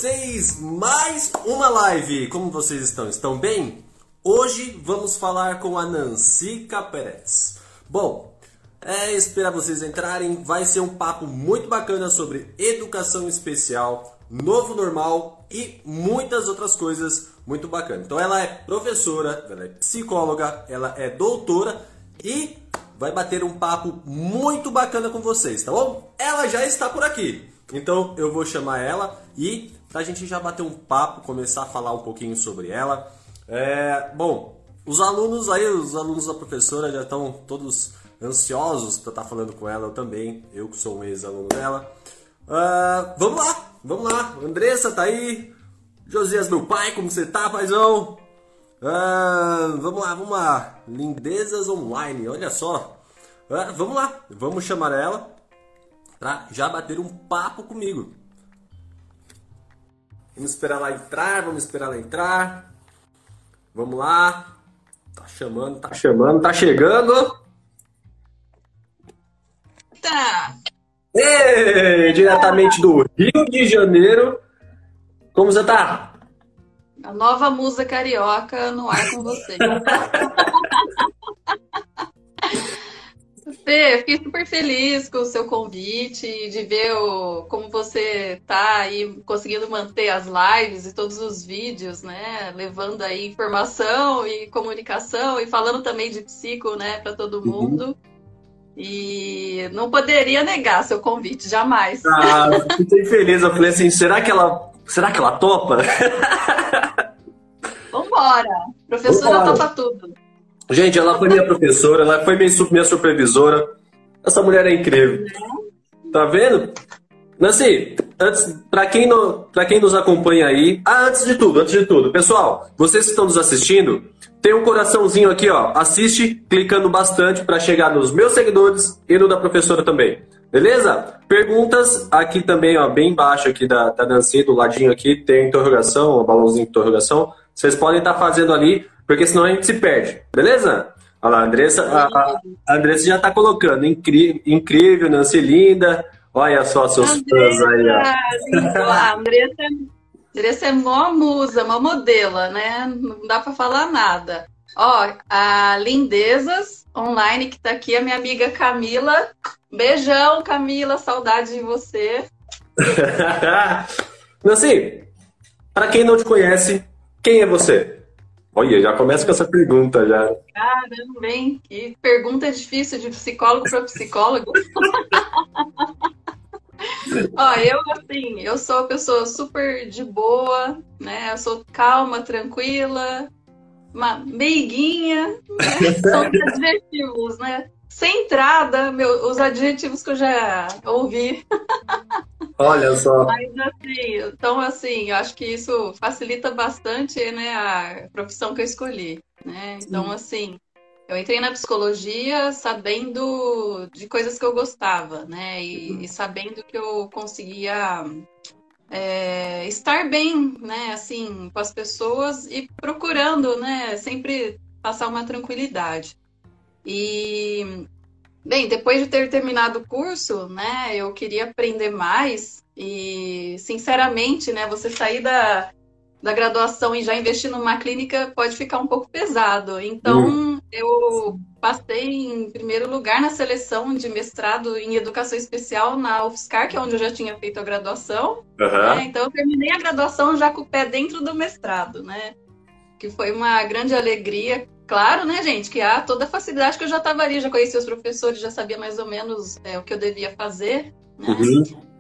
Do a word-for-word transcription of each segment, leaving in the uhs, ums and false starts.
vocês mais uma live. Como vocês estão? Estão bem? Hoje vamos falar com a Nancica Peretz. Bom, é esperar vocês entrarem. Vai ser um papo muito bacana sobre educação especial, novo normal e muitas outras coisas muito bacanas. Então ela é professora, ela é psicóloga, ela é doutora e vai bater um papo muito bacana com vocês, tá bom? Ela já está por aqui. Então eu vou chamar ela e pra gente já bater um papo, começar a falar um pouquinho sobre ela. É, bom, os alunos aí, os alunos da professora já estão todos ansiosos para estar falando com ela, eu também, eu que sou um ex-aluno dela. Uh, vamos lá, vamos lá. Andressa tá aí. Josias, meu pai, como você tá, paizão? Uh, vamos lá, vamos lá. Lindezas Online, olha só. Uh, vamos lá, vamos chamar ela pra já bater um papo comigo. Vamos esperar ela entrar, vamos esperar ela entrar. Vamos lá. Tá chamando, tá chamando, tá chegando. Tá. Ei, diretamente do Rio de Janeiro. Como você tá? A nova musa carioca no ar com você. Fê, fiquei super feliz com o seu convite, de ver o, como você tá aí conseguindo manter as lives e todos os vídeos, né? Levando aí informação e comunicação e falando também de psico, né, para todo mundo. Uhum. E não poderia negar seu convite, jamais. Ah, fiquei feliz. Eu falei assim, será que ela, será que ela topa? Vambora! Professora Vambora. Topa tudo. Gente, ela foi minha professora, ela foi minha, minha supervisora. Essa mulher é incrível. Tá vendo? Nancy, antes, pra quem, não, pra quem nos acompanha aí... Ah, antes de tudo, antes de tudo. Pessoal, vocês que estão nos assistindo, tem um coraçãozinho aqui, ó. Assiste clicando bastante pra chegar nos meus seguidores e no da professora também. Beleza? Perguntas aqui também, ó, bem embaixo aqui da, da Nancy, do ladinho aqui, tem interrogação, um balãozinho de interrogação. Vocês podem estar fazendo ali, porque senão a gente se perde. Beleza? Olha lá, a Andressa, a, a Andressa já tá colocando. Incrível, incrível, Nancy, linda. Olha só seus fãs aí, ó. A Andressa, Andressa é mó musa, mó modelo, né? Não dá pra falar nada. Ó, a Lindezas Online, que tá aqui, a minha amiga Camila. Beijão, Camila, saudade de você. Nancy, pra quem não te conhece, quem é você? Olha, já começa com essa pergunta, já. Caramba, hein? Que pergunta difícil de psicólogo para psicólogo. Ó, eu, assim, eu sou uma pessoa super de boa, né? Eu sou calma, tranquila, uma meiguinha, né? São os adjetivos, né? Centrada, meu, os adjetivos que eu já ouvi. Olha só. Mas assim, então assim, eu acho que isso facilita bastante, né, a profissão que eu escolhi, né? Então, assim, eu entrei na psicologia sabendo de coisas que eu gostava, né? E, e sabendo que eu conseguia é, estar bem, né, assim, com as pessoas e procurando, né, sempre passar uma tranquilidade. E, bem, depois de ter terminado o curso, né, eu queria aprender mais e, sinceramente, né, você sair da, da graduação e já investir numa clínica pode ficar um pouco pesado. Então, hum. eu passei em primeiro lugar na seleção de mestrado em educação especial na UFSCar, que é onde eu já tinha feito a graduação. Uhum. Né? Então, eu terminei a graduação já com o pé dentro do mestrado, né? Que foi uma grande alegria. Claro, né, gente, que há toda a facilidade que eu já estava ali, já conhecia os professores, já sabia mais ou menos é, o que eu devia fazer, né? Uhum.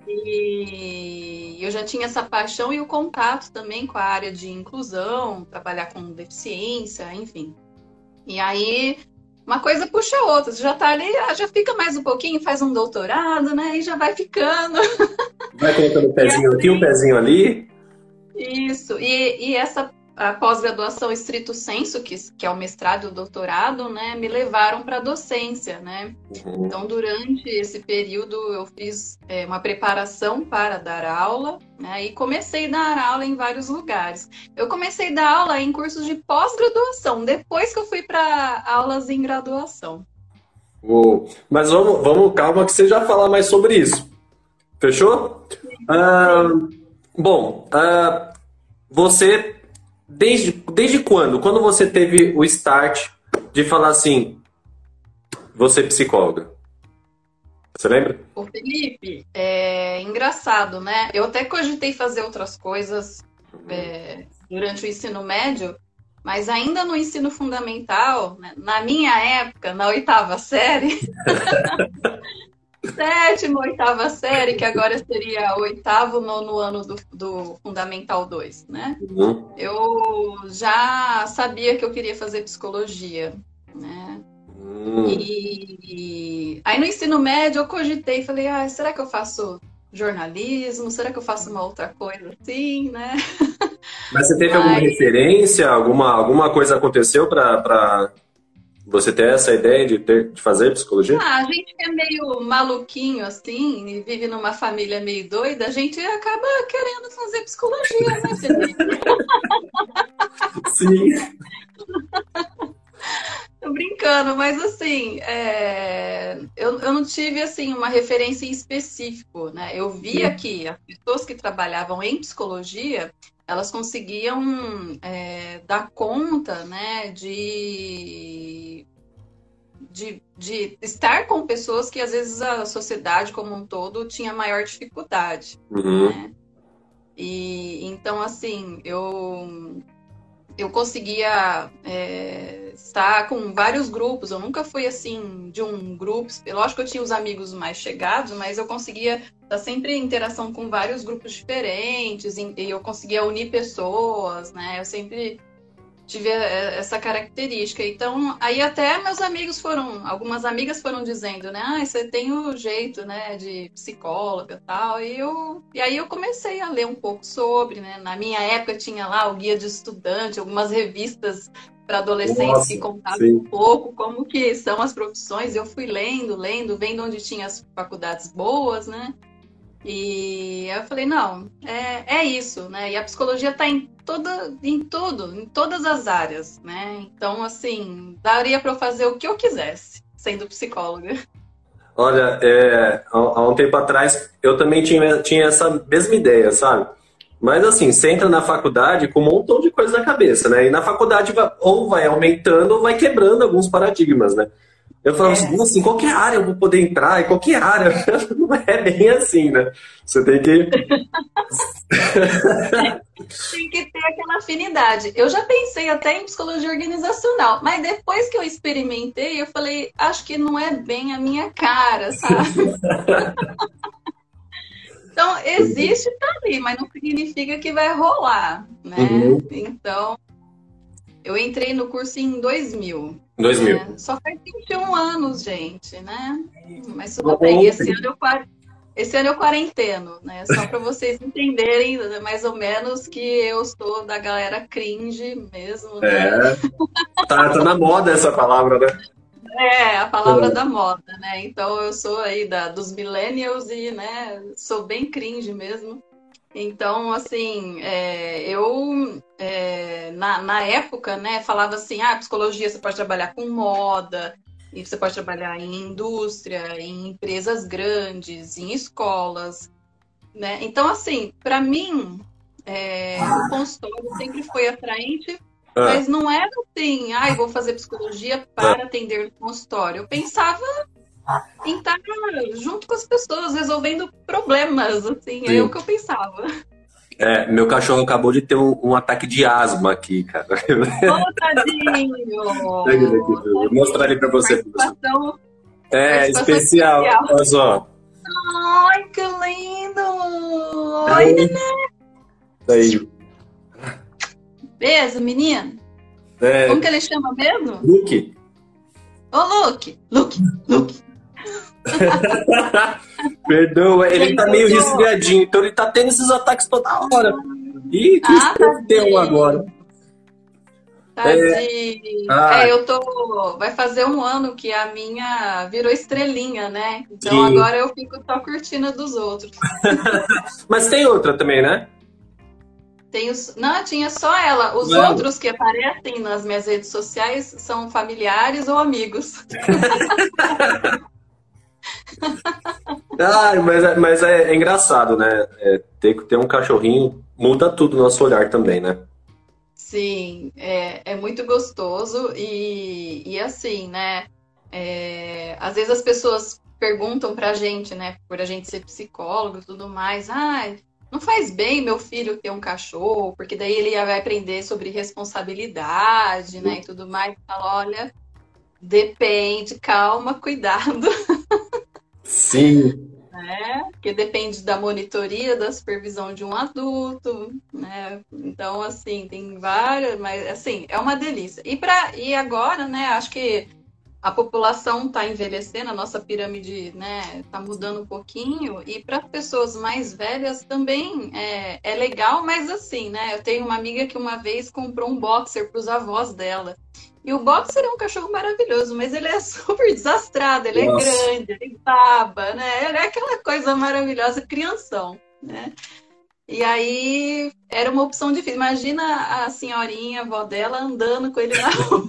E eu já tinha essa paixão e o contato também com a área de inclusão, trabalhar com deficiência, enfim. E aí, uma coisa puxa a outra, você já tá ali, já fica mais um pouquinho, faz um doutorado, né, e já vai ficando. Vai colocando um pezinho assim, aqui, um pezinho ali. Isso, e, e essa... a pós-graduação estrito sensu, que, que é o mestrado e o doutorado, né, me levaram para a docência, né? Uhum. Então, durante esse período, eu fiz é, uma preparação para dar aula, né, e comecei a dar aula em vários lugares. Eu comecei a dar aula em cursos de pós-graduação, depois que eu fui para aulas em graduação. Uou. Mas vamos, vamos, calma, que você já falar mais sobre isso. Fechou? Ah, Bom, uh, você, desde, desde quando? Quando você teve o start de falar assim, vou ser psicóloga? Você lembra? O Felipe, é engraçado, né? Eu até cogitei fazer outras coisas é, durante o ensino médio, mas ainda no ensino fundamental, né? Na minha época, na oitava série, sétima, oitava série, que agora seria oitavo, nono ano do, do Fundamental dois, né? Uhum. Eu já sabia que eu queria fazer psicologia, né? Hum. E aí no ensino médio eu cogitei, falei, ah, será que eu faço jornalismo? Será que eu faço uma outra coisa assim, né? Mas você teve Mas... alguma referência? Alguma, alguma coisa aconteceu para você ter essa ideia de, ter, de fazer psicologia? Ah, a gente que é meio maluquinho assim, e vive numa família meio doida, a gente acaba querendo fazer psicologia, né, Felipe? Sim. Tô brincando, mas assim, é... eu, eu não tive assim uma referência em específico, né? Eu via que as pessoas que trabalhavam em psicologia, elas conseguiam é, dar conta, né, de, de, de estar com pessoas que às vezes a sociedade como um todo tinha maior dificuldade, Uhum. né? E então assim, eu eu conseguia é, estar com vários grupos. Eu nunca fui assim de um grupo. Lógico que eu tinha os amigos mais chegados, mas eu conseguia estar sempre em interação com vários grupos diferentes e eu conseguia unir pessoas, né? Eu sempre tive essa característica. Então, aí até meus amigos foram, algumas amigas foram dizendo, né? Ah, você tem o jeito, né, de psicóloga e tal. E, eu, e aí eu comecei a ler um pouco sobre, né? Na minha época tinha lá o Guia de Estudante, algumas revistas para adolescentes. Nossa, que contavam sim. um pouco como que são as profissões. Eu fui lendo, lendo, vendo onde tinha as faculdades boas, né? E eu falei, não, é, é isso, né? E a psicologia está em toda, em tudo, em todas as áreas, né? Então, assim, daria para eu fazer o que eu quisesse, sendo psicóloga. Olha, é, há, há um tempo atrás eu também tinha, tinha essa mesma ideia, sabe? Mas assim, você entra na faculdade com um montão de coisa na cabeça, né? E na faculdade vai, ou vai aumentando ou vai quebrando alguns paradigmas, né? Eu falava é. assim, qualquer área eu vou poder entrar, em qualquer área. Não é bem assim, né? Você tem que... tem que ter aquela afinidade. Eu já pensei até em psicologia organizacional, mas depois que eu experimentei, eu falei, acho que não é bem a minha cara, sabe? Então, existe, tá ali, mas não significa que vai rolar, né? Uhum. Então, eu entrei no curso em dois mil. dois mil. Né? Só faz vinte e um anos, gente, né? Mas tudo bem. Esse ano eu, esse ano eu quarenteno, né? Só para vocês entenderem mais ou menos que eu estou da galera cringe mesmo. Né? É. Tá, tá na moda essa palavra, né? É, a palavra é. da moda, né? Então eu sou aí da, dos millennials e, né, sou bem cringe mesmo. Então, assim, é, eu, é, na, na época, né, falava assim, ah, psicologia você pode trabalhar com moda, e você pode trabalhar em indústria, em empresas grandes, em escolas, né? Então, assim, para mim, é, o consultório sempre foi atraente, ah. mas não era assim, ah, eu vou fazer psicologia para ah. atender no consultório. Eu pensava... em estar junto com as pessoas, resolvendo problemas, assim, Sim. é o que eu pensava. É, meu cachorro acabou de ter um, um ataque de asma aqui, cara. Ô, tadinho! Vou mostrar ele pra você. Participação, é, participação especial. especial. Olha só. Ai, que lindo! Oi, neném! Aí. Beijo, menino. É... Como que ele chama mesmo? Luke. Ô, Luke! Luke! Luke! Perdão, ele Gente, tá meio tô... resfriadinho, então ele tá tendo esses ataques toda hora. Ih, que ah, tem um agora. Tadinho. É... Ah. é, eu tô. Vai fazer um ano que a minha virou estrelinha, né? Então Sim. agora eu fico só curtindo a dos outros. Mas tem outra também, né? Tem os... Não, tinha só ela. Os Não. outros que aparecem nas minhas redes sociais são familiares ou amigos. Ah, mas, é- mas é, é engraçado, né? É, ter, ter um cachorrinho muda tudo o nosso olhar também, né? Sim, é, é muito gostoso e, e assim, né? É, às vezes as pessoas perguntam pra gente, né? Por a gente ser psicólogo e tudo mais, ah, não faz bem meu filho ter um cachorro, porque daí ele vai aprender sobre responsabilidade, né? E tudo mais. Fala, olha, depende, calma, cuidado. Sim. Né? Porque depende da monitoria, da supervisão de um adulto, né? Então, assim, tem várias, mas assim, é uma delícia. E para e agora, né, acho que a população está envelhecendo, a nossa pirâmide, né, está mudando um pouquinho, e para pessoas mais velhas também é, é legal, mas assim, né, eu tenho uma amiga que uma vez comprou um boxer para os avós dela. E o boxer é um cachorro maravilhoso, mas ele é super desastrado, ele é Nossa. grande, ele baba, né? Ele é aquela coisa maravilhosa, crianção, né? E aí era uma opção difícil. Imagina a senhorinha, a avó dela, andando com ele na rua.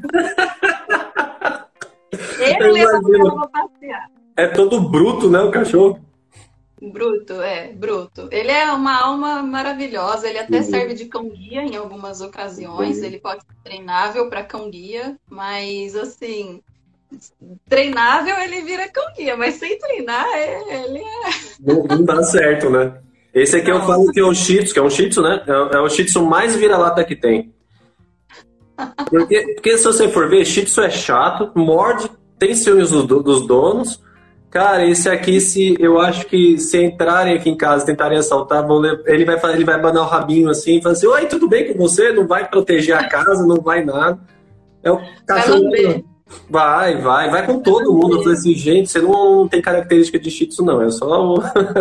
Ele Eu levando ela imagino. pra passear. É todo bruto, né, o cachorro? Bruto, é, bruto. Ele é uma alma maravilhosa, ele até serve de cão-guia em algumas ocasiões, ele pode ser treinável para cão-guia, mas assim, treinável ele vira cão-guia, mas sem treinar é- ele é. Não, não dá certo, né? Esse aqui eu Não, falo que é o Shih Tzu, que é um Shih Tzu, né? É, é o Shih Tzu mais vira-lata que tem. Porque, porque se você for ver, Shih Tzu é chato, morde, tem ciúmes dos, do- dos donos. Cara, esse aqui, se eu acho que se entrarem aqui em casa e tentarem assaltar, vão le- ele vai, fa- ele vai abanar o rabinho assim e falar assim: Oi, tudo bem com você? Não vai proteger a casa, não vai nada. É o vai cachorro. lamber. Vai, vai, vai com todo mundo. Eu falei assim, gente, você não tem característica de Shih Tzu, não. É só. o-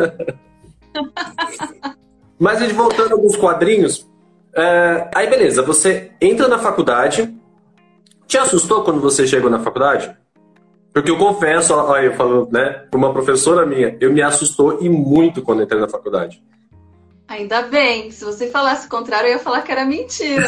Mas a gente voltando a alguns quadrinhos. é, Aí beleza, você entra na faculdade. Te assustou quando você chegou na faculdade? Porque eu confesso, ó, ó, eu falo, né, pra uma professora minha, eu me assustou e muito quando entrei na faculdade. Ainda bem, se você falasse o contrário, eu ia falar que era mentira.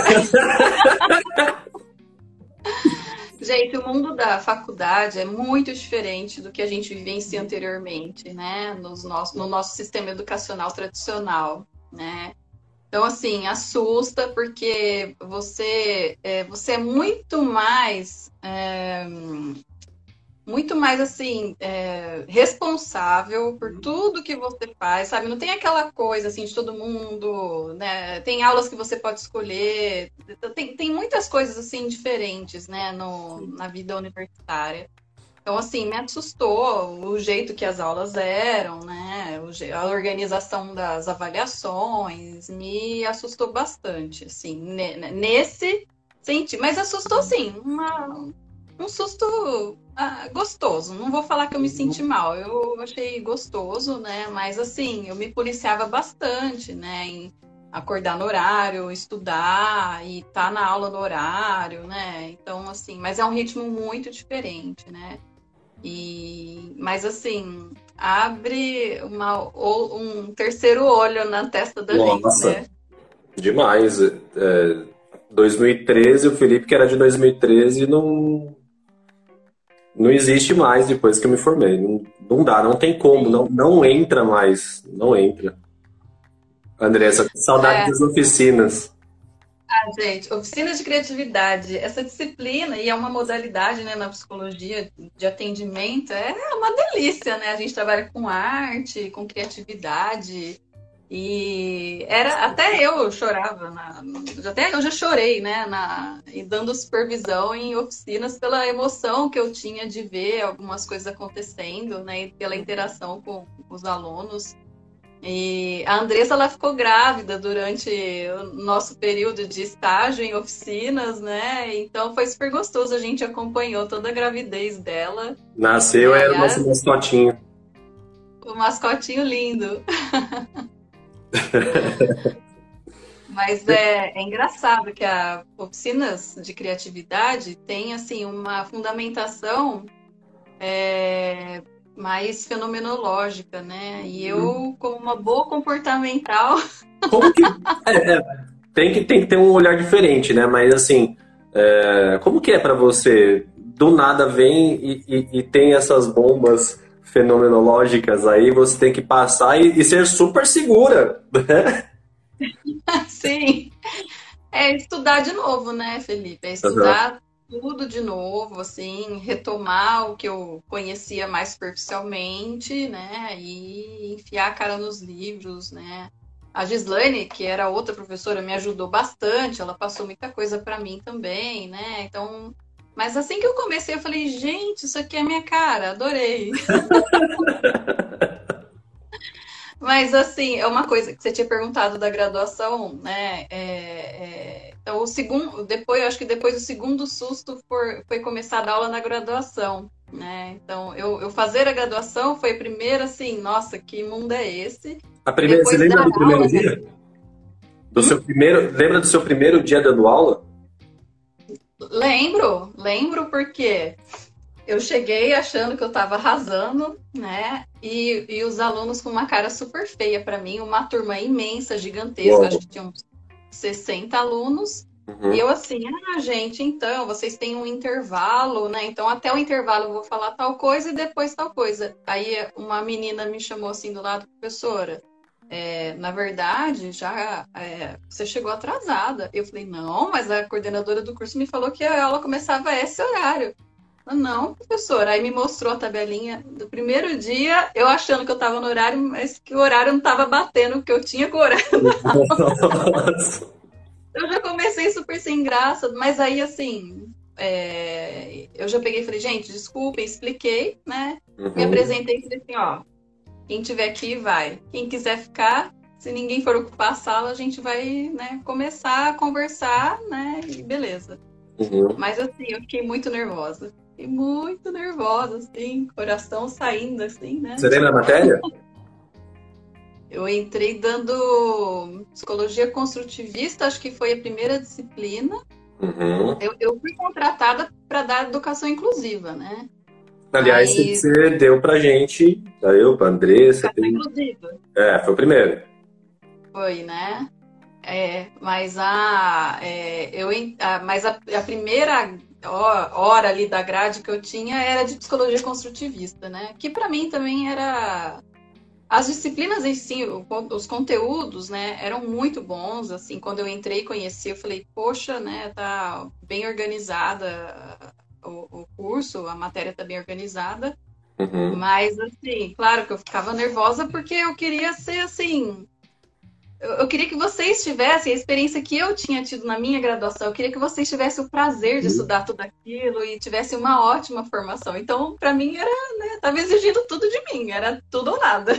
Gente, o mundo da faculdade é muito diferente do que a gente vivencia anteriormente, né? Nos nosso, no nosso sistema educacional tradicional, né? Então, assim, assusta porque você é, você é muito mais, é, muito mais, assim, é, responsável por tudo que você faz, sabe? Não tem aquela coisa, assim, de todo mundo, né? Tem aulas que você pode escolher, tem, tem muitas coisas, assim, diferentes, né, no, na vida universitária. Então, assim, me assustou o jeito que as aulas eram, né? o je- A organização das avaliações me assustou bastante, assim, ne- ne- nesse sentido. Mas assustou, sim, uma- um susto ah, gostoso. Não vou falar que eu me senti mal, eu achei gostoso, né? Mas, assim, eu me policiava bastante, né? Em acordar no horário, estudar e estar na aula no horário, né? Então, assim, mas é um ritmo muito diferente, né? E, mas assim, abre uma, ou- um terceiro olho na testa da gente, Nossa, né? demais. É, dois mil e treze, o Felipe, que era de dois mil e treze, não, não existe mais depois que eu me formei. Não, não dá, não tem como, não, Sim. não entra mais. Não entra. Andressa, saudade É, das oficinas. gente, oficina de criatividade, essa disciplina, e é uma modalidade, né, na psicologia de atendimento, é uma delícia, né? A gente trabalha com arte, com criatividade, e era até eu chorava, na, até eu já chorei, né, na, e dando supervisão em oficinas pela emoção que eu tinha de ver algumas coisas acontecendo, né, e pela interação com os alunos. E a Andressa, ela ficou grávida durante o nosso período de estágio em oficinas, né? Então foi super gostoso, a gente acompanhou toda a gravidez dela, Nasceu, né? era E o nosso a, mascotinho. o mascotinho lindo. Mas é, é engraçado que a oficinas de criatividade tem assim uma fundamentação é, mais fenomenológica, né? E eu, como uma boa comportamental, Como que. É, é, tem que, tem que ter um olhar diferente, né? Mas assim, é, como que é pra você? Do nada vem e, e- e tem essas bombas fenomenológicas aí, você tem que passar e, e ser super segura, né? Sim. É estudar de novo, né, Felipe? É estudar uhum. tudo de novo, assim, retomar o que eu conhecia mais superficialmente, né? E enfiar a cara nos livros, né? A Gislaine, que era outra professora, me ajudou bastante, ela passou muita coisa para mim também, né? Então, mas assim que eu comecei, eu falei, gente, isso aqui é minha cara, adorei. Mas, assim, é uma coisa que você tinha perguntado da graduação, né? É, é, então, o segundo, depois, eu acho que depois o segundo susto foi, foi começar a dar aula na graduação, né? Então, eu, eu fazer a graduação foi a primeira, assim, nossa, que mundo é esse? A primeira, você lembra do primeiro aula, dia? Né? Do hum? seu primeiro, lembra do seu primeiro dia dando aula? Lembro, lembro porque eu cheguei achando que eu estava arrasando, né? E, e os alunos com uma cara super feia para mim, uma turma imensa, gigantesca, Uou. Acho que tinha uns sessenta alunos. Uhum. E eu assim, ah, gente, então, vocês têm um intervalo, né? Então, até o intervalo eu vou falar tal coisa e depois tal coisa. Aí uma menina me chamou assim do lado, professora, é, na verdade, já é, você chegou atrasada. Eu falei, não, mas a coordenadora do curso me falou que a aula começava a esse horário. Não, professora. Aí me mostrou a tabelinha do primeiro dia, eu achando que eu estava no horário, mas que o horário não estava batendo, porque eu tinha com o horário da aula. Eu já comecei super sem graça, mas aí, assim, é, eu já peguei e falei, gente, desculpem, expliquei, né? Uhum. Me apresentei e falei assim, ó, quem tiver aqui vai. Quem quiser ficar, se ninguém for ocupar a sala, a gente vai, né, começar a conversar, né, e beleza. Uhum. Mas, assim, eu fiquei muito nervosa. Fiquei muito nervosa, assim, coração saindo, assim, né? Você lembra a matéria? Eu entrei dando psicologia construtivista, acho que foi a primeira disciplina. Uhum. Eu, eu fui contratada para dar educação inclusiva, né? Aliás, Aí... você deu pra gente, eu, pra Andressa. Educação tem... inclusiva. É, foi o primeiro. Foi, né? É, mas a, é, eu, a, mas a, a primeira hora ali da grade que eu tinha era de psicologia construtivista, né? Que para mim também era... As disciplinas em si, os conteúdos, né, eram muito bons, assim, quando eu entrei e conheci, eu falei, poxa, né, tá bem organizada o, o curso, a matéria tá bem organizada, uhum. Mas, assim, claro que eu ficava nervosa porque eu queria ser, assim, eu, eu queria que vocês tivessem a experiência que eu tinha tido na minha graduação, eu queria que vocês tivessem o prazer de uhum. estudar tudo aquilo e tivessem uma ótima formação. Então, para mim, era, né, tava exigindo tudo de mim, era tudo ou nada.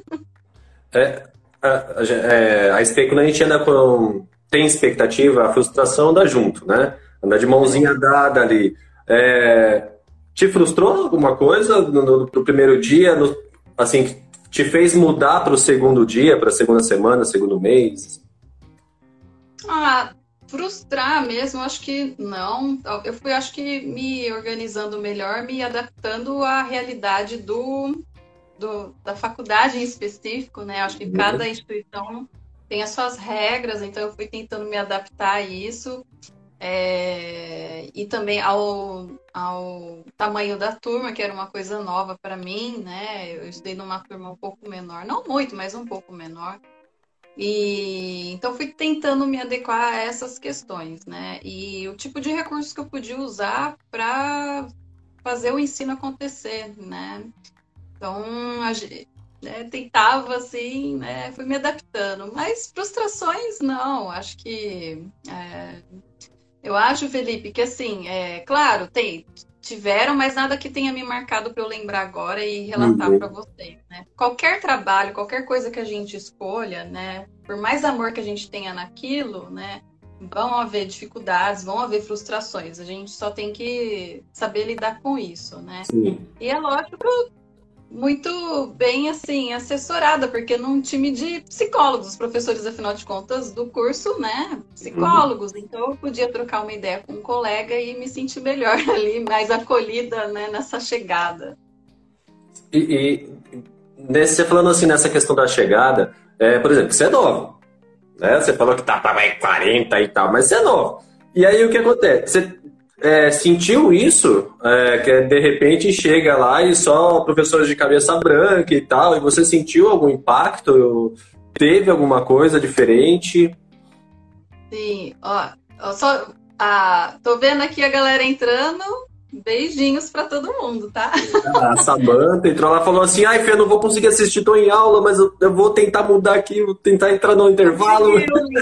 É, a, a, a, quando a gente anda com... tem expectativa, a frustração anda junto, né? Anda de mãozinha dada ali. É, te frustrou alguma coisa no, no, no primeiro dia? No, assim, te fez mudar para o segundo dia, para a segunda semana, segundo mês? Ah, frustrar mesmo, acho que não. Eu fui, acho que, me organizando melhor, me adaptando à realidade do, do, da faculdade em específico, né? Acho que cada instituição tem as suas regras, então eu fui tentando me adaptar a isso. É, e também ao, ao tamanho da turma, que era uma coisa nova para mim, né? Eu estudei numa turma um pouco menor, não muito, mas um pouco menor. E então fui tentando me adequar a essas questões, né? E o tipo de recursos que eu podia usar para fazer o ensino acontecer, né? Então a gente, né, tentava assim, né? Fui me adaptando, mas frustrações não. Acho que é, eu acho, Felipe, que assim, é claro, tem, tiveram, mas nada que tenha me marcado para eu lembrar agora e relatar uhum. para vocês, né? Qualquer trabalho, qualquer coisa que a gente escolha, né? Por mais amor que a gente tenha naquilo, né? Vão haver dificuldades, vão haver frustrações. A gente só tem que saber lidar com isso, né? Sim. E é lógico, muito bem, assim, assessorada, porque num time de psicólogos, os professores, afinal de contas, do curso, né, psicólogos, uhum. Então eu podia trocar uma ideia com um colega e me sentir melhor ali, mais acolhida, né, nessa chegada. E, e nesse, você falando assim, nessa questão da chegada, é, por exemplo, você é novo, né, você falou que tá para quarenta e tal, mas você é novo. E aí o que acontece? Você é, sentiu isso é, que de repente chega lá e só professores de cabeça branca e tal, e você sentiu algum impacto? Teve alguma coisa diferente? Sim, ó, ó, só, ah, tô vendo aqui a galera entrando. Beijinhos pra todo mundo, tá? A Samantha entrou lá e falou assim: ai, Fê, eu não vou conseguir assistir, tô em aula, mas eu, eu vou tentar mudar aqui, vou tentar entrar no intervalo.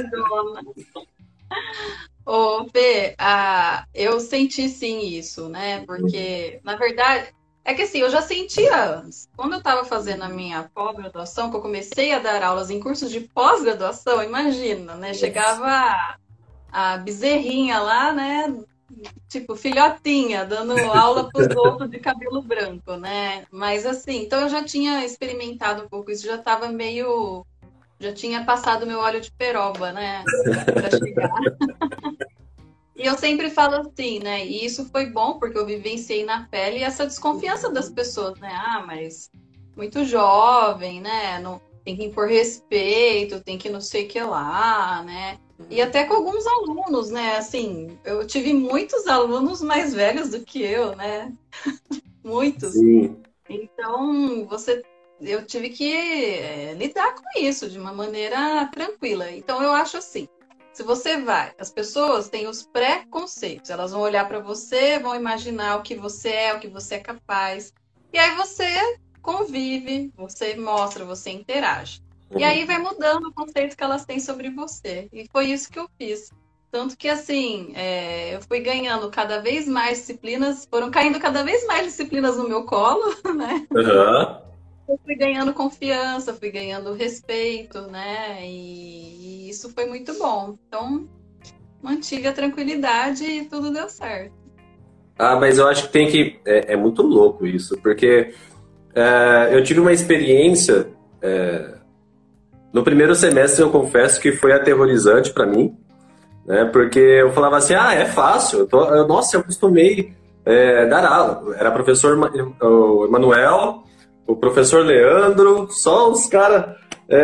Ô, Fê, ah, eu senti sim isso, né? Porque, na verdade, é que assim, eu já sentia antes. Quando eu estava fazendo a minha pós-graduação, que eu comecei a dar aulas em cursos de pós-graduação, imagina, né? Chegava a, a bezerrinha lá, né? Tipo, filhotinha, dando aula para os outros de cabelo branco, né? Mas assim, então eu já tinha experimentado um pouco isso, já estava meio. Já tinha passado meu óleo de peroba, né? Para chegar. E eu sempre falo assim, né? E isso foi bom porque eu vivenciei na pele essa desconfiança das pessoas, né? Ah, mas muito jovem, né? Não, tem que impor respeito, tem que não sei o que lá, né? E até com alguns alunos, né? Assim, eu tive muitos alunos mais velhos do que eu, né? Muitos. Sim. Então, você, eu tive que é, lidar com isso de uma maneira tranquila. Então, eu acho assim, se você vai, as pessoas têm os preconceitos, elas vão olhar para você, vão imaginar o que você é, o que você é capaz. E aí você convive, você mostra, você interage. E aí vai mudando o conceito que elas têm sobre você. E foi isso que eu fiz. Tanto que, assim, é, eu fui ganhando cada vez mais disciplinas, foram caindo cada vez mais disciplinas no meu colo, né? Uhum. Eu fui ganhando confiança, fui ganhando respeito, né? E, e isso foi muito bom. Então, mantive a tranquilidade e tudo deu certo. Ah, mas eu acho que tem que... É, é muito louco isso, porque é, eu tive uma experiência... É, no primeiro semestre, eu confesso que foi aterrorizante para mim, né? Porque eu falava assim, ah, é fácil. Eu tô, eu, nossa, eu acostumei é, dar aula. Era professor o Emanuel, o professor Leandro, só os caras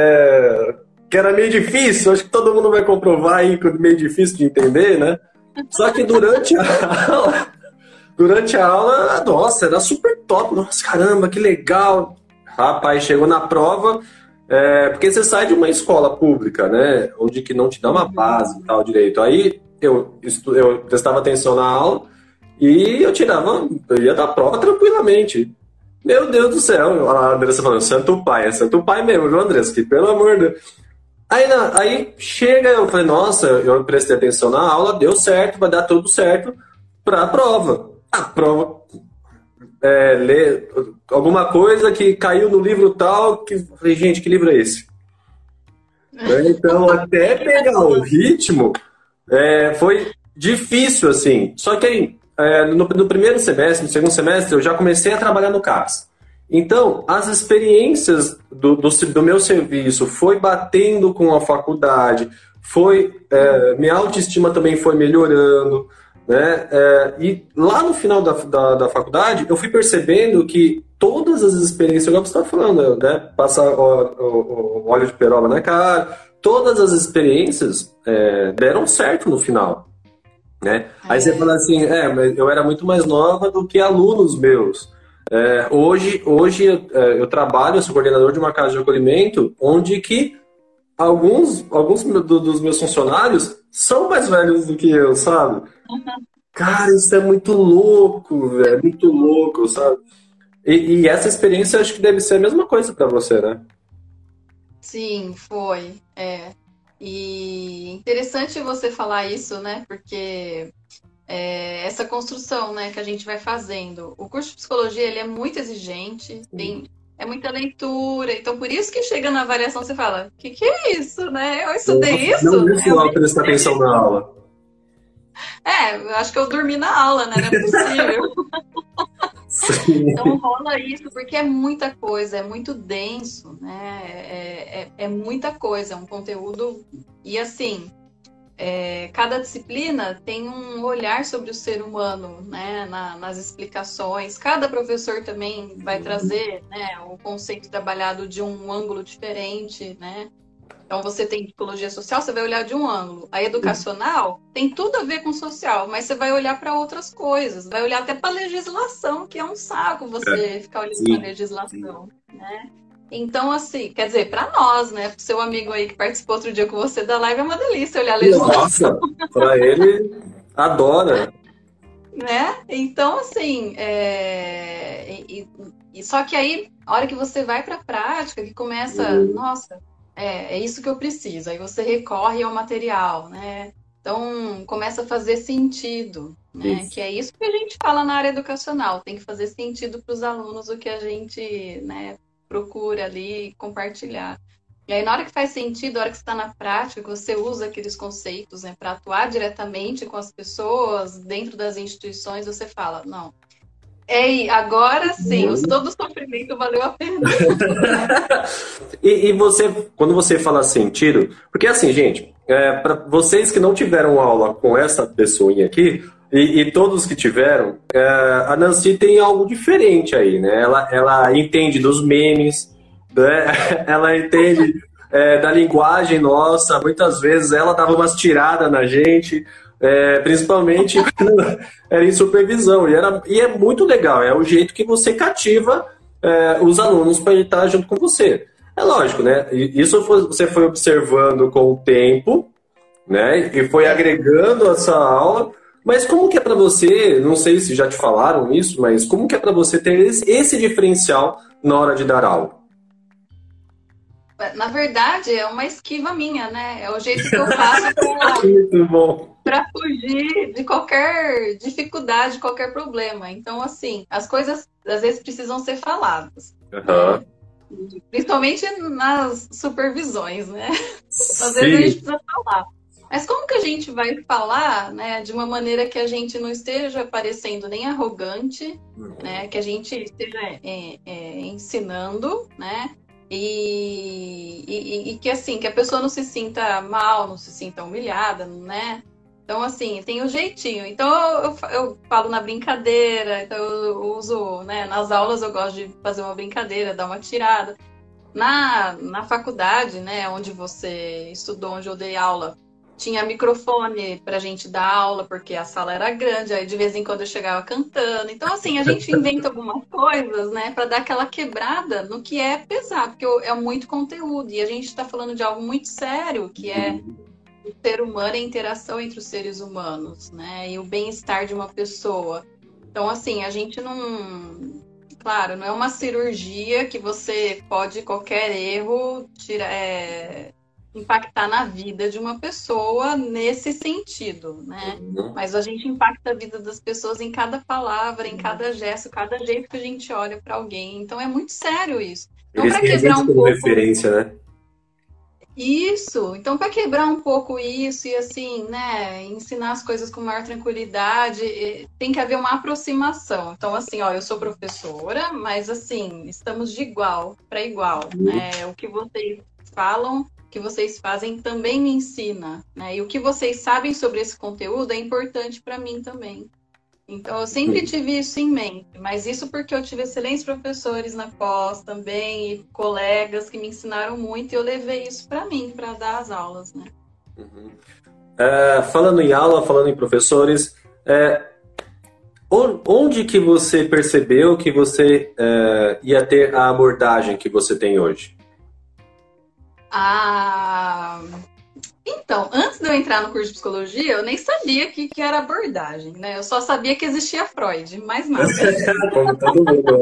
é, que era meio difícil. Acho que todo mundo vai comprovar aí que é meio difícil de entender, né? Só que durante a aula, durante a aula, nossa, era super top. Nossa, caramba, que legal. Rapaz, chegou na prova... É, porque você sai de uma escola pública, né, onde que não te dá uma base e tal direito. Aí eu, estu, eu prestava atenção na aula e eu tirava, eu ia dar prova tranquilamente. Meu Deus do céu, a Andressa falando, santo pai, é santo pai mesmo, viu, Andressa? Que pelo amor de Deus. Aí, na, aí chega, eu falei, nossa, eu prestei atenção na aula, deu certo, vai dar tudo certo pra prova. A prova... É, ler alguma coisa que caiu no livro tal, que falei, gente, que livro é esse? Então, até pegar o ritmo é, foi difícil, assim. Só que aí, é, no, no primeiro semestre, no segundo semestre, eu já comecei a trabalhar no CAPS. Então, as experiências do, do, do meu serviço foi batendo com a faculdade, foi, é, minha autoestima também foi melhorando. Né? É, e lá no final da, da, da faculdade, eu fui percebendo que todas as experiências, igual você está falando, né? Passar o, o, o óleo de peroba na cara, todas as experiências é, deram certo no final. Né? Aí é. Você fala assim, é, mas eu era muito mais nova do que alunos meus. É, hoje hoje eu, eu trabalho, eu sou coordenador de uma casa de acolhimento, onde que alguns, alguns dos meus funcionários são mais velhos do que eu, sabe? Cara, isso é muito louco, velho, muito louco, sabe? E, e essa experiência acho que deve ser a mesma coisa para você, né? Sim, foi. É. E interessante você falar isso, né? Porque é, essa construção, né, que a gente vai fazendo. O curso de psicologia, ele é muito exigente, tem, é muita leitura, então por isso que chega na avaliação você fala, o que, que é isso, né? Eu estudei isso? Não, isso não prestar atenção na aula. É, eu acho que eu dormi na aula, né? Não é possível. Sim. Então rola isso, porque é muita coisa, é muito denso, né? É, é, é muita coisa, é um conteúdo. E assim, é, cada disciplina tem um olhar sobre o ser humano, né? Na, nas explicações. Cada professor também vai trazer, né, o conceito trabalhado de um ângulo diferente, né? Então, você tem psicologia social, você vai olhar de um ângulo. A educacional tem tudo a ver com social, mas você vai olhar para outras coisas. Vai olhar até para legislação, que é um saco você é. ficar olhando para legislação, né? Então, assim, quer dizer, para nós, né? Pro seu amigo aí que participou outro dia com você da live, é uma delícia olhar a legislação. Nossa, para ele, adora. Né? Então, assim, é... e, e, só que aí, a hora que você vai para a prática, que começa, uhum. nossa... É, é isso que eu preciso. Aí você recorre ao material, né? Então, começa a fazer sentido, né? Que é isso que a gente fala na área educacional. Tem que fazer sentido para os alunos o que a gente, né, procura ali compartilhar. E aí, na hora que faz sentido, na hora que você está na prática, você usa aqueles conceitos, né, para atuar diretamente com as pessoas, dentro das instituições, você fala, não... Ei, agora sim, uhum. todo o sofrimento valeu a pena. e, e você, quando você fala sentido, porque assim, gente, é, para vocês que não tiveram aula com essa pessoinha aqui, e, e todos que tiveram, é, a Nancy tem algo diferente aí, né? Ela, ela entende dos memes, né? Ela entende é, da linguagem nossa, muitas vezes ela dava umas tiradas na gente. É, principalmente era em supervisão e, era, e é muito legal, é o jeito que você cativa é, os alunos para estar junto com você. É lógico, né? Isso foi, você foi observando com o tempo, né? E foi agregando essa aula. Mas como que é para você, não sei se já te falaram isso, mas como que é para você ter esse, esse diferencial na hora de dar aula? Na verdade, é uma esquiva minha, né? É o jeito que eu faço para fugir de qualquer dificuldade, qualquer problema. Então, assim, as coisas às vezes precisam ser faladas. Uhum. Né? Principalmente nas supervisões, né? Sim. Às vezes a gente precisa falar. Mas como que a gente vai falar, né, de uma maneira que a gente não esteja parecendo nem arrogante, uhum. né? Que a gente esteja é, é, ensinando, né? E, e, e que assim, que a pessoa não se sinta mal, não se sinta humilhada, né? Então, assim, tem o um jeitinho. Então, eu, eu falo na brincadeira, então eu uso, né? Nas aulas eu gosto de fazer uma brincadeira, dar uma tirada. Na, na faculdade, né, onde você estudou, onde eu dei aula, tinha microfone pra gente dar aula, porque a sala era grande, aí de vez em quando eu chegava cantando. Então, assim, a gente inventa algumas coisas, né, pra dar aquela quebrada no que é pesado, porque é muito conteúdo, e a gente tá falando de algo muito sério, que é o ser humano e a interação entre os seres humanos, né, e o bem-estar de uma pessoa. Então, assim, a gente não... Claro, não é uma cirurgia que você pode, qualquer erro, tirar... É... impactar na vida de uma pessoa nesse sentido, né? Uhum. Mas a gente impacta a vida das pessoas em cada palavra, em cada gesto, cada jeito que a gente olha para alguém. Então é muito sério isso. Então para quebrar um pouco referência, né? Isso. Então para quebrar um pouco isso e assim, né, ensinar as coisas com maior tranquilidade, tem que haver uma aproximação. Então assim, ó, eu sou professora, mas assim, estamos de igual para igual, uhum. né? O que vocês falam, que vocês fazem também me ensina, né? E o que vocês sabem sobre esse conteúdo é importante para mim também. Então, eu sempre tive isso em mente, mas isso porque eu tive excelentes professores na pós também, e colegas que me ensinaram muito, e eu levei isso para mim, para dar as aulas, né? Uhum. É, falando em aula, falando em professores, é, onde que você percebeu que você é, ia ter a abordagem que você tem hoje? Ah, então, antes de eu entrar no curso de psicologia, eu nem sabia que, que era abordagem, né? Eu só sabia que existia Freud, mais nada. Como todo mundo,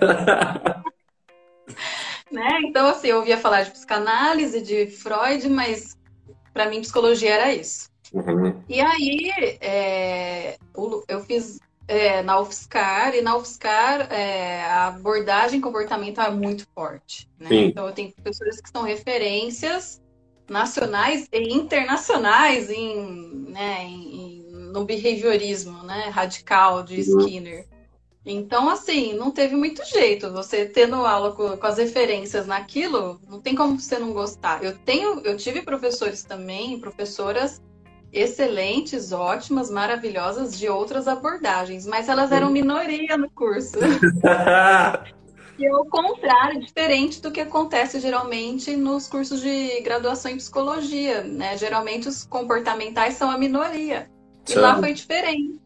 né? Então, assim, eu ouvia falar de psicanálise, de Freud, mas para mim psicologia era isso. Uhum. E aí, é, eu fiz é, na UFSCar, e na UFSCar é, a abordagem comportamental é muito forte, né? Então eu tenho professores que são referências nacionais e internacionais em, né, em, no behaviorismo, né, radical de Skinner. Então, assim, não teve muito jeito. Você tendo aula com, com as referências naquilo, não tem como você não gostar. Eu tenho, eu tive professores também, professoras excelentes, ótimas, maravilhosas de outras abordagens, mas elas eram minoria no curso. que é o contrário, diferente do que acontece geralmente nos cursos de graduação em psicologia, né? Geralmente os comportamentais são a minoria. E Sabe? lá foi diferente.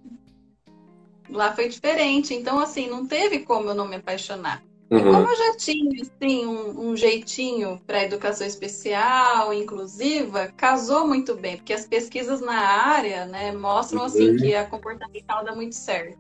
Lá foi diferente. Então, assim, não teve como eu não me apaixonar. E Uhum. como eu já tinha, assim, um, um jeitinho para educação especial, inclusiva, casou muito bem, porque as pesquisas na área, né, mostram, assim, que a comportamental dá muito certo.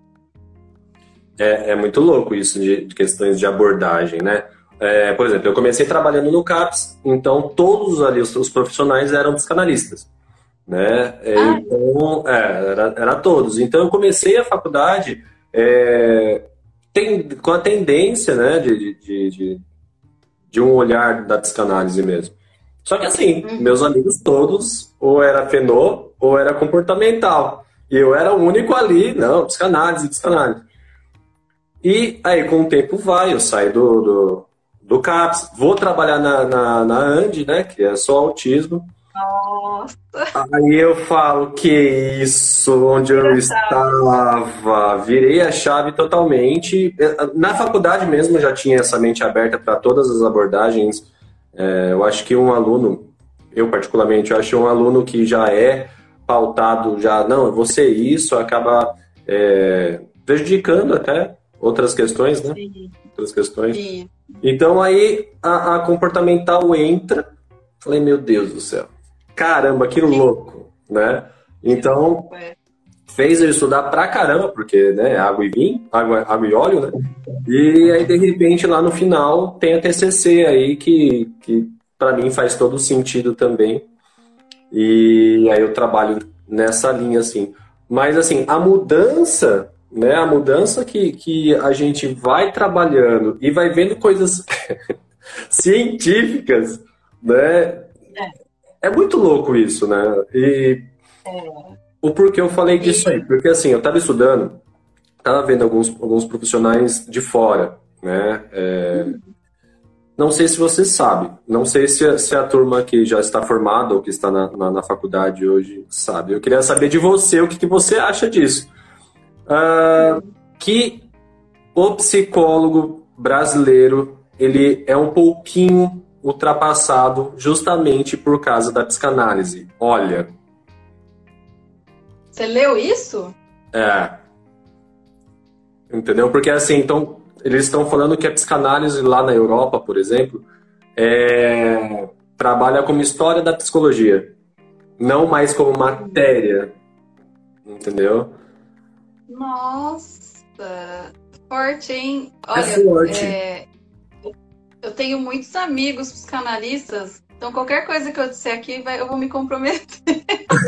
É, é muito louco isso de, de questões de abordagem, né? É, por exemplo, eu comecei trabalhando no CAPS, então todos ali os, os profissionais eram psicanalistas, né? É, Ah, então, é, era, era todos. Então eu comecei a faculdade é, tem, com a tendência, né, de, de, de, de um olhar da psicanálise mesmo. Só que assim, uhum. meus amigos todos ou era fenô ou era comportamental. E eu era o único ali, não, psicanálise, psicanálise. E aí, com o tempo vai, eu saio do, do, do CAPS, vou trabalhar na, na, na ANDI, né, que é só autismo. Nossa, Aí eu falo, que isso, onde eu estava, virei a chave totalmente. Na faculdade mesmo eu já tinha essa mente aberta para todas as abordagens. É, eu acho que um aluno, eu particularmente, eu acho um aluno que já é pautado, já, não, eu vou ser isso, acaba é, prejudicando até outras questões, né? sim, Outras questões. sim. Então aí a, a comportamental entra, falei, meu Deus do céu, caramba, que louco, né? Então É. fez eu estudar pra caramba, porque, né, água e vinho, água, água e óleo, né? E aí de repente lá no final tem a T C C aí que, que para mim faz todo sentido também. E aí eu trabalho nessa linha assim. Mas assim, a mudança, né, a mudança que, que a gente vai trabalhando e vai vendo coisas científicas, né? É muito louco isso, né? E o porquê eu falei disso aí? Porque assim, eu estava estudando, estava vendo alguns, alguns profissionais de fora, né? É, não sei se você sabe, não sei se a, se a turma que já está formada ou que está na, na, na faculdade hoje sabe. Eu queria saber de você o que, que você acha disso. Ah, que o psicólogo brasileiro ele é um pouquinho ultrapassado justamente por causa da psicanálise. Olha, Você leu isso? é, entendeu? Porque assim, então eles estão falando que a psicanálise lá na Europa, por exemplo, é, trabalha como história da psicologia, não mais como matéria, entendeu? Nossa, forte, hein? É Olha, forte. é, eu tenho muitos amigos psicanalistas, então qualquer coisa que eu disser aqui, vai, eu vou me comprometer.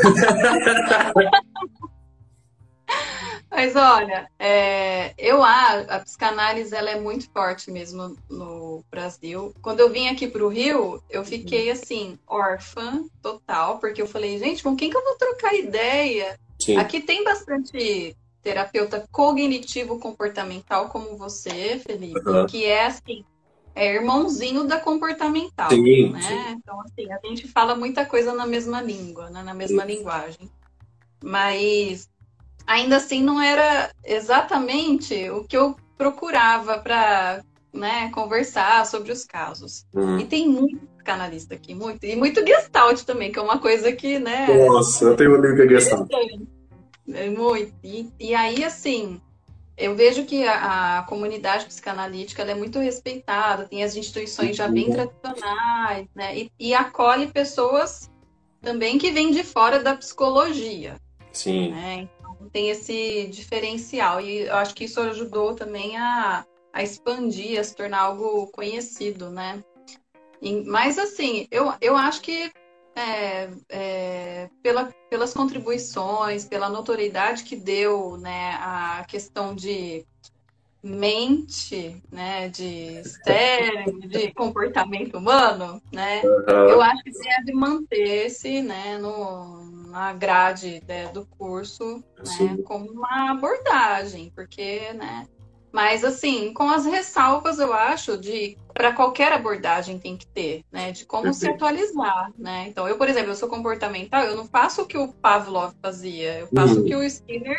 Mas olha, é, eu a, a psicanálise ela é muito forte mesmo no Brasil. Quando eu vim aqui para o Rio, eu fiquei assim, órfã total, porque eu falei, gente, com quem que eu vou trocar ideia? Sim. Aqui tem bastante terapeuta cognitivo-comportamental como você, Felipe, Uhum. que é assim, é irmãozinho da comportamental, Sim, né? sim. Então, assim, a gente fala muita coisa na mesma língua, né? Na mesma Sim. linguagem. Mas ainda assim não era exatamente o que eu procurava para, né, conversar sobre os casos. Uhum. E tem muito psicanalista aqui, muito. E muito gestalt também, que é uma coisa que, né... Nossa, eu tenho um amigo que é gestalt. É muito. E, e aí, assim, eu vejo que a, a comunidade psicanalítica ela é muito respeitada, tem as instituições já bem tradicionais, né? E, e acolhe pessoas também que vêm de fora da psicologia. Sim. Né? Então, tem esse diferencial. E eu acho que isso ajudou também a, a expandir, a se tornar algo conhecido, né? E, mas, assim, eu, eu acho que é, é, pela, pelas contribuições, pela notoriedade que deu, né, a questão de mente, né, de cérebro, de comportamento humano, né, Uhum. eu acho que deve manter-se, né, no, na grade, né, do curso, né, como uma abordagem, porque, né, mas assim, com as ressalvas, eu acho, de para qualquer abordagem tem que ter, né, de como se atualizar, né. Então, eu, por exemplo, eu sou comportamental, eu não faço o que o Pavlov fazia, eu faço Uhum. o que o Skinner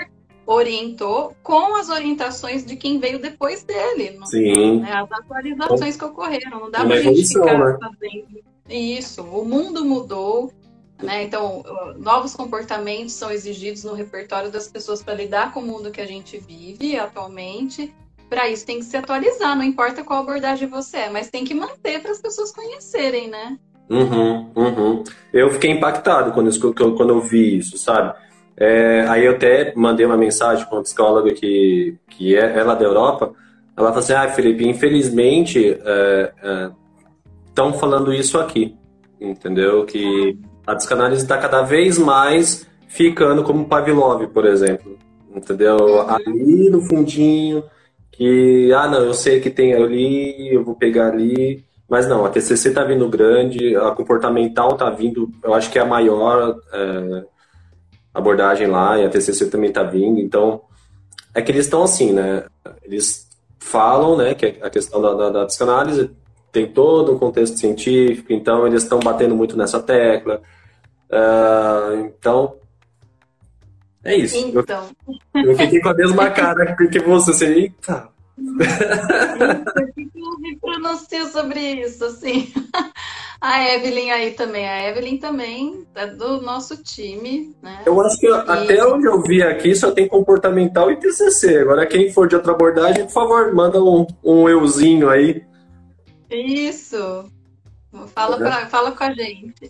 orientou com as orientações de quem veio depois dele. Sim. Né? As atualizações que ocorreram. Não dá Uma pra gente evolução, ficar né? fazendo isso. O mundo mudou, né? Então, novos comportamentos são exigidos no repertório das pessoas para lidar com o mundo que a gente vive atualmente. Para isso tem que se atualizar, não importa qual abordagem você é, mas tem que manter para as pessoas conhecerem, né? Uhum, uhum. Eu fiquei impactado quando eu, quando eu vi isso, sabe? É, aí eu até mandei uma mensagem para uma psicóloga que, que é ela da Europa. Ela falou assim: ah, Felipe, infelizmente estão falando isso aqui, entendeu? Que a psicanálise está cada vez mais ficando como Pavlov, por exemplo, entendeu? Uhum. Ali no fundinho, que, ah, não, eu sei que tem ali, eu vou pegar ali. Mas não, a T C C está vindo grande, a comportamental está vindo, eu acho que é a maior é, abordagem lá, e a T C C também está vindo. Então, é que eles estão assim, né? Eles falam, né, que a questão da, da, da psicanálise tem todo um contexto científico, então eles estão batendo muito nessa tecla. Uh, então, é isso. Então. Eu, eu fiquei com a mesma cara que você, assim, eita. Eu me pronuncio sobre isso, assim. A Evelyn aí também. A Evelyn também é do nosso time, né? Eu acho que e... até onde eu vi aqui só tem comportamental e T C C. Agora, quem for de outra abordagem, por favor, manda um, um euzinho aí. Isso. Fala, é. pra, fala com a gente.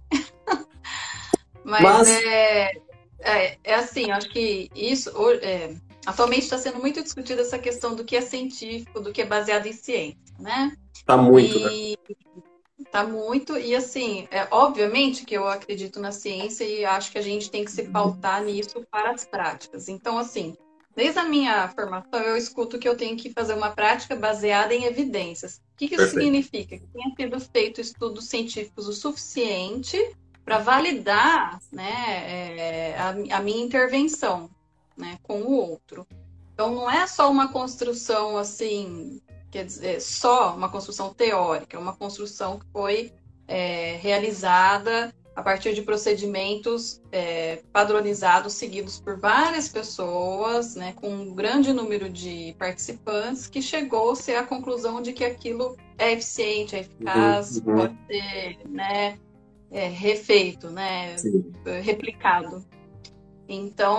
Mas, Mas... É, é, é assim, acho que isso... É, atualmente está sendo muito discutida essa questão do que é científico, do que é baseado em ciência, né? Tá muito, e... né? Tá muito, e assim, é, obviamente que eu acredito na ciência e acho que a gente tem que se pautar nisso para as práticas. Então, assim, desde a minha formação, eu escuto que eu tenho que fazer uma prática baseada em evidências. O que, que isso Perfeito. Significa? Que tenha sido feito estudos científicos o suficiente para validar, né, é, a, a minha intervenção, né, com o outro. Então, não é só uma construção, assim... Quer dizer, só uma construção teórica, uma construção que foi é, realizada a partir de procedimentos é, padronizados, seguidos por várias pessoas, né, com um grande número de participantes, que chegou-se à conclusão de que aquilo é eficiente, é eficaz, uhum, uhum. pode ser, né, é, refeito, né, replicado. Então,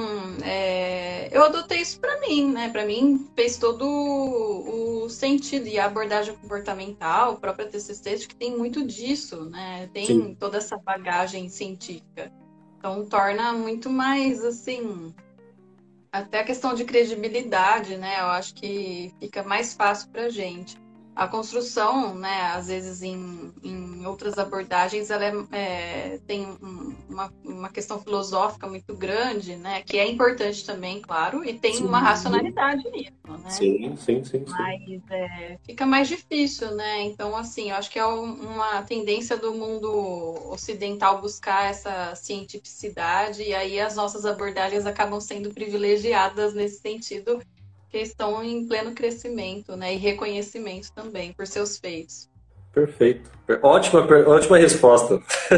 é, eu adotei isso para mim, né? Para mim fez todo o, o sentido. E a abordagem comportamental, a própria T C C, que tem muito disso, né? Tem Sim. toda essa bagagem científica. Então, torna muito mais, assim... Até a questão de credibilidade, né? Eu acho que fica mais fácil para a gente. A construção, né, às vezes em, em outras abordagens, ela é, é, tem um, uma, uma questão filosófica muito grande, né, que é importante também, claro, e tem sim. uma racionalidade nisso, né? Sim, sim, sim. sim. Mas é, fica mais difícil, né? Então, assim, eu acho que é uma tendência do mundo ocidental buscar essa cientificidade, e aí as nossas abordagens acabam sendo privilegiadas nesse sentido, que estão em pleno crescimento, né? E reconhecimento também por seus feitos. Perfeito. Ótima, ótima resposta.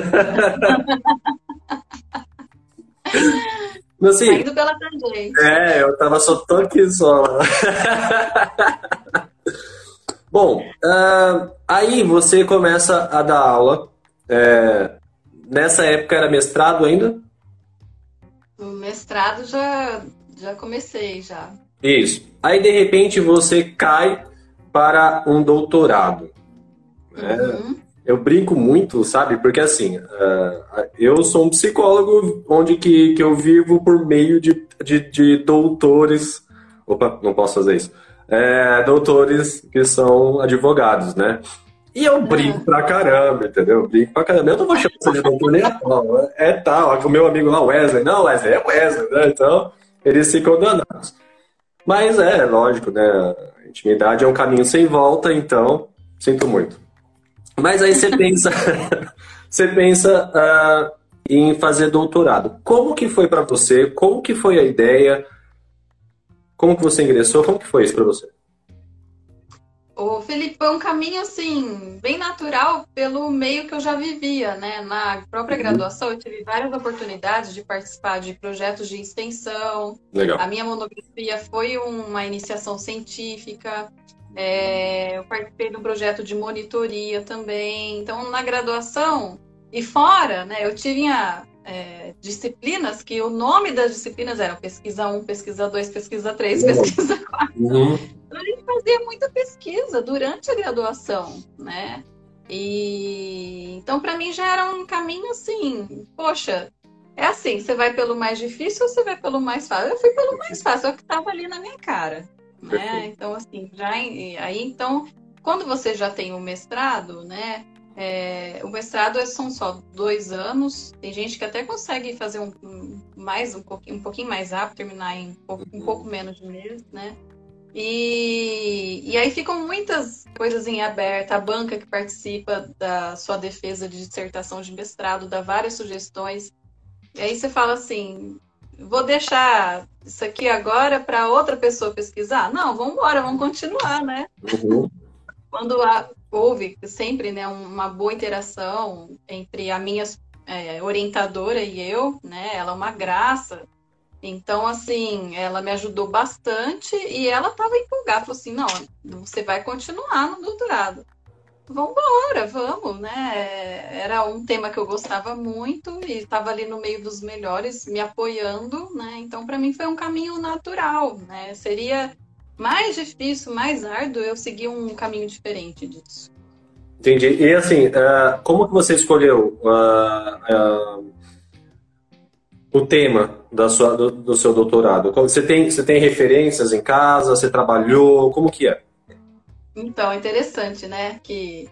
Mas, assim, tá indo pela tangente. É, eu tava só tô aqui só. Bom, uh, aí você começa a dar aula. É, nessa época era mestrado ainda? O mestrado já, já comecei, já. Isso. Aí, de repente, você cai para um doutorado. Né? Uhum. Eu brinco muito, sabe? Porque, assim, uh, eu sou um psicólogo onde que, que eu vivo por meio de, de, de doutores... Opa, não posso fazer isso. É, doutores que são advogados, né? E eu brinco uhum. pra caramba, entendeu? Eu brinco pra caramba. Eu não vou chamar você de doutor nem a tal. É tal. O meu amigo lá, Wesley. Não, Wesley é Wesley, né? Então, eles ficam danados. Mas é, lógico, né? A intimidade é um caminho sem volta, então sinto muito. Mas aí você pensa, você pensa uh, em fazer doutorado. Como que foi para você? Como que foi a ideia? Como que você ingressou? Como que foi isso para você? Ô, Felipe, foi um caminho, assim, bem natural pelo meio que eu já vivia, né? Na própria graduação, eu tive várias oportunidades de participar de projetos de extensão. Legal. A minha monografia foi uma iniciação científica. É, eu participei de um projeto de monitoria também. Então, na graduação e fora, né, eu tinha é, disciplinas que o nome das disciplinas eram pesquisa um, pesquisa dois, pesquisa três, Uhum. pesquisa quatro. Uhum. Então, a gente fazia muita pesquisa durante a graduação, né? E então, para mim, já era um caminho assim, poxa, é assim, você vai pelo mais difícil ou você vai pelo mais fácil? Eu fui pelo mais fácil, é o que estava ali na minha cara, né? Então, assim, já aí, então, quando você já tem o mestrado, né? É, o mestrado são só dois anos. Tem gente que até consegue fazer um, um mais um pouquinho, um pouquinho mais rápido, terminar em um pouco, um pouco menos de mês, né? E, e aí ficam muitas coisas em aberto. A banca que participa da sua defesa de dissertação de mestrado dá várias sugestões. E aí você fala assim, vou deixar isso aqui agora para outra pessoa pesquisar? Não, vamos embora, vamos continuar, né? Uhum. Quando há, houve sempre, né, uma boa interação entre a minha é, orientadora e eu, né? Ela é uma graça. Então, assim, ela me ajudou bastante e ela estava empolgada. Falou assim, não, você vai continuar no doutorado. Vamos embora, vamos, né? Era um tema que eu gostava muito e estava ali no meio dos melhores, me apoiando, né? Então, para mim, foi um caminho natural, né? Seria mais difícil, mais árduo eu seguir um caminho diferente disso. Entendi. E, assim, uh, como que você escolheu uh, uh, o tema da sua, do, do seu doutorado? Você tem, você tem referências em casa? Você trabalhou? Como que é? Então, é interessante, né? Que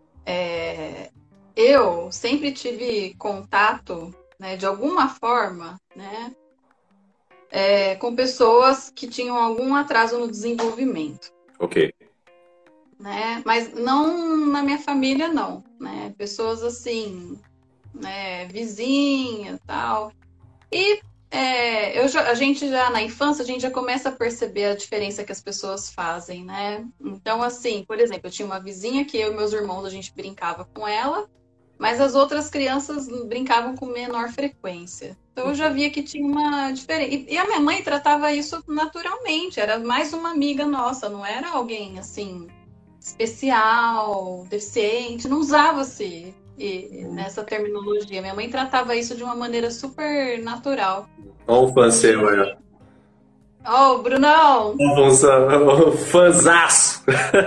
é, eu sempre tive contato, né, de alguma forma, né, é, com pessoas que tinham algum atraso no desenvolvimento. Ok. Né? Mas não na minha família, não. Né? Pessoas assim, né, vizinha tal. E é, eu já, a gente já, na infância, a gente já começa a perceber a diferença que as pessoas fazem, né? Então, assim, por exemplo, eu tinha uma vizinha que eu e meus irmãos, a gente brincava com ela, mas as outras crianças brincavam com menor frequência. Então, eu já via que tinha uma diferença. E, e a minha mãe tratava isso naturalmente, era mais uma amiga nossa, não era alguém, assim, especial, deficiente, não usava-se nessa terminologia. Minha mãe tratava isso de uma maneira super natural. Olha o fã seu aí. Ó, oh, Brunão! O fãzaço!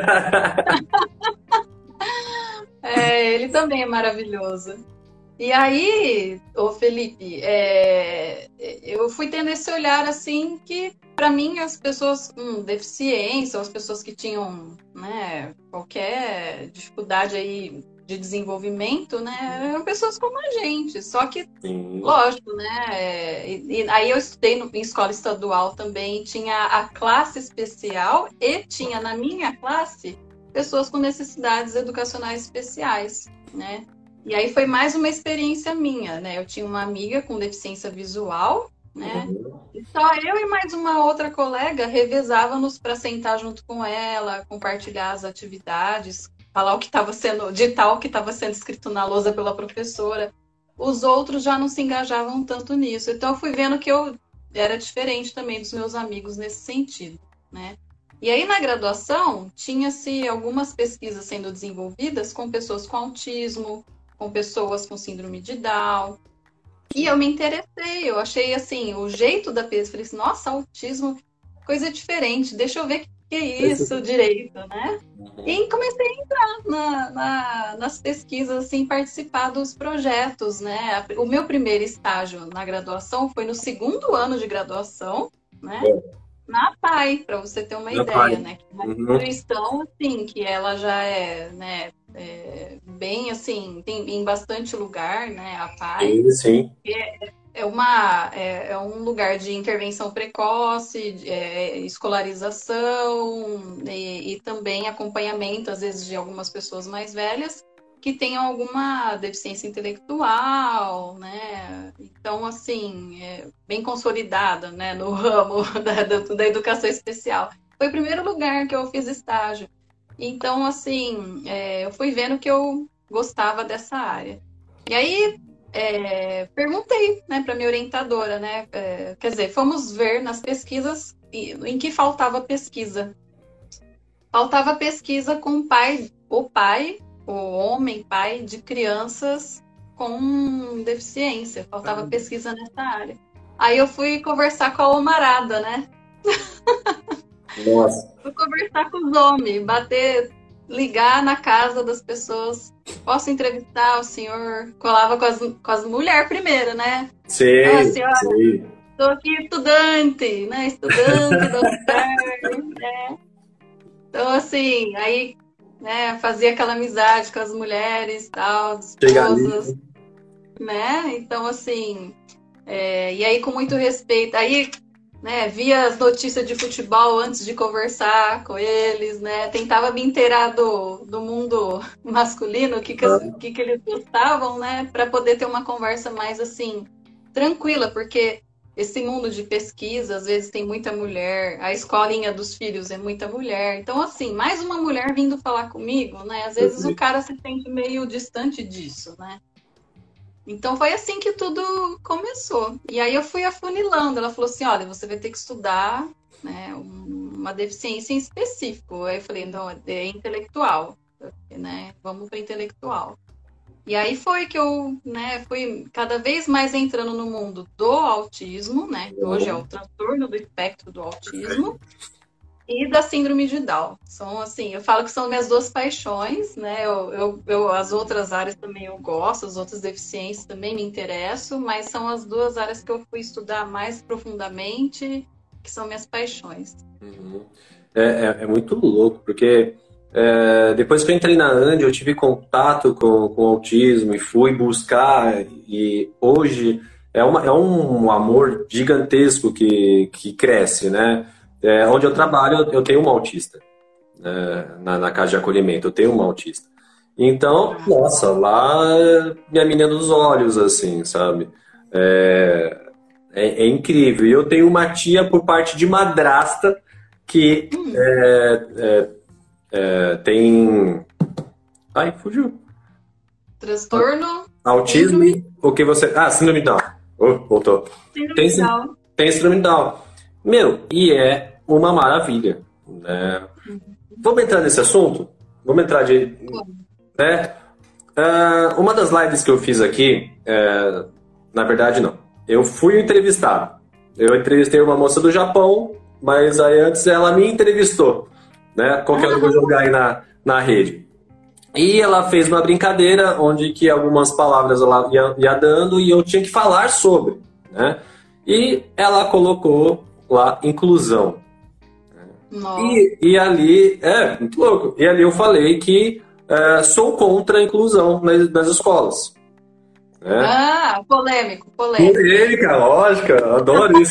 É, ele também é maravilhoso. E aí, ô Felipe, é, eu fui tendo esse olhar assim que, para mim, as pessoas com deficiência, as pessoas que tinham, né, qualquer dificuldade aí de desenvolvimento, né, eram pessoas como a gente. Só que, Sim. lógico, né, e, e aí eu estudei no, em escola estadual também, tinha a classe especial e tinha na minha classe pessoas com necessidades educacionais especiais, né? E aí foi mais uma experiência minha, né? Eu tinha uma amiga com deficiência visual, né? Uhum. E só eu e mais uma outra colega revezávamos para sentar junto com ela, compartilhar as atividades, falar o que estava sendo, ditar o que estava sendo escrito na lousa pela professora. Os outros já não se engajavam tanto nisso. Então eu fui vendo que eu era diferente também dos meus amigos nesse sentido, né? E aí, na graduação, tinha-se algumas pesquisas sendo desenvolvidas com pessoas com autismo, com pessoas com síndrome de Down. E eu me interessei, eu achei, assim, o jeito da pesquisa, falei assim, nossa, autismo, coisa diferente, deixa eu ver o que, que é isso direito, né? E comecei a entrar na, na, nas pesquisas, assim, participar dos projetos, né? O meu primeiro estágio na graduação foi no segundo ano de graduação, né? É. Na P A I, para você ter uma na ideia, P A I. Né? Que é uma uhum. instituição, assim, que ela já é, né, é, bem, assim, tem em bastante lugar, né, a P A I. Sim, sim. É, é, uma, é, é um lugar de intervenção precoce, de, é, escolarização e, e também acompanhamento, às vezes, de algumas pessoas mais velhas que tenham alguma deficiência intelectual, né? Então, assim, é bem consolidada, né, no ramo da, da, da educação especial. Foi o primeiro lugar que eu fiz estágio. Então, assim, é, eu fui vendo que eu gostava dessa área. E aí, é, perguntei, né, para minha orientadora, né? É, quer dizer, fomos ver nas pesquisas e- em que faltava pesquisa. Faltava pesquisa com o pai, o pai, o homem pai de crianças com deficiência. Faltava pesquisa nessa área. Aí eu fui conversar com a Omarada, né? Nossa. Fui conversar com os homens, bater, ligar na casa das pessoas. Posso entrevistar o senhor? Colava com as, com as mulheres primeiro, né? Ah, Sei, senhora, sei. estou aqui estudante, né? Estudante da U F R N, né? Então, assim, aí, né, fazia aquela amizade com as mulheres, tal, as Chega ali. esposas, né? Então, assim, é, e aí com muito respeito. Aí, né, via as notícias de futebol antes de conversar com eles, né? Tentava me inteirar do, do mundo masculino, o que, que, as- o que, que eles gostavam, né? Para poder ter uma conversa mais assim, tranquila, porque esse mundo de pesquisa, às vezes tem muita mulher, a escolinha dos filhos é muita mulher. Então, assim, mais uma mulher vindo falar comigo, né? Às vezes o cara se sente meio distante disso, né? Então foi assim que tudo começou. E aí eu fui afunilando. Ela falou assim: olha, você vai ter que estudar, né, um- uma deficiência em específico. Aí eu falei: não, é intelectual, né? Vamos para intelectual. E aí foi que eu, né, fui cada vez mais entrando no mundo do autismo, né? Que hoje é o transtorno do espectro do autismo. E da síndrome de Down. São assim, eu falo que são minhas duas paixões, né? Eu, eu, eu- as outras áreas também eu gosto, as outras deficiências também me interessam, mas são as duas áreas que eu fui estudar mais profundamente, que são minhas paixões. Uhum. É, é, é muito louco, porque é, depois que eu entrei na Andi, eu tive contato com, com o autismo e fui buscar, e hoje é, uma, é um amor gigantesco que, que cresce, né? É, onde eu trabalho, eu tenho uma autista, né? Na, na casa de acolhimento, eu tenho uma autista. Então, Ah, nossa, lá é minha menina dos olhos, assim, sabe? É, é, é incrível. E eu tenho uma tia por parte de madrasta que hum, é, é, tem. Ai, fugiu. transtorno, Autismo síndrome, e o que você. Ah, síndrome de Down. Oh, voltou. Tem, síndrome de sí- Down. tem síndrome de Down. Meu, e é uma maravilha, né? Vamos entrar nesse assunto? Vamos entrar de. Né? Ah, uma das lives que eu fiz aqui, é, na verdade, não. Eu fui entrevistado. Eu entrevistei uma moça do Japão, mas aí antes ela me entrevistou, né? Qualquer hora eu vou Aham, jogar aí na, na rede. E ela fez uma brincadeira onde que algumas palavras ela ia, ia dando e eu tinha que falar sobre, né? E ela colocou lá inclusão. nossa. E, e ali, é, muito louco. E ali eu falei que é, sou contra a inclusão nas, nas escolas, né? Ah, polêmico, polêmico. Polêmica, lógica, adoro isso.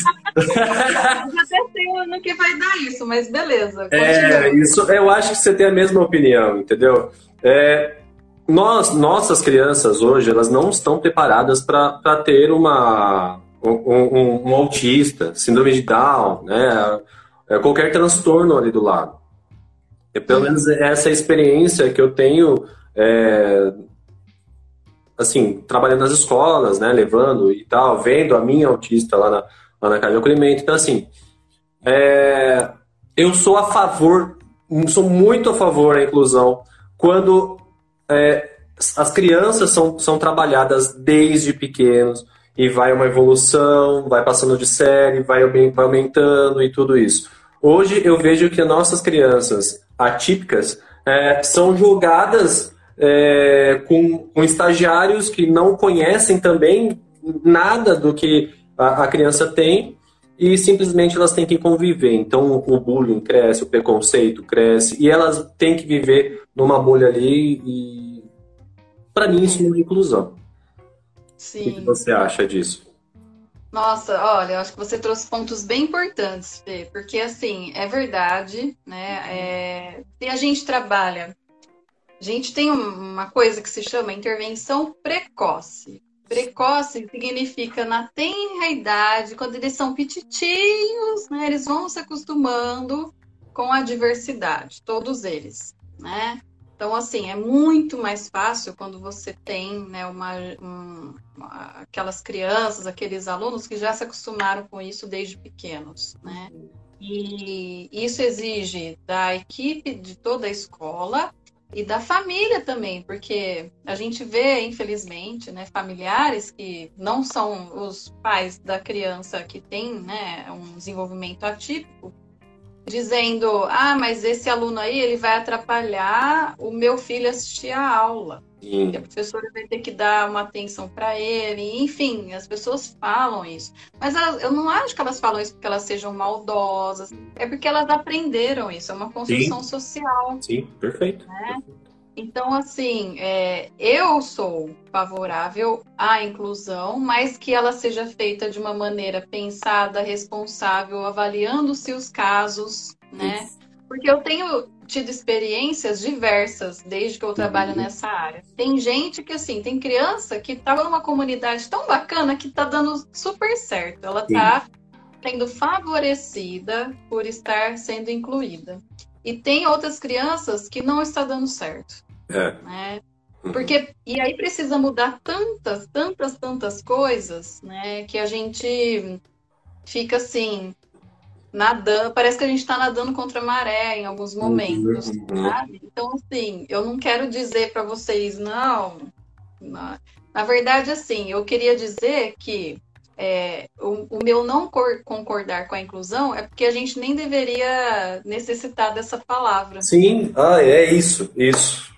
Eu já até sei no que vai dar isso, mas beleza, É, continua. isso, eu acho que você tem a mesma opinião, entendeu? É, nós, nossas crianças hoje, elas não estão preparadas para ter uma, um, um- um autista, síndrome de Down, né? É, qualquer transtorno ali do lado. É, pelo menos Uhum. essa é a experiência que eu tenho, é, assim, trabalhando nas escolas, né? Levando e tal, vendo a minha autista lá na, lá na casa de acolhimento. Então, assim, é, eu sou a favor, sou muito a favor da inclusão quando é, as crianças são, são trabalhadas desde pequenos e vai uma evolução, vai passando de série, vai, vai aumentando e tudo isso. Hoje eu vejo que nossas crianças atípicas é, são julgadas é, com, com estagiários que não conhecem também nada do que a, a criança tem e simplesmente elas têm que conviver. Então o bullying cresce, o preconceito cresce e elas têm que viver numa bolha ali e para mim isso não é inclusão. O que que Sim. você acha disso? Nossa, olha, eu acho que você trouxe pontos bem importantes, Fê, porque assim, é verdade, né? É, se a gente trabalha, a gente tem um- uma coisa que se chama intervenção precoce. Precoce significa na tenra idade, quando eles são pititinhos, né? Eles vão se acostumando com a diversidade, todos eles. né? Então, assim, é muito mais fácil quando você tem, né, uma, um, uma- aquelas crianças, aqueles alunos que já se acostumaram com isso desde pequenos, né? E isso exige da equipe de toda a escola e da família também, porque a gente vê, infelizmente, né, familiares que não são os pais da criança que tem, né, um desenvolvimento atípico, dizendo, ah, mas esse aluno aí, ele vai atrapalhar o meu filho assistir a aula. Sim. E a professora vai ter que dar uma atenção para ele. Enfim, as pessoas falam isso. Mas elas, eu não acho que elas falam isso porque elas sejam maldosas. É porque elas aprenderam isso. É uma construção Sim. social. Sim, perfeito. Né? Então, assim, é, eu sou favorável à inclusão, mas que ela seja feita de uma maneira pensada, responsável, avaliando-se os casos, né? Isso. Porque eu tenho tido experiências diversas desde que eu trabalho Uhum. nessa área. Tem gente que, assim, tem criança que estava numa comunidade tão bacana que está dando super certo. Ela Sim. está sendo favorecida por estar sendo incluída. E tem outras crianças que não está dando certo. É. Né? Uhum. Porque, e aí precisa mudar tantas, tantas, tantas coisas, né? Que a gente fica assim, nadando, parece que a gente está nadando contra a maré em alguns momentos, Uhum. Uhum. sabe? Então, assim, eu não quero dizer para vocês, não, na, na verdade, assim, eu queria dizer que é, o, o meu não cor, concordar com a inclusão é porque a gente nem deveria necessitar dessa palavra. Sim, ah, é isso, isso.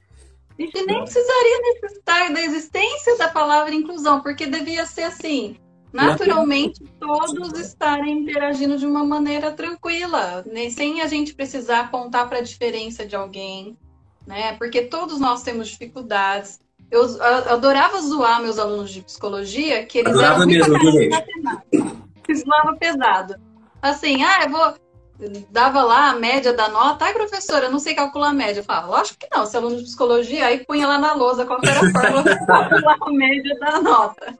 A gente nem precisaria necessitar da existência da palavra inclusão, porque devia ser assim, naturalmente todos estarem interagindo de uma maneira tranquila, né? Sem a gente precisar apontar para a diferença de alguém, né? Porque todos nós temos dificuldades. Eu, eu adorava zoar meus alunos de psicologia, que eles Adorava eram ruins pra mesmo, viu, caramba em gente? matemática. Zoava pesado. Assim, ah, eu vou dava lá a média da nota. Ai, professora, eu não sei calcular a média. Eu falava, lógico que não, você é aluno de psicologia, aí punha lá na lousa qual era a fórmula para calcular a média da nota.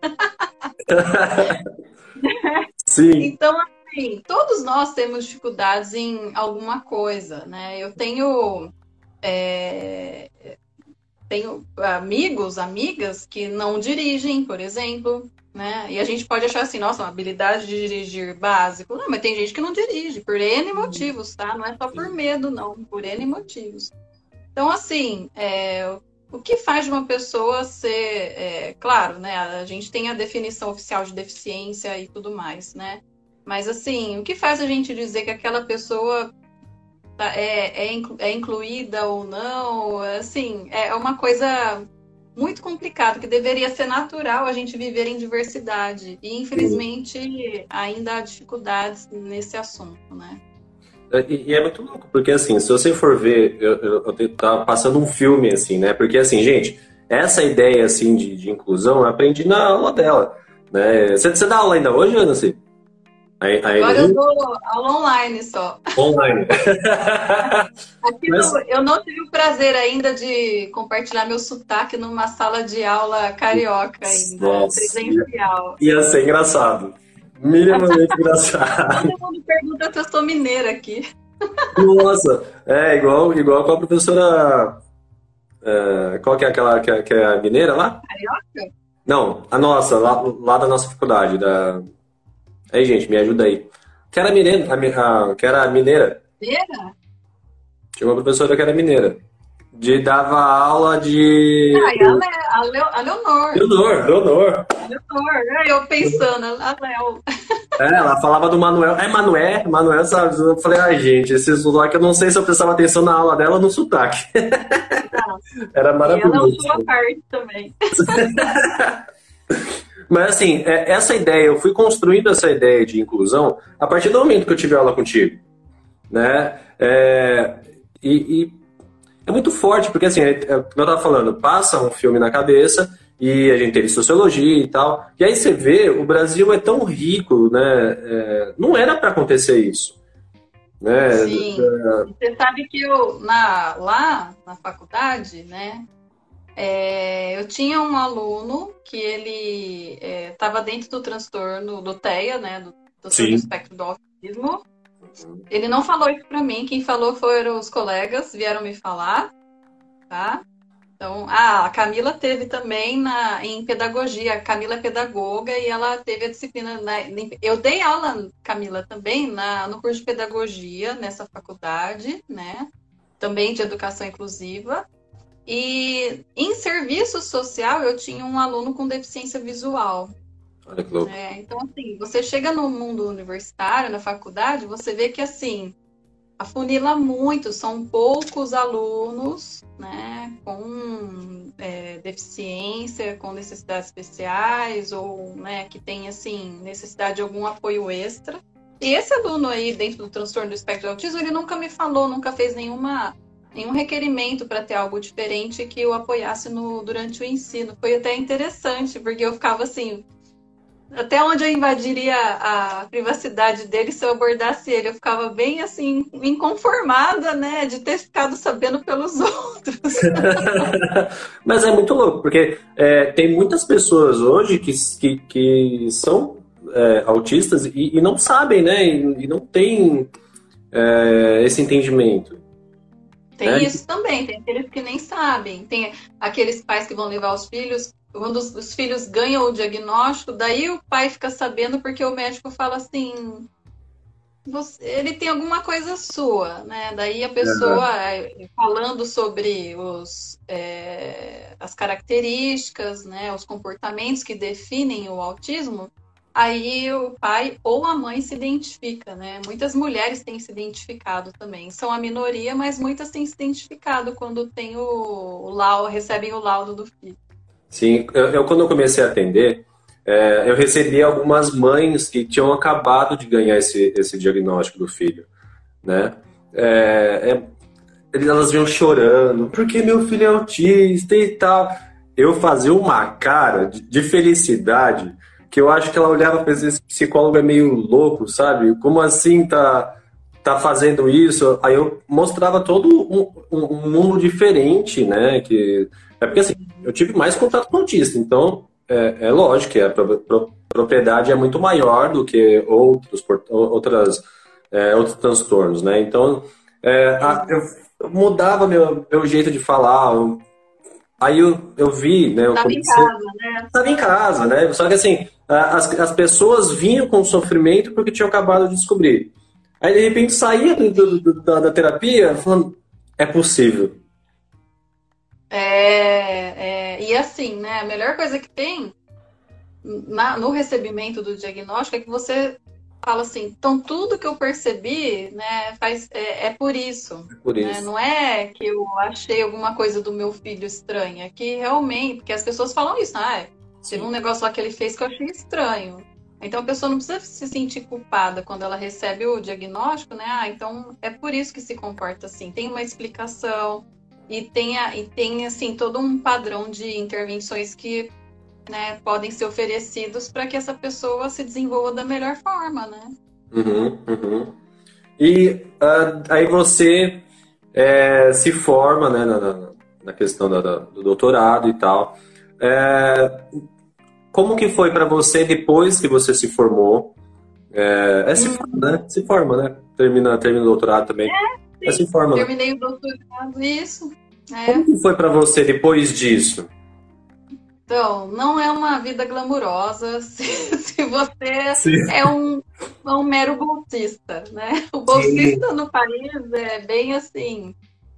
Sim. Então, assim, todos nós temos dificuldades em alguma coisa, né? Eu tenho, é, tenho amigos, amigas que não dirigem, por exemplo. Né? E a gente pode achar assim, nossa, uma habilidade de dirigir básico. Não, mas tem gente que não dirige, por N motivos, tá? Não é só por medo, não, por N motivos. Então, assim, é, o que faz de uma pessoa ser, é, claro, né? A gente tem a definição oficial de deficiência e tudo mais, né? Mas, assim, o que faz a gente dizer que aquela pessoa tá, é, é, inclu, é incluída ou não? Assim, é uma coisa muito complicado, que deveria ser natural a gente viver em diversidade. E, infelizmente, ainda há dificuldades nesse assunto, né? E, e é muito louco, porque assim, se você for ver, eu, eu, eu tava passando um filme, assim, né? Porque assim, gente, essa ideia, assim, de, de inclusão, eu aprendi na aula dela, né? Você, você dá aula ainda hoje, Ana? Assim? Aí, aí Agora eu dou aula online só. Online. Aqui Mas... no, eu não tive o prazer ainda de compartilhar meu sotaque numa sala de aula carioca ainda, Nossa, presencial. Ia, ia ser engraçado. Minimamente engraçado. Todo mundo pergunta se eu sou mineira aqui. Nossa, é igual, igual com a professora. É, qual que é aquela que é, que é a mineira lá? Carioca? Não, a nossa, lá, lá da nossa faculdade. Da... Aí, gente, me ajuda aí. Que era mineira, a, a, que era mineira. Mineira? Tinha uma professora que era mineira. De, dava aula de. Ah, e a, Le, a, Le, a Leonor. Leonor, Leonor. Leonor, eu pensando, a Léo. É, ela falava do Manuel. É Manuel, Manuel, sabe? Eu falei, ai, gente, esse sotaque, eu não sei se eu prestava atenção na aula dela ou no sotaque. Não. Era maravilhoso. E ela é uma parte também. Mas assim, essa ideia, eu fui construindo essa ideia de inclusão a partir do momento que eu tive aula contigo, né? É, e, e é muito forte, porque assim, é, como eu estava falando, passa um filme na cabeça e a gente teve sociologia e tal, e aí você vê, o Brasil é tão rico, né? É, não era para acontecer isso. Né? Sim. É... Você sabe que eu, na, lá na faculdade, né? É, eu tinha um aluno que ele estava é, dentro do transtorno do T E A, né, do transtorno do espectro do autismo, Ele não falou isso para mim, quem falou foram os colegas, vieram me falar, tá? Então, ah, a Camila teve também na, em pedagogia. A Camila é pedagoga e ela teve a disciplina. Na, eu dei aula, Camila, também na, no curso de pedagogia, nessa faculdade, né? Também de educação inclusiva. E em serviço social eu tinha um aluno com deficiência visual. Olha que louco. É, então, assim, você chega no mundo universitário, na faculdade, você vê que, assim, afunila muito, são poucos alunos, né, com é, deficiência, com necessidades especiais, ou, né, que tem, assim, necessidade de algum apoio extra. E esse aluno aí, dentro do transtorno do espectro de autismo, ele nunca me falou, nunca fez nenhuma, nenhum requerimento para ter algo diferente que eu apoiasse no, durante o ensino. Foi até interessante, porque eu ficava, assim... Até onde eu invadiria a privacidade dele se eu abordasse ele. Eu ficava bem, assim, inconformada, né? De ter ficado sabendo pelos outros. Mas é muito louco, porque é, tem muitas pessoas hoje que, que, que são é, autistas e, e não sabem, né? E, e não têm é, esse entendimento. Tem né? Isso também. Tem aqueles que nem sabem. Tem aqueles pais que vão levar os filhos... Quando os, os filhos ganham o diagnóstico, daí o pai fica sabendo porque o médico fala assim, você, ele tem alguma coisa sua, né? Daí a pessoa uhum. falando sobre os, é, as características, né? Os comportamentos que definem o autismo, aí o pai ou a mãe se identifica, né? Muitas mulheres têm se identificado também. São a minoria, mas muitas têm se identificado quando tem o, o laudo, recebem o laudo do filho. Sim, eu, eu quando eu comecei a atender, é, eu recebi algumas mães que tinham acabado de ganhar esse, esse diagnóstico do filho, né? É, é, elas vinham chorando, porque meu filho é autista e tal. Eu fazia uma cara de, de felicidade, que eu acho que ela olhava para esse psicólogo é meio louco, sabe? Como assim tá, tá fazendo isso? Aí eu mostrava todo um, um, um mundo diferente, né? Que... É porque assim, eu tive mais contato com autista, então é, é lógico que a propriedade é muito maior do que outros, outras, é, outros transtornos, né? Então, é, a, eu mudava meu, meu jeito de falar, eu, aí eu, eu vi, né? Eu Estava comecei, em casa, né? Estava em casa, né? Só que assim, as, as pessoas vinham com sofrimento porque tinham acabado de descobrir. Aí, de repente, saía do, do, do, da, da terapia falando, é possível. É, é, e assim, né, a melhor coisa que tem na, no recebimento do diagnóstico é que você fala assim, então tudo que eu percebi, né, faz, é, é por isso. É por isso. Né? Não é que eu achei alguma coisa do meu filho estranha, é que realmente, porque as pessoas falam isso, ah, teve um negócio lá que ele fez que eu achei estranho. Então a pessoa não precisa se sentir culpada quando ela recebe o diagnóstico, né? Ah, então é por isso que se comporta assim. Tem uma explicação. E tem, e tem, assim, todo um padrão de intervenções que, né, podem ser oferecidos para que essa pessoa se desenvolva da melhor forma, né? Uhum, uhum. E uh, aí você é, se forma, né, na, na questão da, da, do doutorado e tal. É, como que foi para você depois que você se formou? É, é se hum. forma, né? Se forma, né? Termina, termina o doutorado também. É. Dessa forma, terminei o doutorado, isso. É. Como que foi para você depois disso? Então, não é uma vida glamurosa se, se você Sim. é um, um mero bolsista, né? O bolsista Sim. no país é bem assim,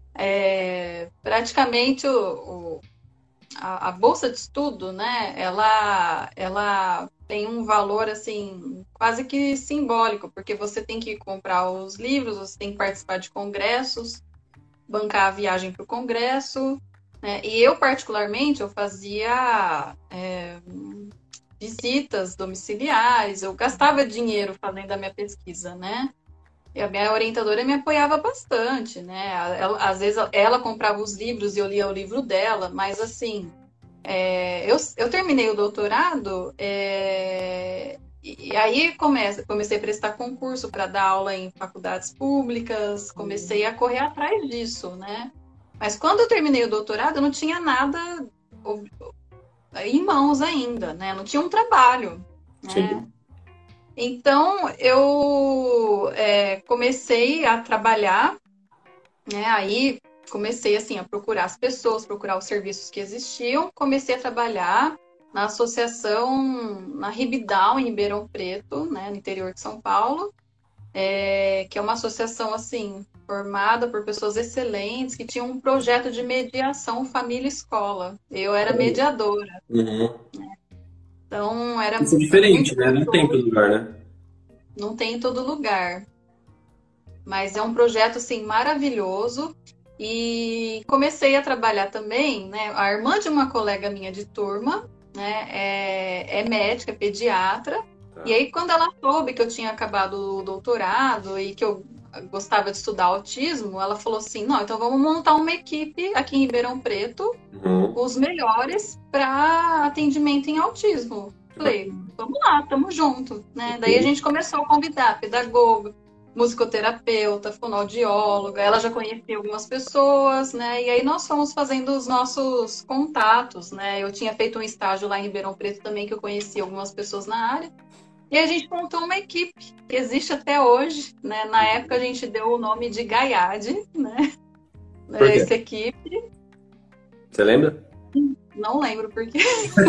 é, praticamente o, o, a, a bolsa de estudo, né? Ela, ela tem um valor assim quase que simbólico, porque você tem que comprar os livros, você tem que participar de congressos, bancar a viagem para o congresso, né? E eu particularmente eu fazia é, visitas domiciliares, eu gastava dinheiro fazendo a minha pesquisa, né? E a minha orientadora me apoiava bastante, né? Ela, às vezes ela comprava os livros e eu lia o livro dela, mas assim É, eu, eu terminei o doutorado é, e aí comece, comecei a prestar concurso para dar aula em faculdades públicas, comecei a correr atrás disso, né? Mas quando eu terminei o doutorado, eu não tinha nada em mãos ainda, né? Não tinha um trabalho, né? Então, eu é, comecei a trabalhar, né? Aí comecei assim a procurar as pessoas, procurar os serviços que existiam. Comecei a trabalhar na associação na Ribidal, em Ribeirão Preto, né, no interior de São Paulo, é, que é uma associação assim formada por pessoas excelentes que tinham um projeto de mediação família-escola. Eu era mediadora, Uhum. então era Isso é muito diferente, né? Não tem em todo lugar, né? não tem em todo lugar. Mas é um projeto assim maravilhoso e comecei a trabalhar também, né? A irmã de uma colega minha de turma, né? É, é médica, é pediatra. E Tá. aí quando ela soube que eu tinha acabado o doutorado e que eu gostava de estudar autismo, ela falou assim: não, então vamos montar uma equipe aqui em Ribeirão Preto, Uhum. os melhores para atendimento em autismo. Que Falei, bacana. vamos lá, tamo junto, né? Daí a Uhum. gente começou a convidar pedagogo, musicoterapeuta, fonoaudióloga, ela já conhecia algumas pessoas, né? E aí nós fomos fazendo os nossos contatos, né? Eu tinha feito um estágio lá em Ribeirão Preto também, que eu conhecia algumas pessoas na área. E a gente montou uma equipe que existe até hoje, né? Na época a gente deu o nome de Gaiade, né? Por quê? Essa equipe, Você lembra? não lembro por quê.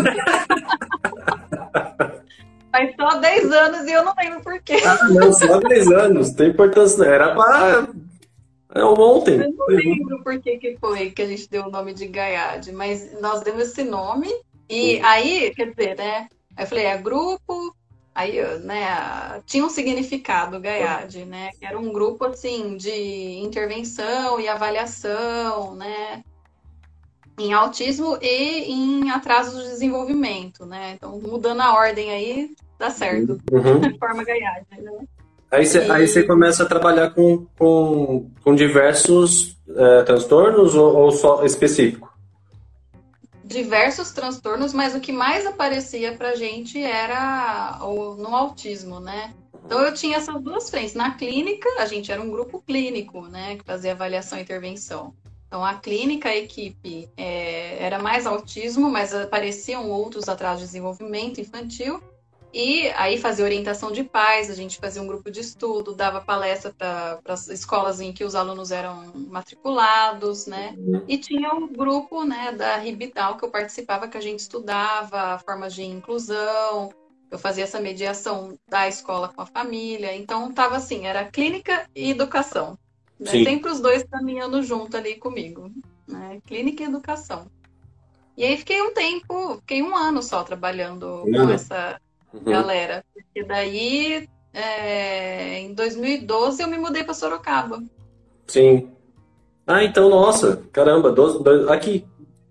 Faz só dez anos e eu não lembro por quê. Ah, não, só dez anos. Tem importância, não. Era para. É ontem. Eu não lembro por que que foi que a gente deu o nome de Gaiade, mas nós demos esse nome e aí, quer dizer, né? Aí eu falei, é grupo, aí, né, tinha um significado Gaiade, né? Que era um grupo, assim, de intervenção e avaliação, né? Em autismo e em atraso de desenvolvimento, né? Então, mudando a ordem aí, dá certo. Uhum. Forma Gaiade, né? Aí você aí você E começa a trabalhar com, com, com diversos é, transtornos ou, ou só específico? diversos transtornos, mas o que mais aparecia pra gente era o, no autismo, né? Então eu tinha essas duas frentes. Na clínica, a gente era um grupo clínico, né, que fazia avaliação e intervenção. Então a clínica, a equipe é, era mais autismo, mas apareciam outros atrasos de desenvolvimento infantil. E aí fazia orientação de pais, a gente fazia um grupo de estudo, dava palestra para as escolas em que os alunos eram matriculados, né? E tinha um grupo, né, da Ribital que eu participava, que a gente estudava formas de inclusão, eu fazia essa mediação da escola com a família, então tava assim, era clínica e educação, né? Sim. Sempre os dois caminhando junto ali comigo, né? Clínica e educação. E aí fiquei um tempo, fiquei um ano só trabalhando com Não. essa Uhum. galera. Porque daí, é, em dois mil e doze, eu me mudei para Sorocaba. Sim. Ah, então, nossa, caramba, doze, doze, aqui,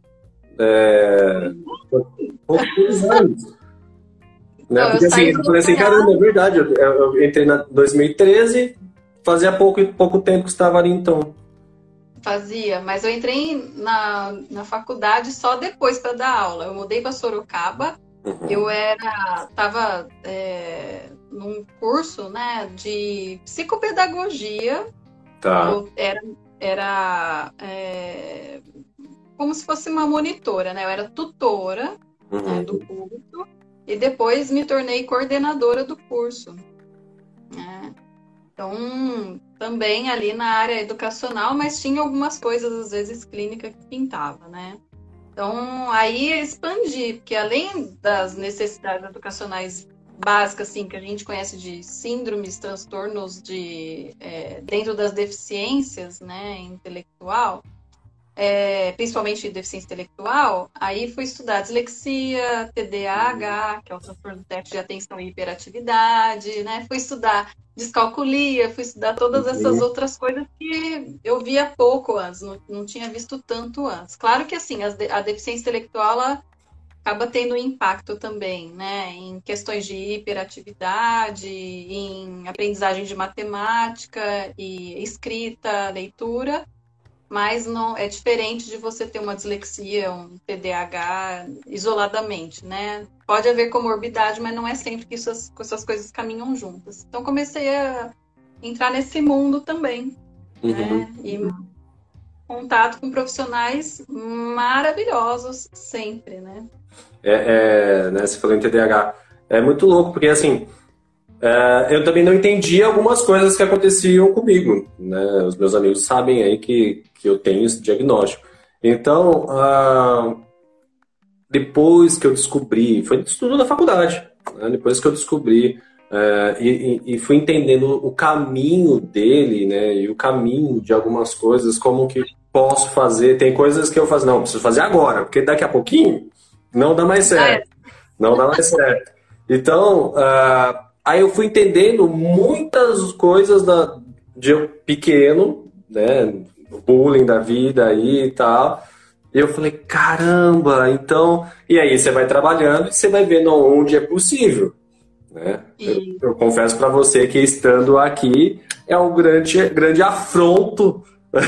poucos anos, né? Então, eu Porque assim, saí do eu falei assim, caramba, doutorado, é verdade, eu, eu entrei na dois mil e treze, fazia pouco, pouco tempo que estava ali, então. fazia, mas eu entrei na, na faculdade só depois para dar aula. Eu mudei para Sorocaba, eu Uhum. era, estava é, num curso, né, de psicopedagogia. Tá. Eu era, era é, como se fosse uma monitora, né? Eu era tutora, né, do Uhum. curso e depois me tornei coordenadora do curso, né? Então, também ali na área educacional, mas tinha algumas coisas, às vezes, clínica que pintava, né? Então, aí eu expandi, porque além das necessidades educacionais básicas, assim, que a gente conhece de síndromes, transtornos de, é, dentro das deficiências, né, intelectual, é, principalmente deficiência intelectual, aí fui estudar dislexia, T D A H, que é o transtorno do déficit de atenção e hiperatividade, né? Fui estudar descalculia, fui estudar todas essas Uhum. outras coisas que eu via pouco antes, não, não tinha visto tanto antes. Claro que assim, as de- a deficiência intelectual ela acaba tendo um impacto também, né? Em questões de hiperatividade, em aprendizagem de matemática e escrita, leitura, mas não é diferente de você ter uma dislexia, um T D A H isoladamente, né? Pode haver comorbidade, mas não é sempre que essas, que essas coisas caminham juntas. Então comecei a entrar nesse mundo também, Uhum. né? E contato com profissionais maravilhosos sempre, né? É, é, né, você falou em T D A H. É muito louco, porque assim, é, eu também não entendia algumas coisas que aconteciam comigo, né? Os meus amigos sabem aí que, que eu tenho esse diagnóstico. Então, ah, depois que eu descobri, foi estudo da faculdade, né? Depois que eu descobri é, e, e fui entendendo o caminho dele, né? E o caminho de algumas coisas, como que posso fazer. Tem coisas que eu faço, não, preciso fazer agora, porque daqui a pouquinho não dá mais certo. Não dá mais certo. Então, uh, aí eu fui entendendo muitas coisas da, de eu pequeno, né? O bullying da vida aí e tal. E eu falei, caramba, então... E aí você vai trabalhando e você vai vendo onde é possível, né? Eu, eu confesso para você que estando aqui é um grande, grande afronto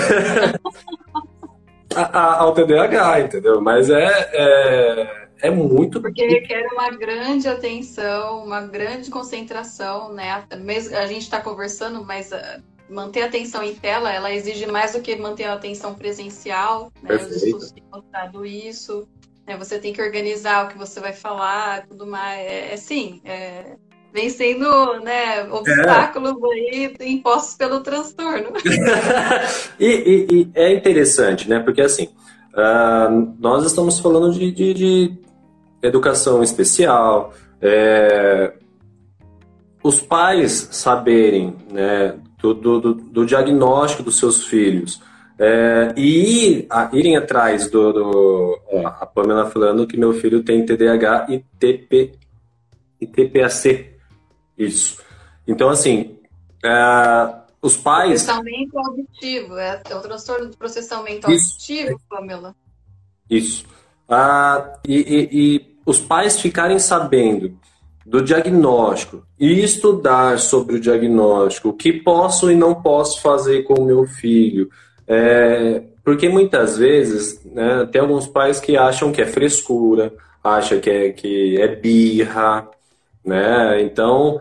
ao T D A H, entendeu? Mas é, é, é muito... Porque requer uma grande atenção, uma grande concentração, né? Mesmo a gente está conversando, mas manter a atenção em tela, ela exige mais do que manter a atenção presencial, né? Os estudos têm mostrado isso, né? Você tem que organizar o que você vai falar, tudo mais. É, é sim, é, vem sendo, né, obstáculos é. aí impostos pelo transtorno. e, e, e é interessante, né? Porque assim, uh, nós estamos falando de, de, de educação especial, é, os pais saberem, né, do, do, do diagnóstico dos seus filhos é, e ir, a, irem atrás do... do ó, a Pamela falando que meu filho tem T D A H e T P, e T P A C. Isso. Então, assim, é, os pais... Processamento auditivo, é, é o transtorno do processamento Isso. auditivo, Pamela. Isso. Ah, e, e, e os pais ficarem sabendo do diagnóstico e estudar sobre o diagnóstico, o que posso e não posso fazer com o meu filho. É, porque muitas vezes, né, tem alguns pais que acham que é frescura, acham que é, que é birra, né? Então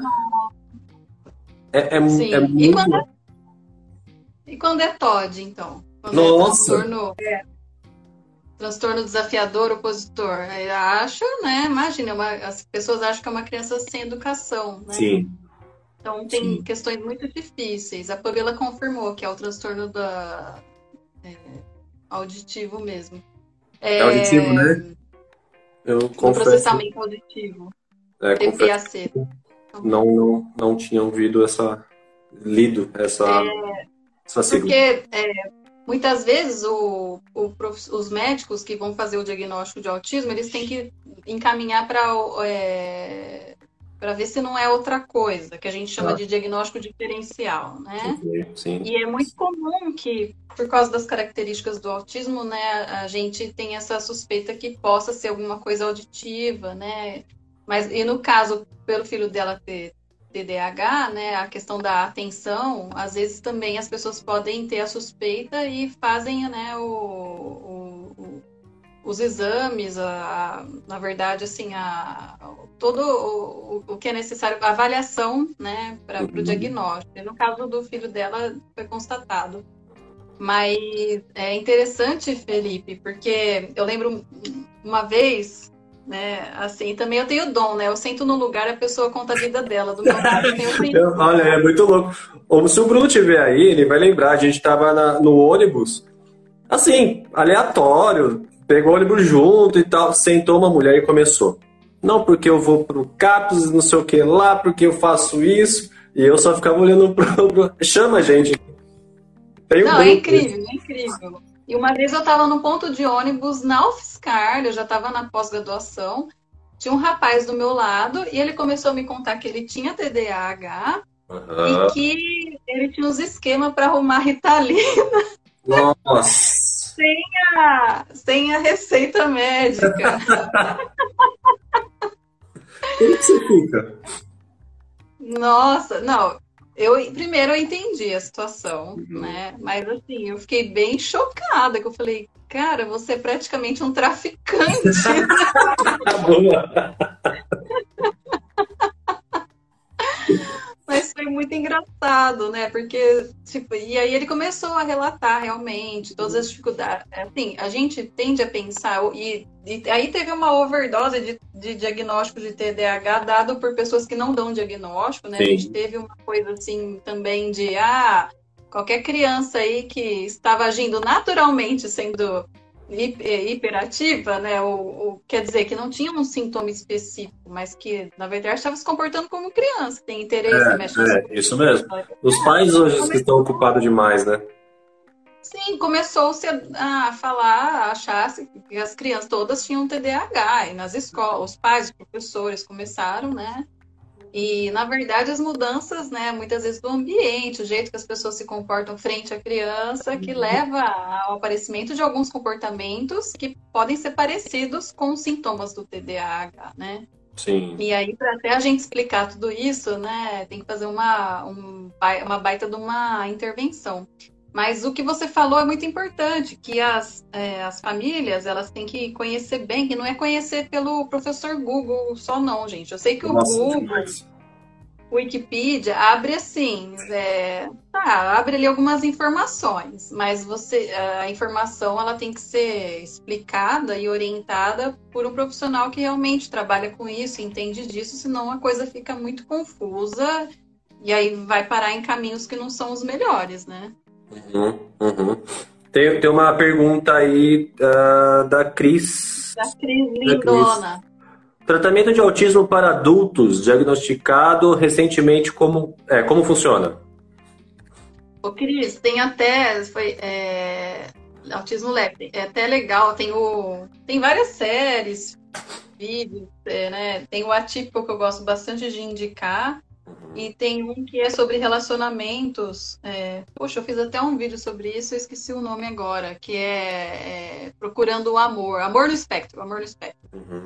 é, é, Sim. é muito... E quando é, e quando é T O D, então? Quando Nossa! É transtorno, é, transtorno desafiador opositor. Eu acho, né? Imagina, uma, as pessoas acham que é uma criança sem educação, né? Sim. Então tem Sim. questões muito difíceis. A Pamela confirmou que é o transtorno da, é, auditivo mesmo. É, é auditivo, né? Eu do confesso. processamento auditivo. É, T P A C. Não, não, não tinha ouvido essa, lido essa, é, essa sigla. Porque é, muitas vezes o, o, os médicos que vão fazer o diagnóstico de autismo, eles têm que encaminhar para é, para ver se não é outra coisa, que a gente chama ah. de diagnóstico diferencial, né? Sim. E é muito comum que, por causa das características do autismo, né, a gente tem essa suspeita que possa ser alguma coisa auditiva, né? Mas, e no caso, pelo filho dela ter T D A H, né, a questão da atenção, às vezes também as pessoas podem ter a suspeita e fazem, né, o, o, o, os exames, a, a, na verdade, assim, a, todo o, o que é necessário, a avaliação, né, para o uhum. diagnóstico. E no caso do filho dela, foi constatado. Mas é interessante, Felipe, porque eu lembro uma vez... Né, assim, também eu tenho dom, né? Eu sento no lugar, a pessoa conta a vida dela, do meu lado. Eu Olha, é muito louco. Ou se o Bruno estiver aí, ele vai lembrar, a gente tava na, no ônibus, assim, aleatório, pegou o ônibus junto e tal, sentou uma mulher e começou. Não, porque eu vou pro CAPS, não sei o que lá, porque eu faço isso, e eu só ficava olhando pro... pro... Chama a gente. Tem um não, é incrível, é incrível. E uma vez eu estava no ponto de ônibus na UFSCar, eu já estava na pós-graduação, tinha um rapaz do meu lado e ele começou a me contar que ele tinha T D A H uhum. e que ele tinha uns esquemas para arrumar Ritalina. Nossa! sem, a, sem a receita médica. Como que você fica? Nossa, não... Eu, primeiro eu entendi a situação, uhum. né? Mas assim, eu fiquei bem chocada, que eu falei, cara, você é praticamente um traficante. Boa. Mas foi muito muito engraçado, né? Porque, tipo, e aí ele começou a relatar realmente todas as dificuldades. Assim, a gente tende a pensar, e, e aí teve uma overdose de, de diagnóstico de T D A H dado por pessoas que não dão diagnóstico, né? Sim. A gente teve uma coisa assim também de, ah, qualquer criança aí que estava agindo naturalmente sendo hiperativa, né? Ou, ou quer dizer que não tinha um sintoma específico, mas que na verdade estava se comportando como criança, tem interesse, é, mexe nas é, coisas. Isso mesmo. Os pais hoje começou... que estão ocupados demais, né? Sim, começou-se a, a falar, a achar que as crianças todas tinham T D A H, e nas escolas, os pais, os professores começaram, né? E, na verdade, as mudanças, né, muitas vezes do ambiente, o jeito que as pessoas se comportam frente à criança, que leva ao aparecimento de alguns comportamentos que podem ser parecidos com os sintomas do T D A H, né? Sim. E aí, para até a gente explicar tudo isso, né, tem que fazer uma, um, uma baita de uma intervenção. Mas o que você falou é muito importante, que as, é, as famílias, elas têm que conhecer bem, que não é conhecer pelo professor Google só não, gente. Eu sei que o Nossa, Google, demais. o Wikipedia, abre assim, é, tá, abre ali algumas informações, mas você, a informação ela tem que ser explicada e orientada por um profissional que realmente trabalha com isso, entende disso, senão a coisa fica muito confusa e aí vai parar em caminhos que não são os melhores, né? Uhum, uhum. Tem, tem uma pergunta aí uh, da Cris. Da Cris Lindona. Cris. Tratamento de autismo para adultos diagnosticado recentemente, como, é, como funciona? Ô, Cris, tem até foi, é, autismo leve. É até legal, tem, o, tem várias séries, vídeos, é, né? Tem o Atípico que eu gosto bastante de indicar. E tem um que é sobre relacionamentos. É... Poxa, eu fiz até um vídeo sobre isso, eu esqueci o nome agora, que é, é... Procurando o Amor. Amor no Espectro. Amor no Espectro. Uhum.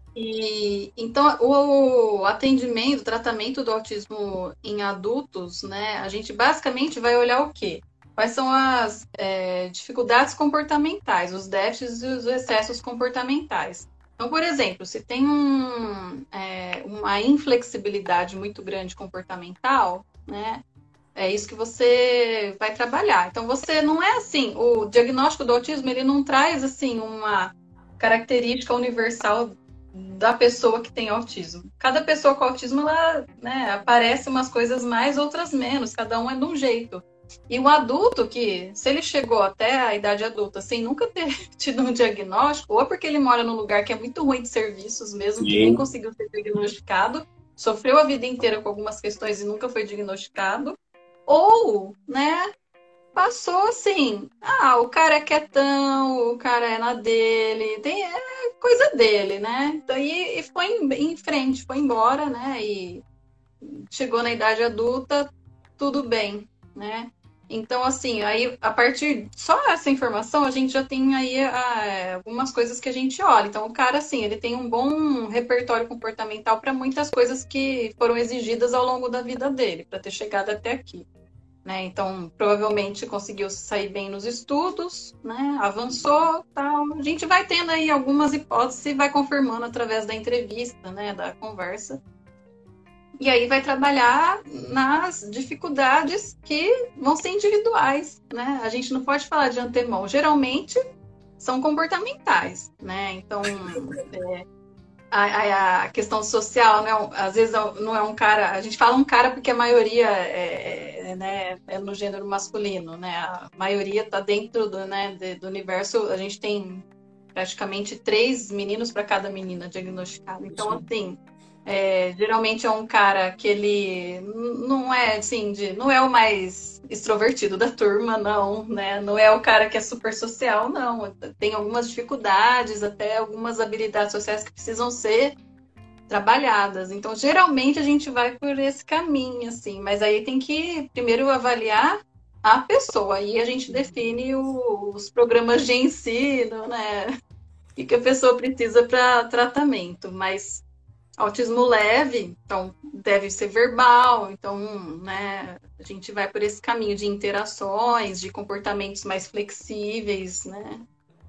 E então o atendimento, o tratamento do autismo em adultos, né? A gente basicamente vai olhar o quê? Quais são as é, dificuldades comportamentais, os déficits e os excessos comportamentais. Então, por exemplo, se tem um, é, uma inflexibilidade muito grande comportamental, né, é isso que você vai trabalhar. Então, você não é assim, o diagnóstico do autismo, ele não traz assim uma característica universal da pessoa que tem autismo. Cada pessoa com autismo, ela, né, aparece umas coisas mais, outras menos, cada um é de um jeito. E o adulto que, se ele chegou até a idade adulta sem nunca ter tido um diagnóstico, ou porque ele mora num lugar que é muito ruim de serviços mesmo, Sim. que nem conseguiu ser diagnosticado, sofreu a vida inteira com algumas questões e nunca foi diagnosticado, ou, né, passou assim, ah, o cara é quietão, o cara é na dele, tem é coisa dele, né? Daí e foi em, em frente, foi embora, né? E chegou na idade adulta, tudo bem, né? Então, assim, aí a partir só essa informação, a gente já tem aí ah, algumas coisas que a gente olha. Então, o cara, assim, ele tem um bom repertório comportamental para muitas coisas que foram exigidas ao longo da vida dele, para ter chegado até aqui. Né? Então, provavelmente conseguiu sair bem nos estudos, né? Avançou, tal. A gente vai tendo aí algumas hipóteses e vai confirmando através da entrevista, né? Da conversa. E aí vai trabalhar nas dificuldades que vão ser individuais, né? A gente não pode falar de antemão. Geralmente são comportamentais, né? Então, é, a, a, a questão social, né? Às vezes não é um cara... A gente fala um cara porque a maioria é, é, né, é no gênero masculino, né? A maioria está dentro do, né, do universo... A gente tem praticamente três meninos para cada menina diagnosticada. Então, assim... É, geralmente é um cara que ele não é assim, de, não é o mais extrovertido da turma, não, né? Não é o cara que é super social, não. Tem algumas dificuldades, até algumas habilidades sociais que precisam ser trabalhadas. Então, geralmente a gente vai por esse caminho, assim, mas aí tem que primeiro avaliar a pessoa, aí a gente define o, os programas de ensino, né? O que a pessoa precisa para tratamento, mas autismo leve, então deve ser verbal, então, né, a gente vai por esse caminho de interações, de comportamentos mais flexíveis, né?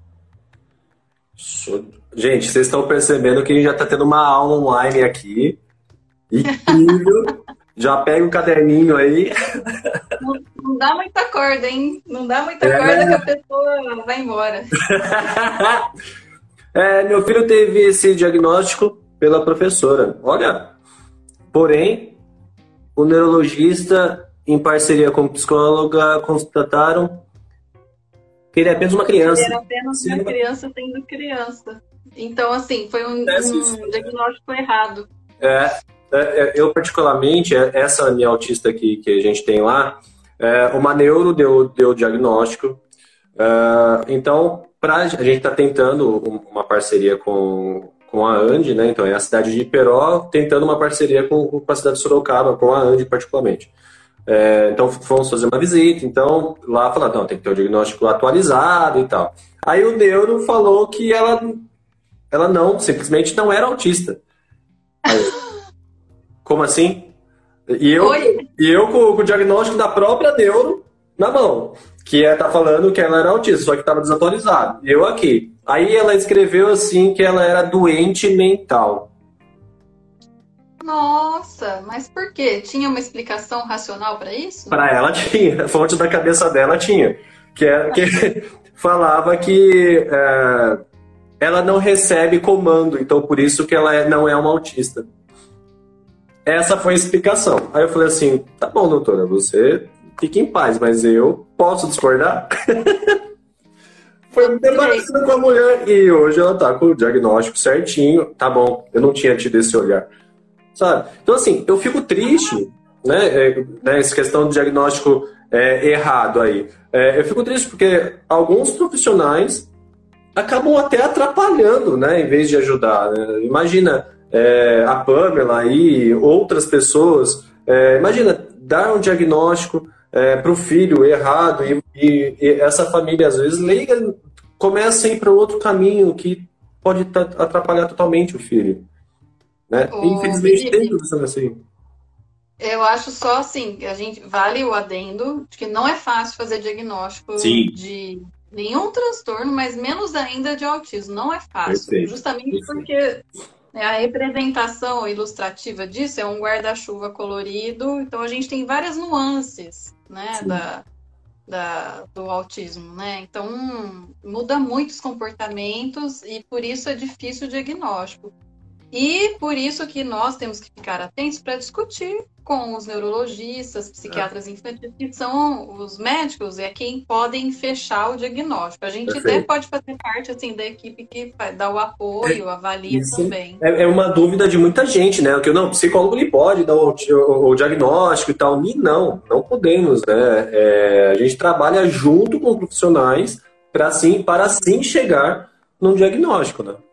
Gente, vocês estão percebendo que a gente já está tendo uma aula online aqui. Incrível! Já pega o caderninho aí. Não, não dá muita corda, hein? Não dá muita é. corda que a pessoa vai embora. É, meu filho teve esse diagnóstico pela professora. Olha, porém, o neurologista, em parceria com a psicóloga, constataram que ele é apenas uma criança. Ele era apenas uma criança sendo criança. Então, assim, foi um, um diagnóstico errado. É, eu particularmente, essa minha autista aqui que a gente tem lá, é, uma neuro deu, deu o diagnóstico. É, então, pra, a gente está tentando uma parceria com, com a Andi, né? Então é a cidade de Iperó, tentando uma parceria com, com a cidade de Sorocaba, com a Andi particularmente. É, então fomos fazer uma visita, então lá falaram, não, tem que ter o diagnóstico atualizado e tal. Aí o neuro falou que ela, ela não, simplesmente não era autista. Aí, como assim? E eu, e eu com, com o diagnóstico da própria neuro na mão, que é, tá falando que ela era autista, só que estava desatualizado. Eu aqui. Aí ela escreveu assim que ela era doente mental. Nossa, mas por quê? Tinha uma explicação racional para isso? Para ela tinha, a fonte da cabeça dela tinha. Que, é, que falava que é, ela não recebe comando, então por isso que ela é, não é uma autista. Essa foi a explicação. Aí eu falei assim, tá bom, doutora, você fique em paz, mas eu posso discordar? Foi muito parecida com a mulher. E hoje ela tá com o diagnóstico certinho. Tá bom, eu não tinha tido esse olhar. Sabe? Então, assim, eu fico triste, né? É, né essa questão do diagnóstico é, errado aí. É, eu fico triste porque alguns profissionais acabam até atrapalhando, né? Em vez de ajudar. Né? Imagina é, a Pamela e outras pessoas. É, imagina dar um diagnóstico É, para o filho errado e, e, e essa família às vezes liga, começa a ir para outro caminho que pode atrapalhar totalmente o filho, né? Ô, infelizmente Felipe, tem tudo isso assim. Eu acho só assim, a gente vale o adendo de que não é fácil fazer diagnóstico Sim. de nenhum transtorno, mas menos ainda de autismo. Não é fácil, Perfeito. justamente Perfeito. porque a representação ilustrativa disso é um guarda-chuva colorido, então a gente tem várias nuances, né, da, da, do autismo, né? Então muda muito os comportamentos e por isso é difícil o diagnóstico. E por isso que nós temos que ficar atentos para discutir com os neurologistas, psiquiatras é. infantis, que são os médicos, é quem podem fechar o diagnóstico. A gente Perfeito. até pode fazer parte assim, da equipe que dá o apoio, avalia isso também. É, é uma dúvida de muita gente, né? Que não, o psicólogo ele pode dar o, o, o diagnóstico e tal. E não, não podemos, né? É, a gente trabalha junto com profissionais para assim, para assim chegar num diagnóstico, né?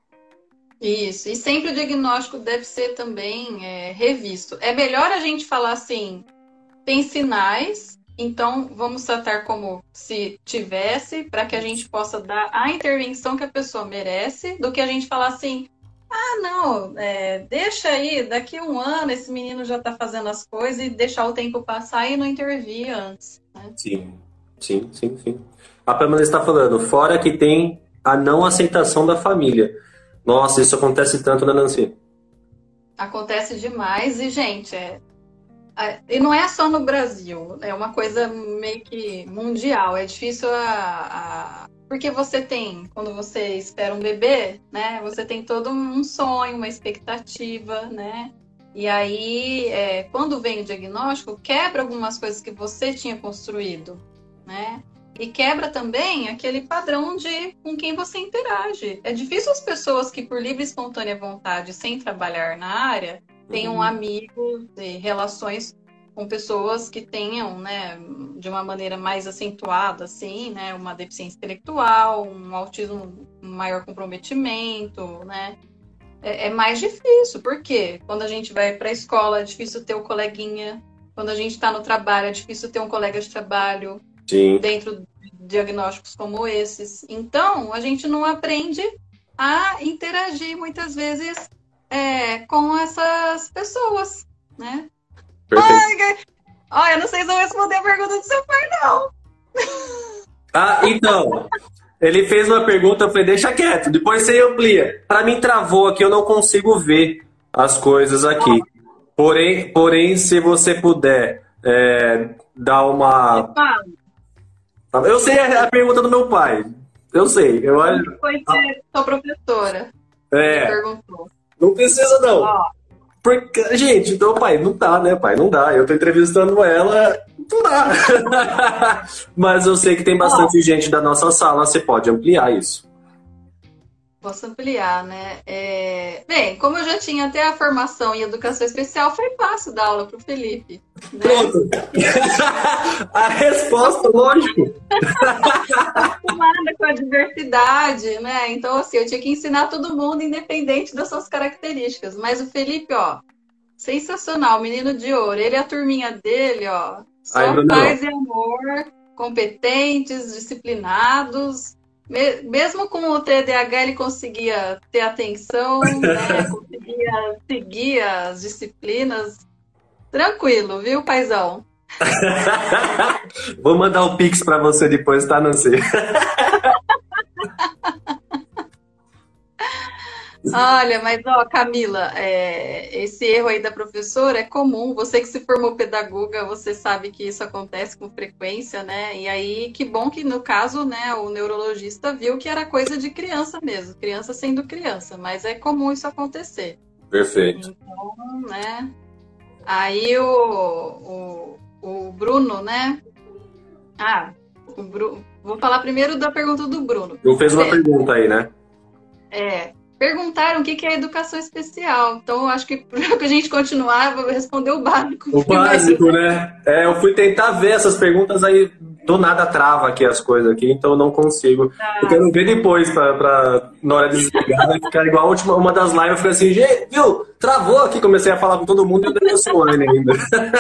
Isso, e sempre o diagnóstico deve ser também é, revisto. É melhor a gente falar assim, tem sinais, então vamos tratar como se tivesse, para que a gente possa dar a intervenção que a pessoa merece, do que a gente falar assim, ah, não, é, deixa aí, daqui a um ano esse menino já está fazendo as coisas e deixar o tempo passar e não intervir antes. Né? Sim, sim, sim, sim. A Pamela está falando, fora que tem a não aceitação da família. Nossa, isso acontece tanto, né, Nancy? Acontece demais e, gente, é, é, e não é só no Brasil, é uma coisa meio que mundial. É difícil a, a, porque você tem, quando você espera um bebê, né, você tem todo um sonho, uma expectativa, né? E aí, é, quando vem o diagnóstico, quebra algumas coisas que você tinha construído, né? E quebra também aquele padrão de com quem você interage. É difícil as pessoas que, por livre e espontânea vontade, sem trabalhar na área, tenham uhum. amigos e relações com pessoas que tenham, né, de uma maneira mais acentuada, assim, né, uma deficiência intelectual, um autismo, um maior comprometimento, né? É, é mais difícil, porque quando a gente vai para a escola é difícil ter o coleguinha, quando a gente está no trabalho é difícil ter um colega de trabalho. Sim. Dentro de diagnósticos como esses. Então, a gente não aprende a interagir muitas vezes é, com essas pessoas, né? Ai, ai, eu não sei se eu vou responder a pergunta do seu pai, não. Ah, então, ele fez uma pergunta, eu falei, deixa quieto, depois você amplia. Para mim travou aqui, eu não consigo ver as coisas aqui. Porém, porém, se você puder é, dar Me uma. fala, Eu sei a a pergunta do meu pai. Eu sei. Eu como acho. que foi ser sua professora? Me É, perguntou. não precisa não. Ó, Porque, gente, então, pai, não dá, né, pai? Não dá. Eu tô entrevistando ela, não dá. Mas eu sei que tem ó, bastante gente da nossa sala, você pode ampliar isso. posso ampliar, né? É, bem, como eu já tinha até a formação em educação especial, foi fácil dar aula para o Felipe, né? Pronto. A resposta, lógico. Acostumada com a diversidade, né? Então, assim, eu tinha que ensinar todo mundo, independente das suas características. Mas o Felipe, ó, sensacional, menino de ouro. Ele e a turminha dele, ó, Aí, só Bruno. paz e amor, competentes, disciplinados. Me- Mesmo com o T D A H, ele conseguia ter atenção, né? Conseguia seguir as disciplinas. Tranquilo, viu, paizão? Vou mandar o Pix pra você depois, tá, Nancy? Olha, mas ó, Camila, é, esse erro aí da professora é comum. Você que se formou pedagoga, você sabe que isso acontece com frequência, né? E aí, que bom que no caso, né, o neurologista viu que era coisa de criança mesmo, criança sendo criança, mas é comum isso acontecer. Perfeito. Então, né? Aí o, o, o Bruno, né? Ah, o Bruno. Vou falar primeiro da pergunta do Bruno. Eu fez uma pergunta aí, né? É, perguntaram o que que é educação especial. Então, eu acho que para a gente continuar, eu vou responder o básico O primeiro. básico, né? É, eu fui tentar ver essas perguntas aí, do nada trava aqui as coisas aqui, então eu não consigo. Eu quero ver depois, pra, pra, na hora de desligar, vai ficar igual a última, uma das lives, eu falei assim, gente, viu, travou aqui, comecei a falar com todo mundo e eu dei o celular ainda.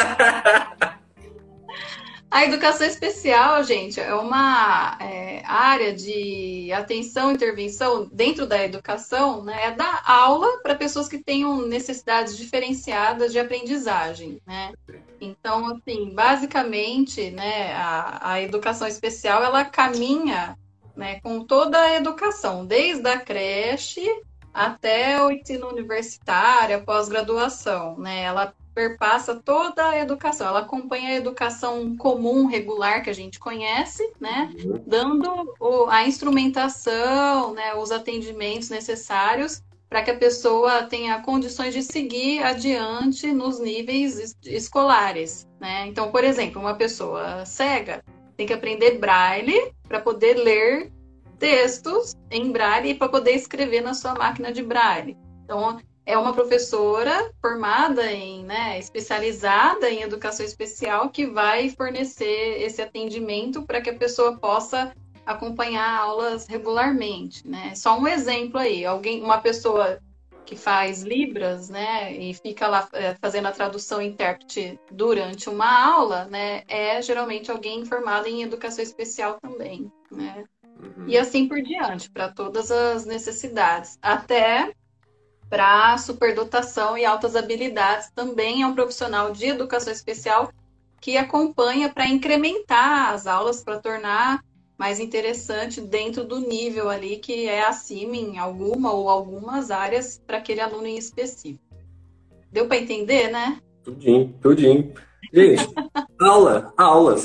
A educação especial, gente, é uma é, área de atenção e intervenção dentro da educação, né? É dar aula para pessoas que tenham necessidades diferenciadas de aprendizagem, né? Então, assim, basicamente, né, a, a educação especial, ela caminha, né, com toda a educação, desde a creche até o ensino universitário, a pós-graduação, né? Ela perpassa toda a educação, ela acompanha a educação comum, regular, que a gente conhece, né? Dando o, a instrumentação, né, os atendimentos necessários para que a pessoa tenha condições de seguir adiante nos níveis es- escolares, né? Então, por exemplo, uma pessoa cega tem que aprender braille para poder ler textos em braille e para poder escrever na sua máquina de braille. Então, é uma professora formada em, né, especializada em educação especial que vai fornecer esse atendimento para que a pessoa possa acompanhar aulas regularmente, né? Só um exemplo aí, alguém, uma pessoa que faz Libras, né, e fica lá é, fazendo a tradução e intérprete durante uma aula, né, é geralmente alguém formado em educação especial também, né? E assim por diante, para todas as necessidades. Até para superdotação e altas habilidades, também é um profissional de educação especial que acompanha para incrementar as aulas, para tornar mais interessante dentro do nível ali que é acima em alguma ou algumas áreas para aquele aluno em específico. Deu para entender, né? Tudinho, tudinho. Gente, aula, aulas.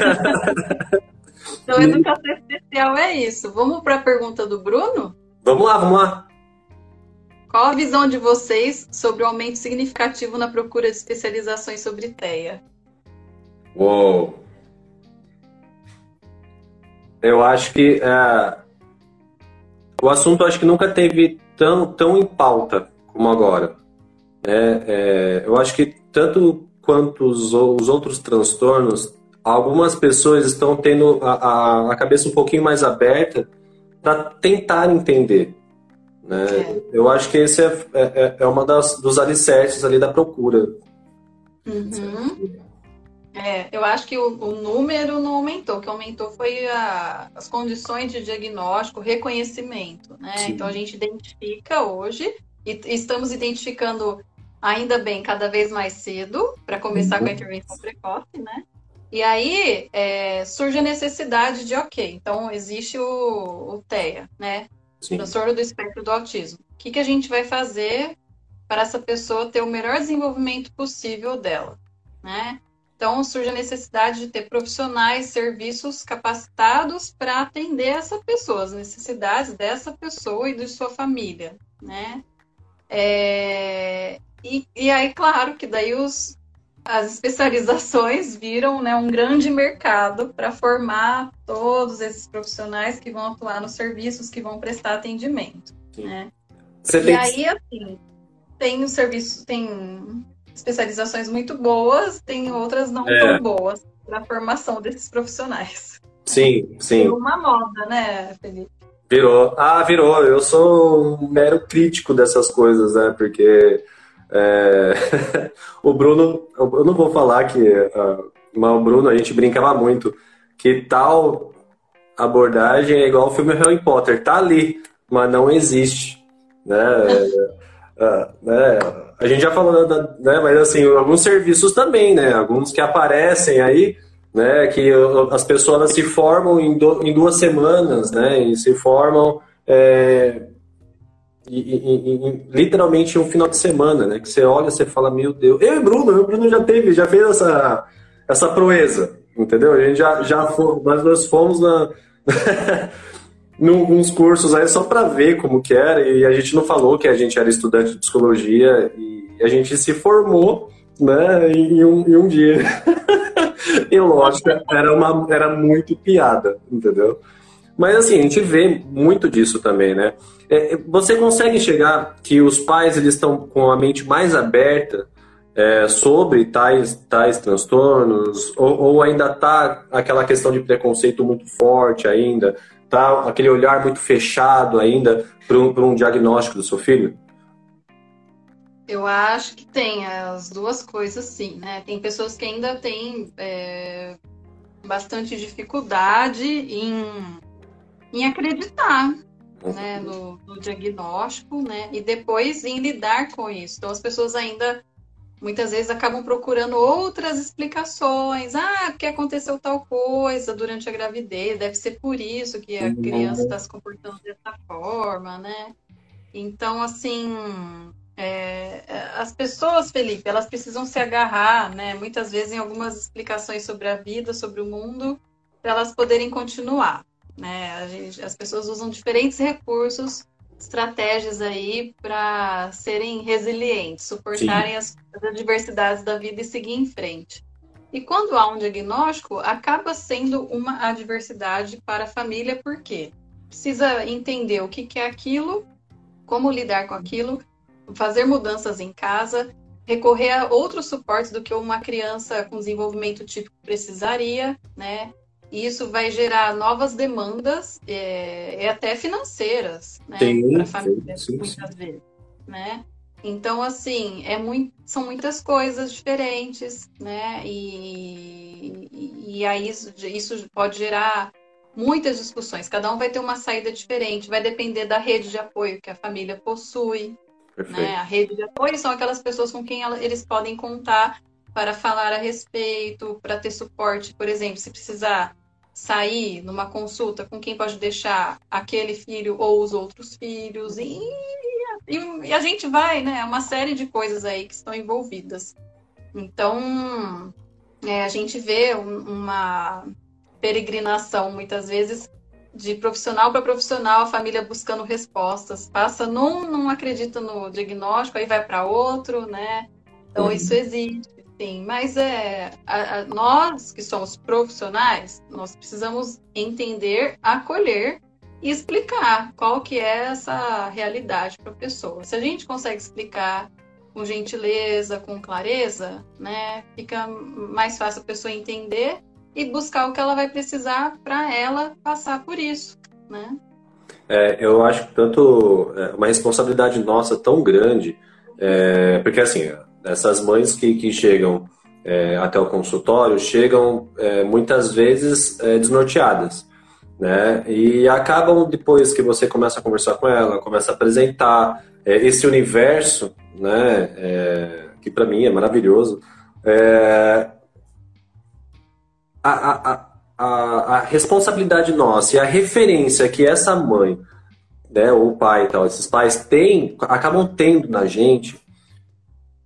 Então, educação especial é isso. Vamos para a pergunta do Bruno? Vamos lá, vamos lá. Qual a visão de vocês sobre o aumento significativo na procura de especializações sobre T E A? Uou. Eu acho que é, o assunto acho que nunca teve tão, tão em pauta como agora, né? É, eu acho que tanto quanto os, os outros transtornos, algumas pessoas estão tendo a, a, a cabeça um pouquinho mais aberta para tentar entender, né? É. Eu acho que esse é, é, é uma das, dos alicerces ali da procura. Uhum. É, eu acho que o, o número não aumentou, o que aumentou foi a- as condições de diagnóstico, reconhecimento, né? Sim. Então a gente identifica hoje e estamos identificando ainda bem cada vez mais cedo para começar Uhum. com a intervenção precoce, né? E aí é, surge a necessidade de, ok, então existe o, o T E A, né? Sim. Transtorno do espectro do autismo. O que, que a gente vai fazer para essa pessoa ter o melhor desenvolvimento possível dela, né? Então, surge a necessidade de ter profissionais, serviços capacitados para atender essa pessoa, as necessidades dessa pessoa e de sua família, né? É... E, e aí, claro, que daí os, as especializações viram, né, um grande mercado para formar todos esses profissionais que vão atuar nos serviços, que vão prestar atendimento, né? Você e tem... aí, assim, tem o serviço, tem... especializações muito boas, tem outras não é. tão boas para a formação desses profissionais. Sim, sim. Virou uma moda, né, Felipe? Virou. Ah, virou. Eu sou um mero crítico dessas coisas, né? Porque é... o Bruno, eu não vou falar que, uh, mas o Bruno, a gente brincava muito que tal abordagem é igual ao filme Harry Potter, tá ali, mas não existe, né? Uh, né, a gente já falou, da, né, mas assim, alguns serviços também, né, alguns que aparecem aí, né, que as pessoas se formam em, do, em duas semanas, né, e se formam é, em, em, em, literalmente em um final de semana, né, que você olha, você fala, meu Deus, eu e Bruno, eu e Bruno já teve, já fez essa, essa proeza, entendeu? A gente já, já foi, nós, nós fomos na... Nos cursos aí só para ver como que era, e a gente não falou que a gente era estudante de psicologia e a gente se formou, né, em um, em um dia. E lógico, era, uma, era muito piada, entendeu? Mas assim, a gente vê muito disso também, né? É, você consegue enxergar que os pais eles estão com a mente mais aberta é, sobre tais, tais transtornos, ou, ou ainda tá aquela questão de preconceito muito forte ainda? Tá aquele olhar muito fechado ainda para um, para um diagnóstico do seu filho? Eu acho que tem as duas coisas, sim, né? Tem pessoas que ainda têm é, bastante dificuldade em, em acreditar, uhum. né, no, no diagnóstico, né? E depois em lidar com isso. Então as pessoas ainda muitas vezes acabam procurando outras explicações. Ah, porque aconteceu tal coisa durante a gravidez, deve ser por isso que a criança está se comportando dessa forma, né? Então, assim, é, as pessoas, Felipe, elas precisam se agarrar, né? Muitas vezes em algumas explicações sobre a vida, sobre o mundo, para elas poderem continuar, né? A gente, as pessoas usam diferentes recursos, estratégias aí para serem resilientes, suportarem as, as adversidades da vida e seguir em frente. E quando há um diagnóstico, acaba sendo uma adversidade para a família, porque precisa entender o que, que é aquilo, como lidar com aquilo, fazer mudanças em casa, recorrer a outros suportes do que uma criança com desenvolvimento típico precisaria, né? E isso vai gerar novas demandas, é, é até financeiras, né, para a família, sim, sim, muitas sim. vezes, né? Então, assim, é muito, são muitas coisas diferentes, né? E, e, e aí isso, isso pode gerar muitas discussões. Cada um vai ter uma saída diferente, vai depender da rede de apoio que a família possui, né? A rede de apoio são aquelas pessoas com quem ela, eles podem contar para falar a respeito, para ter suporte, por exemplo, se precisar sair numa consulta, com quem pode deixar aquele filho ou os outros filhos, e, e, e a gente vai, né? É uma série de coisas aí que estão envolvidas. Então, é, a gente vê um, uma peregrinação, muitas vezes, de profissional para profissional, a família buscando respostas. Passa num, não acredita no diagnóstico, aí vai para outro, né? Então, uhum. isso existe. Sim, mas é, a, a, nós que somos profissionais, nós precisamos entender, acolher e explicar qual que é essa realidade para a pessoa. Se a gente consegue explicar com gentileza, com clareza, né, fica mais fácil a pessoa entender e buscar o que ela vai precisar para ela passar por isso, né? É, eu acho que tanto é, uma responsabilidade nossa tão grande, é, porque assim... Essas mães que, que chegam é, até o consultório chegam é, muitas vezes é, desnorteadas, né? E acabam, depois que você começa a conversar com ela, começa a apresentar é, esse universo, né? É, que para mim é maravilhoso. É, a, a, a, a responsabilidade nossa e a referência que essa mãe, né, ou o pai e tal, esses pais têm, acabam tendo na gente,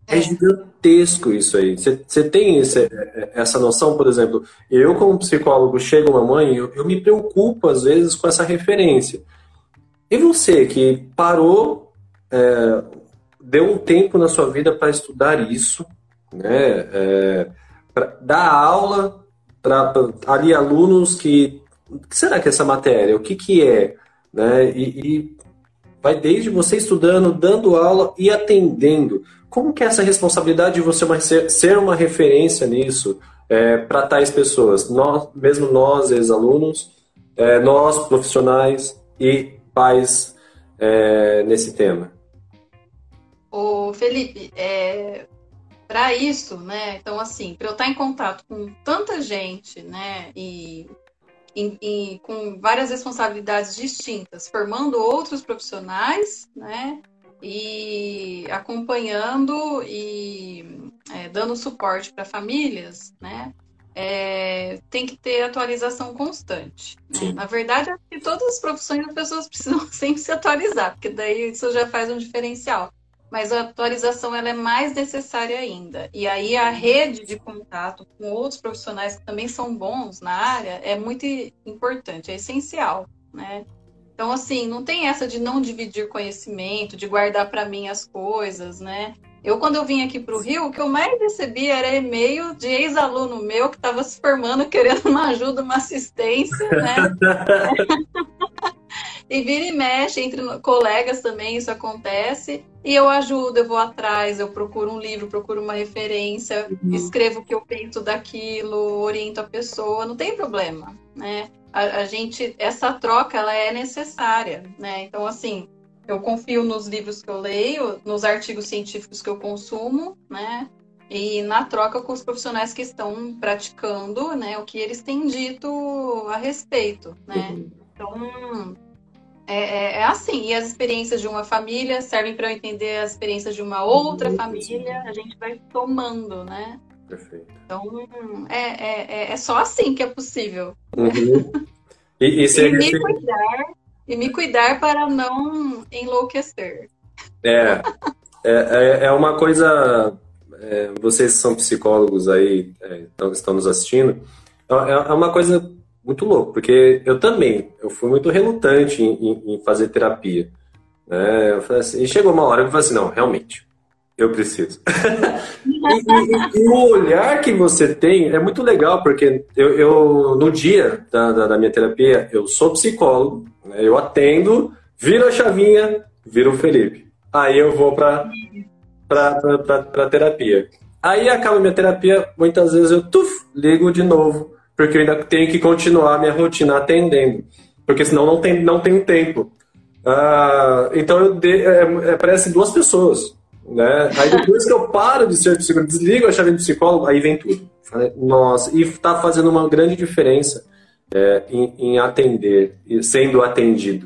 É É. gigantesco isso aí. Você tem esse- essa noção, por exemplo, eu como psicólogo chego uma mãe, eu, eu me preocupo às vezes com essa referência. E você que parou, é, deu um tempo na sua vida para estudar isso, né? É, pra dar aula para ali alunos que, o que será que é essa matéria? O que que é? Né? E, e vai desde você estudando, dando aula e atendendo. Como que é essa responsabilidade de você uma- ser ser uma referência nisso é, para tais pessoas? Nós, mesmo nós, ex-alunos, é, nós, profissionais e pais é, nesse tema. Ô, Felipe, é, para isso, né? Então, assim, para eu estar em contato com tanta gente, né? E, e- e com várias responsabilidades distintas, formando outros profissionais, né? E acompanhando e é, dando suporte para famílias, né? É, tem que ter atualização constante, né? Sim. Na verdade, acho que todas as profissões as pessoas precisam sempre se atualizar, porque daí isso já faz um diferencial. Mas a atualização ela é mais necessária ainda. E aí a rede de contato com outros profissionais que também são bons na área é muito importante, é essencial, né? Então, assim, não tem essa de não dividir conhecimento, de guardar para mim as coisas, né? Eu, quando eu vim aqui para o Rio, o que eu mais recebi era e-mail de ex-aluno meu que estava se formando, querendo uma ajuda, uma assistência, né? E vira e mexe, entre colegas também isso acontece. E eu ajudo, eu vou atrás, eu procuro um livro, procuro uma referência, Uhum. escrevo o que eu penso daquilo, oriento a pessoa, não tem problema, né? A, a gente, essa troca, ela é necessária, né? Então, assim, eu confio nos livros que eu leio, nos artigos científicos que eu consumo, né? E na troca com os profissionais que estão praticando, né? O que eles têm dito a respeito, né? Uhum. Então, é, é, é assim, e as experiências de uma família servem para eu entender as experiências de uma outra família, a gente vai tomando, né? Perfeito. Então, é, é, é é só assim que é possível. Uhum. E, e E ser me refer- cuidar, e me cuidar para não enlouquecer. é, é, é é uma coisa. É, vocês que são psicólogos aí, é, então, estão nos assistindo, é é uma coisa muito louca, porque eu também, eu fui muito relutante em, em- em fazer terapia, né? Eu falei assim, e chegou uma hora que eu falei assim, não, realmente, eu preciso. E, e- e o olhar que você tem é muito legal, porque eu, eu, no dia da, da, da minha terapia, eu sou psicólogo, né? Eu atendo, viro a chavinha, viro o Felipe. Aí eu vou para para terapia. Aí acaba minha terapia, muitas vezes eu tuf, ligo de novo, porque eu ainda tenho que continuar a minha rotina atendendo, porque senão não tem, não tenho tempo. Ah, então eu de, é, é, parece duas pessoas. Né? Aí depois que eu paro de ser psicólogo, desligo a chave de psicólogo, aí vem tudo. Falei, nossa, e está fazendo uma grande diferença é, em, em atender, sendo atendido.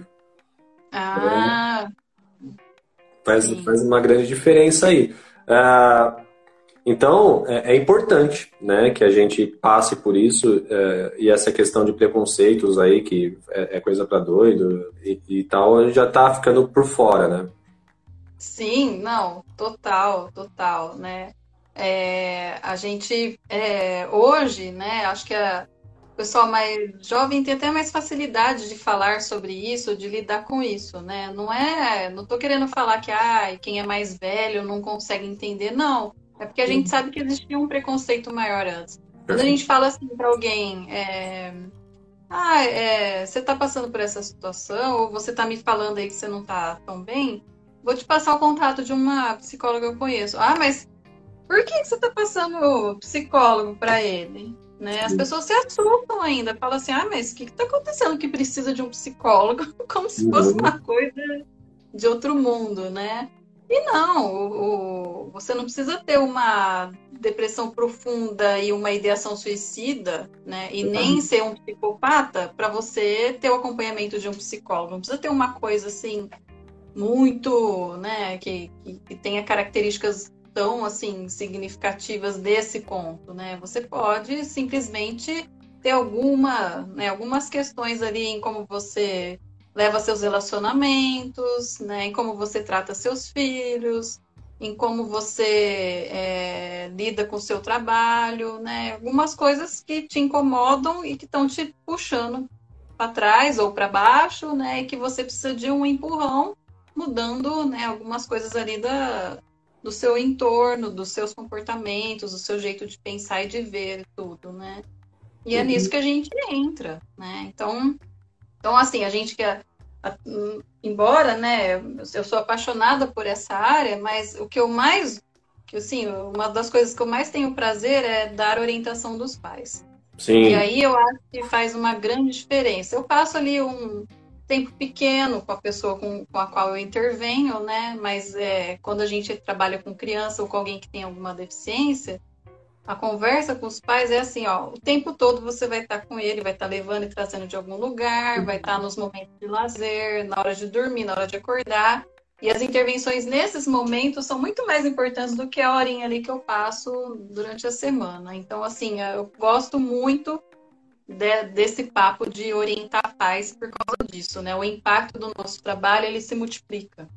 Né? Ah, Faz, sim. faz uma grande diferença aí. Ah, então, é, é importante, né, que a gente passe por isso é, e essa questão de preconceitos aí, que é, é coisa para doido e, e tal, já tá ficando por fora, né? Sim, não, total, total, né? É, a gente é, hoje, né? Acho que a, o pessoal mais jovem tem até mais facilidade de falar sobre isso, de lidar com isso, né? Não é, não tô querendo falar que ah, quem é mais velho não consegue entender, não. É porque a gente sabe que existia um preconceito maior antes. Quando a Perfeito. gente fala assim para alguém, é, ah, é, você está passando por essa situação, ou você está me falando aí que você não está tão bem, vou te passar o contato de uma psicóloga que eu conheço. Ah, mas por que que você está passando psicólogo para ele? Né? As pessoas se assustam ainda, falam assim, ah, mas o que está acontecendo que precisa de um psicólogo? Como se fosse Uhum. uma coisa de outro mundo, né? E não, o, o- você não precisa ter uma depressão profunda e uma ideação suicida, né? E nem ser um psicopata para você ter o acompanhamento de um psicólogo. Não precisa ter uma coisa assim muito, né? Que, que, que tenha características tão assim significativas desse ponto, né? Você pode simplesmente ter alguma, né, algumas questões ali em como você leva seus relacionamentos, né, em como você trata seus filhos, em como você é, lida com o seu trabalho, né? Algumas coisas que te incomodam e que estão te puxando para trás ou para baixo, né? E que você precisa de um empurrão, mudando, né, algumas coisas ali da, do seu entorno, dos seus comportamentos, do seu jeito de pensar e de ver tudo, né? E é nisso que a gente entra, né? Então, então assim, a gente quer, embora, né, eu sou apaixonada por essa área, mas o que eu mais, que assim, uma das coisas que eu mais tenho prazer é dar orientação dos pais. Sim. E aí eu acho que faz uma grande diferença. Eu passo ali um tempo pequeno com a pessoa com, com a qual eu intervenho, né? Mas é, quando a gente trabalha com criança ou com alguém que tem alguma deficiência, a conversa com os pais é assim, ó, o tempo todo você vai estar com ele, vai estar levando e trazendo de algum lugar, vai estar nos momentos de lazer, na hora de dormir, na hora de acordar. E as intervenções nesses momentos são muito mais importantes do que a horinha ali que eu passo durante a semana. Então, assim, eu gosto muito de, desse papo de orientar pais por causa disso, né? O impacto do nosso trabalho, ele se multiplica.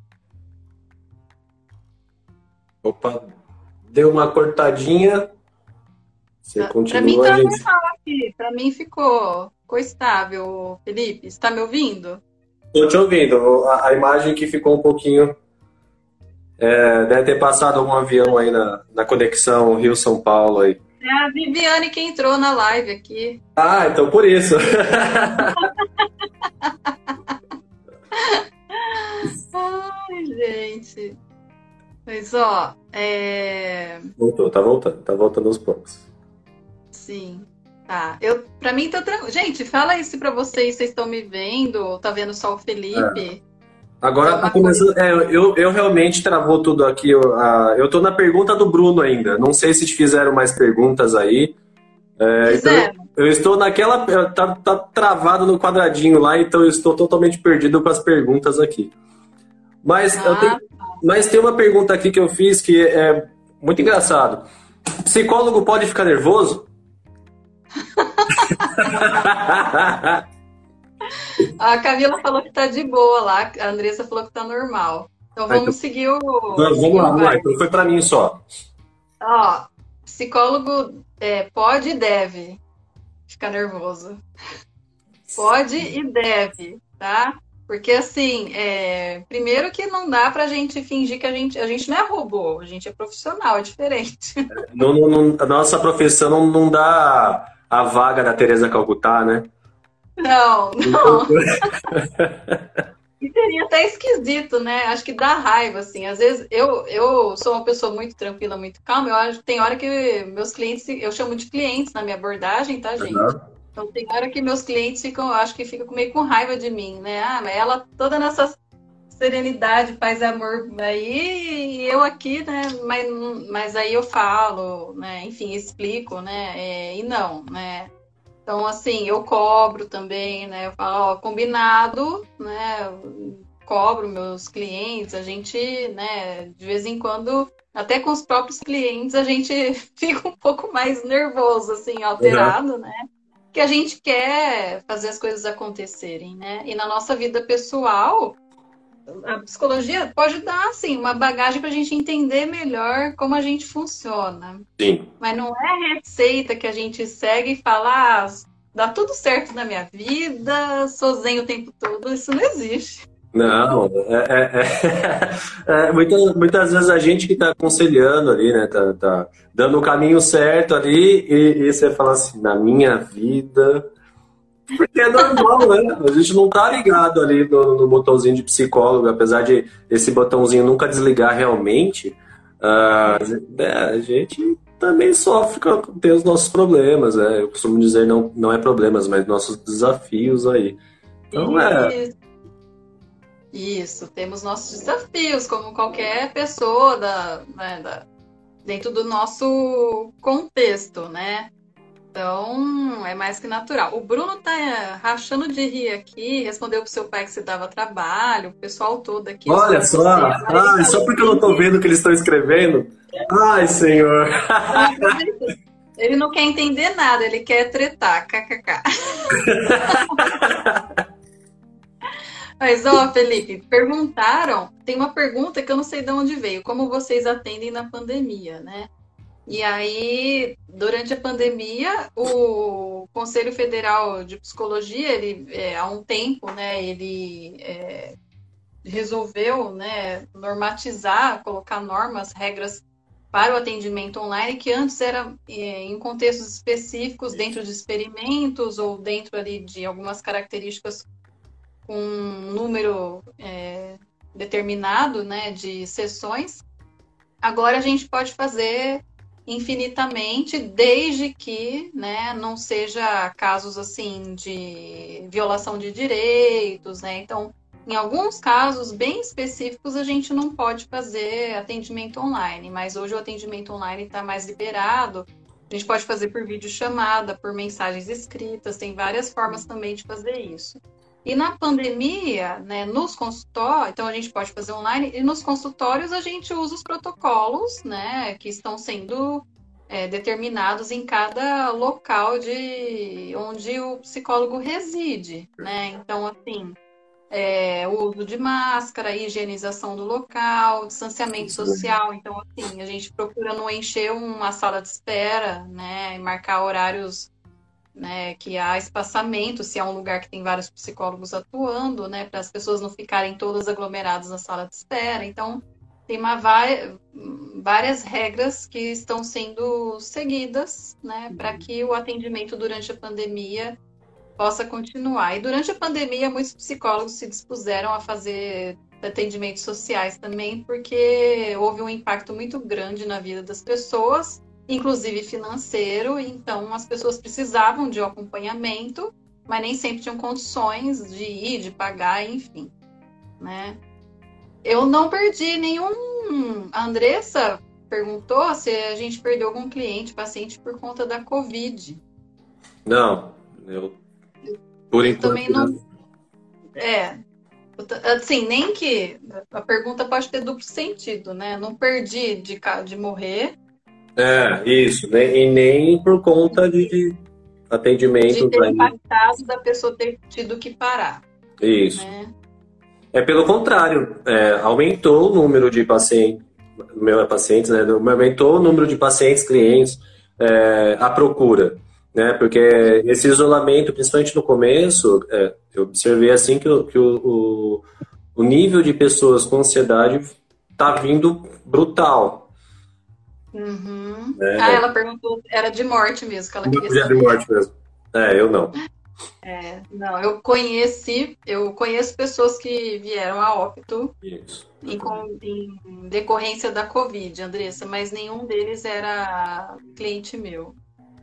Opa, deu uma cortadinha. Você continua, pra mim tá gente. normal aqui, pra mim ficou, ficou estável, Felipe. Você tá me ouvindo? Tô te ouvindo. A, a imagem que ficou um pouquinho... É, deve ter passado algum avião aí na, na conexão Rio-São Paulo aí. É a Viviane que entrou na live aqui. Ah, então por isso. Ai, gente. Mas, ó, é... Voltou, tá voltando, tá voltando aos poucos. Sim, tá. Eu, pra mim tá tranquilo. Gente, fala isso pra vocês, vocês estão me vendo? Tá vendo só o Felipe? É. Agora tá começando. É, eu, eu realmente travou tudo aqui. Eu, a, eu tô na pergunta do Bruno ainda. Não sei se te fizeram mais perguntas aí. É, então eu, eu estou naquela. Tá, tá travado no quadradinho lá, então eu estou totalmente perdido com as perguntas aqui. Mas, Ah, eu tenho, mas tem uma pergunta aqui que eu fiz que é muito engraçado. Psicólogo pode ficar nervoso? a Camila falou que tá de boa lá, a Andressa falou que tá normal. Então vamos ah, então, seguir o. Vamos seguir lá, vamos lá. Então foi pra mim só. Ó, psicólogo é, pode e deve ficar nervoso. Pode e deve, tá? Porque assim, é, primeiro que não dá pra gente fingir que a gente, a gente não é robô, a gente é profissional, é diferente. Não, não, não, a nossa profissão não, não dá a vaga da Teresa Calcutá, né? Não, não. E seria até esquisito, né? Acho que dá raiva, assim. Às vezes eu, eu sou uma pessoa muito tranquila, muito calma. Eu acho que tem hora que meus clientes, eu chamo de clientes na minha abordagem, tá, gente? Uhum. Então tem hora que meus clientes ficam, eu acho que ficam meio com raiva de mim, né? Ah, mas ela toda nessa serenidade, paz e amor aí, eu aqui, né? Mas, mas aí eu falo, né? Enfim, explico, né? É, e não, né? Então, assim, eu cobro também, né? Eu falo, ó, combinado, né? Cobro meus clientes, a gente, né? De vez em quando, até com os próprios clientes, a gente fica um pouco mais nervoso, assim, alterado, uhum. né? Que a gente quer fazer as coisas acontecerem, né? E na nossa vida pessoal, a psicologia pode dar, assim, uma bagagem para a gente entender melhor como a gente funciona. Sim. Mas não é receita que a gente segue e fala, ah, dá tudo certo na minha vida, sou zen o tempo todo. Isso não existe. Não, é, é, é, é muitas, muitas vezes a gente que está aconselhando ali, né, tá, tá dando o caminho certo ali e, e você fala assim, na minha vida... Porque é normal, né? A gente não tá ligado ali no, no botãozinho de psicólogo, apesar de esse botãozinho nunca desligar realmente, uh, né, a gente também sofre, tem os nossos problemas, né? Eu costumo dizer, não, não é problemas, mas nossos desafios aí. Então, é... Isso. Isso, temos nossos desafios, como qualquer pessoa da, né, da, dentro do nosso contexto, né? Então, é mais que natural. O Bruno tá rachando de rir aqui, respondeu pro seu pai que você dava trabalho, o pessoal todo aqui. Olha só, ah, só porque eu não tô vendo o que eles estão escrevendo. Ai, senhor. Ele não quer entender nada, ele quer tretar, kkk. Mas, ó, Felipe, perguntaram, tem uma pergunta que eu não sei de onde veio, como vocês atendem na pandemia, né? E aí, durante a pandemia, o Conselho Federal de Psicologia, ele, é, há um tempo, né, ele é, resolveu, né, normatizar, colocar normas, regras para o atendimento online, que antes era é, em contextos específicos, dentro de experimentos ou dentro ali de algumas características com um número é, determinado, né, de sessões. Agora a gente pode fazer infinitamente, desde que, né, não seja casos assim de violação de direitos, né? Então, em alguns casos bem específicos, a gente não pode fazer atendimento online, mas hoje o atendimento online está mais liberado. A gente pode fazer por videochamada, por mensagens escritas, tem várias formas também de fazer isso. E na pandemia, né, nos consultórios, então a gente pode fazer online, e nos consultórios a gente usa os protocolos, né, que estão sendo é, determinados em cada local de onde o psicólogo reside, né? Então, assim, é, o uso de máscara, higienização do local, distanciamento social. Então, assim, a gente procura não encher uma sala de espera, né, e marcar horários, né, que há espaçamento, se é um lugar que tem vários psicólogos atuando, né, para as pessoas não ficarem todas aglomeradas na sala de espera. Então, tem uma, várias regras que estão sendo seguidas, né, para que o atendimento durante a pandemia possa continuar. E durante a pandemia, muitos psicólogos se dispuseram a fazer atendimentos sociais também, porque houve um impacto muito grande na vida das pessoas, inclusive financeiro, então as pessoas precisavam de um acompanhamento, mas nem sempre tinham condições de ir, de pagar, enfim, né? Eu não perdi nenhum... A Andressa perguntou se a gente perdeu algum cliente, paciente, por conta da Covid. Não, eu... Por eu enquanto... também não... É... Assim, nem que... A pergunta pode ter duplo sentido, né? Não perdi de, de morrer... É, isso, né? E nem por conta de atendimento. De ter impactado da pessoa ter tido que parar. Isso. Né? É pelo contrário, é, aumentou o número de pacientes, meu é pacientes, né? Aumentou o número de pacientes, clientes, é, a procura, né? Porque esse isolamento, principalmente no começo, é, eu observei assim que, o, que o, o, o nível de pessoas com ansiedade tá vindo brutal. Uhum. É, ah, ela perguntou, era de morte mesmo, que ela queria saber. De morte mesmo. É, eu não. É, não, eu conheci, eu conheço pessoas que vieram a óbito em, em decorrência da Covid, Andressa, mas nenhum deles era cliente meu.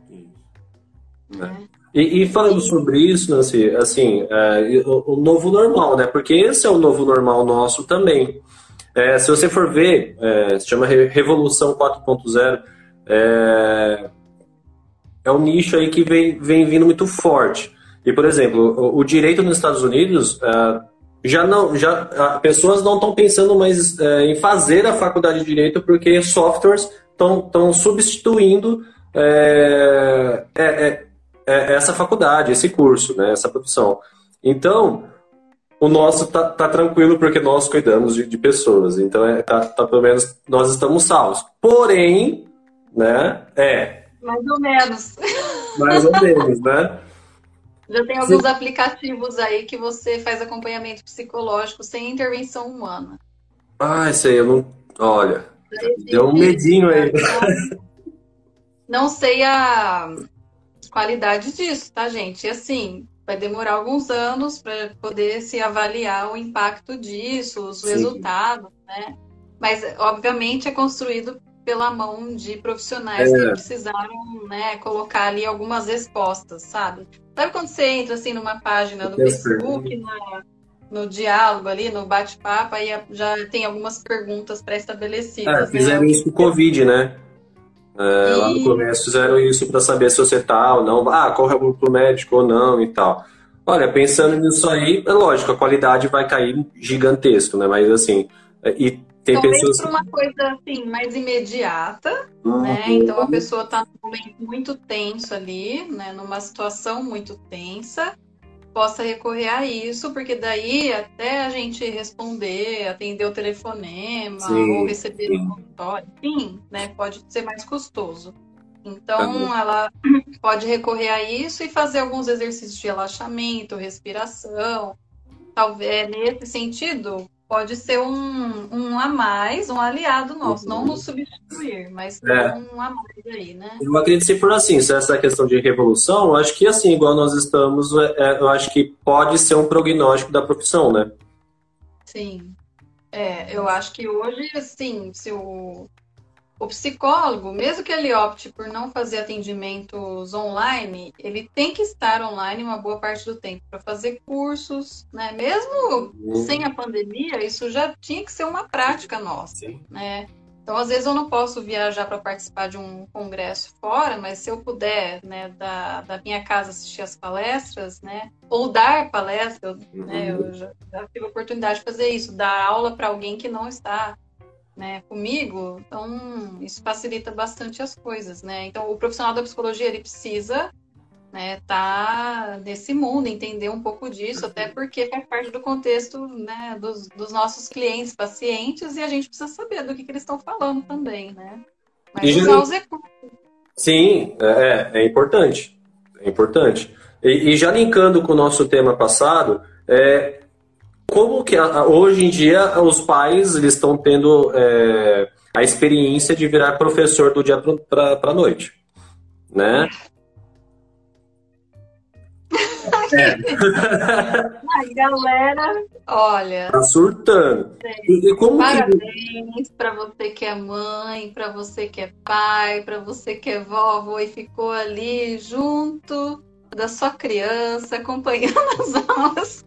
Né? E, e falando e... sobre isso, Nancy, assim, é, o, o novo normal, né? Porque esse é o novo normal nosso também. É, se você for ver, é, se chama Revolução quatro ponto zero, é, é um nicho aí que vem, vem vindo muito forte. E, por exemplo, o, o direito nos Estados Unidos, é, já não, já, pessoas não estão pensando mais é, em fazer a faculdade de direito porque softwares estão substituindo é, é, é, é, essa faculdade, esse curso, né, essa profissão. Então... O nosso tá, tá tranquilo porque nós cuidamos de, de pessoas. Então, é, tá, tá, pelo menos, nós estamos salvos. Porém, né, é... Mais ou menos. Mais ou menos, né? Já tem alguns Sim. aplicativos aí que você faz acompanhamento psicológico sem intervenção humana. Ah, isso aí eu não... Olha, deu um medinho aí. Não, não sei a qualidade disso, tá, gente? E assim... Vai demorar alguns anos para poder se avaliar o impacto disso, os Sim. resultados, né? Mas, obviamente, é construído pela mão de profissionais é. que precisaram, né, colocar ali algumas respostas, sabe? Sabe quando você entra, assim, numa página do Facebook, na, no diálogo ali, no bate-papo, aí já tem algumas perguntas pré-estabelecidas. É, fizeram né? isso com o Covid, né? É, lá no começo fizeram isso para saber se você tá ou não, ah, corre pro médico ou não e tal. Olha, pensando nisso aí, é lógico, a qualidade vai cair gigantesco, né? Mas assim, e tem então, pessoas... para uma coisa assim, mais imediata, uhum. né? Então a pessoa tá num momento muito tenso ali, né? Numa situação muito tensa, possa recorrer a isso, porque daí até a gente responder, atender o telefonema, Sim, ou receber sim. o consultório, enfim, né, pode ser mais custoso. Então, Aham. ela pode recorrer a isso e fazer alguns exercícios de relaxamento, respiração. Talvez, nesse sentido, pode ser um, um a mais, um aliado nosso, não nos Uhum. substituir, mas ser É, um a mais aí, né? eu acredito que se for assim, se essa questão de revolução, eu acho que assim, igual nós estamos, é, é, eu acho que pode ser um prognóstico da profissão, né? Sim. É, eu acho que hoje, assim, se o, o psicólogo, mesmo que ele opte por não fazer atendimentos online, ele tem que estar online uma boa parte do tempo para fazer cursos, né? Mesmo sem Uhum. a pandemia, isso já tinha que ser uma prática nossa, Sim. né? Então, às vezes eu não posso viajar para participar de um congresso fora, mas se eu puder, né, da, da minha casa assistir as palestras, né, ou dar palestra, né, eu Uhum. já, já tive a oportunidade de fazer isso, dar aula para alguém que não está, né, comigo, então isso facilita bastante as coisas, né? Então, o profissional da psicologia, ele precisa, né, tá nesse mundo, entender um pouco disso, até porque faz parte do contexto, né, dos, dos nossos clientes, pacientes, e a gente precisa saber do que, que eles estão falando também, né? E Mas já, usar os recursos. sim, é, é importante. É importante. E, e já linkando com o nosso tema passado, é, como que a- hoje em dia os pais eles estão tendo é, a experiência de virar professor do dia para a noite, né? Ai, galera, olha, Tá surtando. E, e como que parabéns para você que é mãe, para você que é pai, para você que é vovó e ficou ali junto da sua criança, acompanhando as aulas.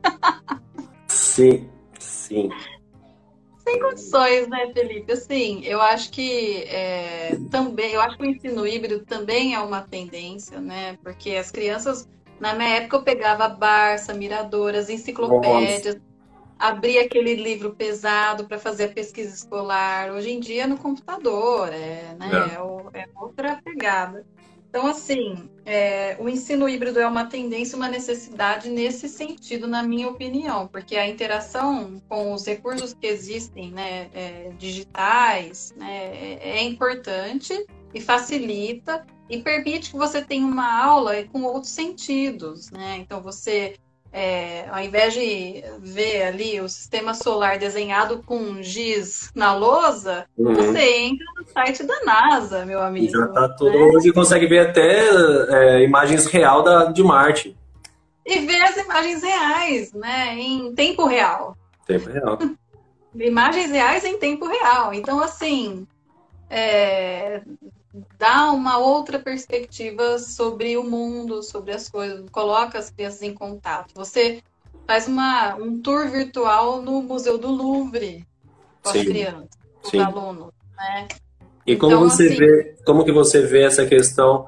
sim, sim, Condições, né, Felipe? Assim, eu acho que é, também, eu acho que o ensino híbrido também é uma tendência, né? Porque as crianças, na minha época, eu pegava Barça, Miradoras, nossa, enciclopédias, abria aquele livro pesado para fazer a pesquisa escolar. Hoje em dia, no computador, é, né? é, É, o- é outra pegada. Então, assim, é, o ensino híbrido é uma tendência, uma necessidade nesse sentido, na minha opinião, porque a interação com os recursos que existem, né, é, digitais, né, é, é importante e facilita e permite que você tenha uma aula com outros sentidos, né? Então, você é, ao invés de ver ali o sistema solar desenhado com giz na lousa, você uhum. entra no site da NASA, meu Já amigo, tá tudo. né? Hoje consegue ver até é, imagens real da, de Marte. E ver as imagens reais, né? Em tempo real. Tempo real. Imagens reais em tempo real. Então, assim, é, dá uma outra perspectiva sobre o mundo, sobre as coisas, coloca as crianças em contato. Você faz uma, um tour virtual no Museu do Louvre com as Sim, crianças, com os sim. alunos, né? E como Então, você assim, vê, como que você vê essa questão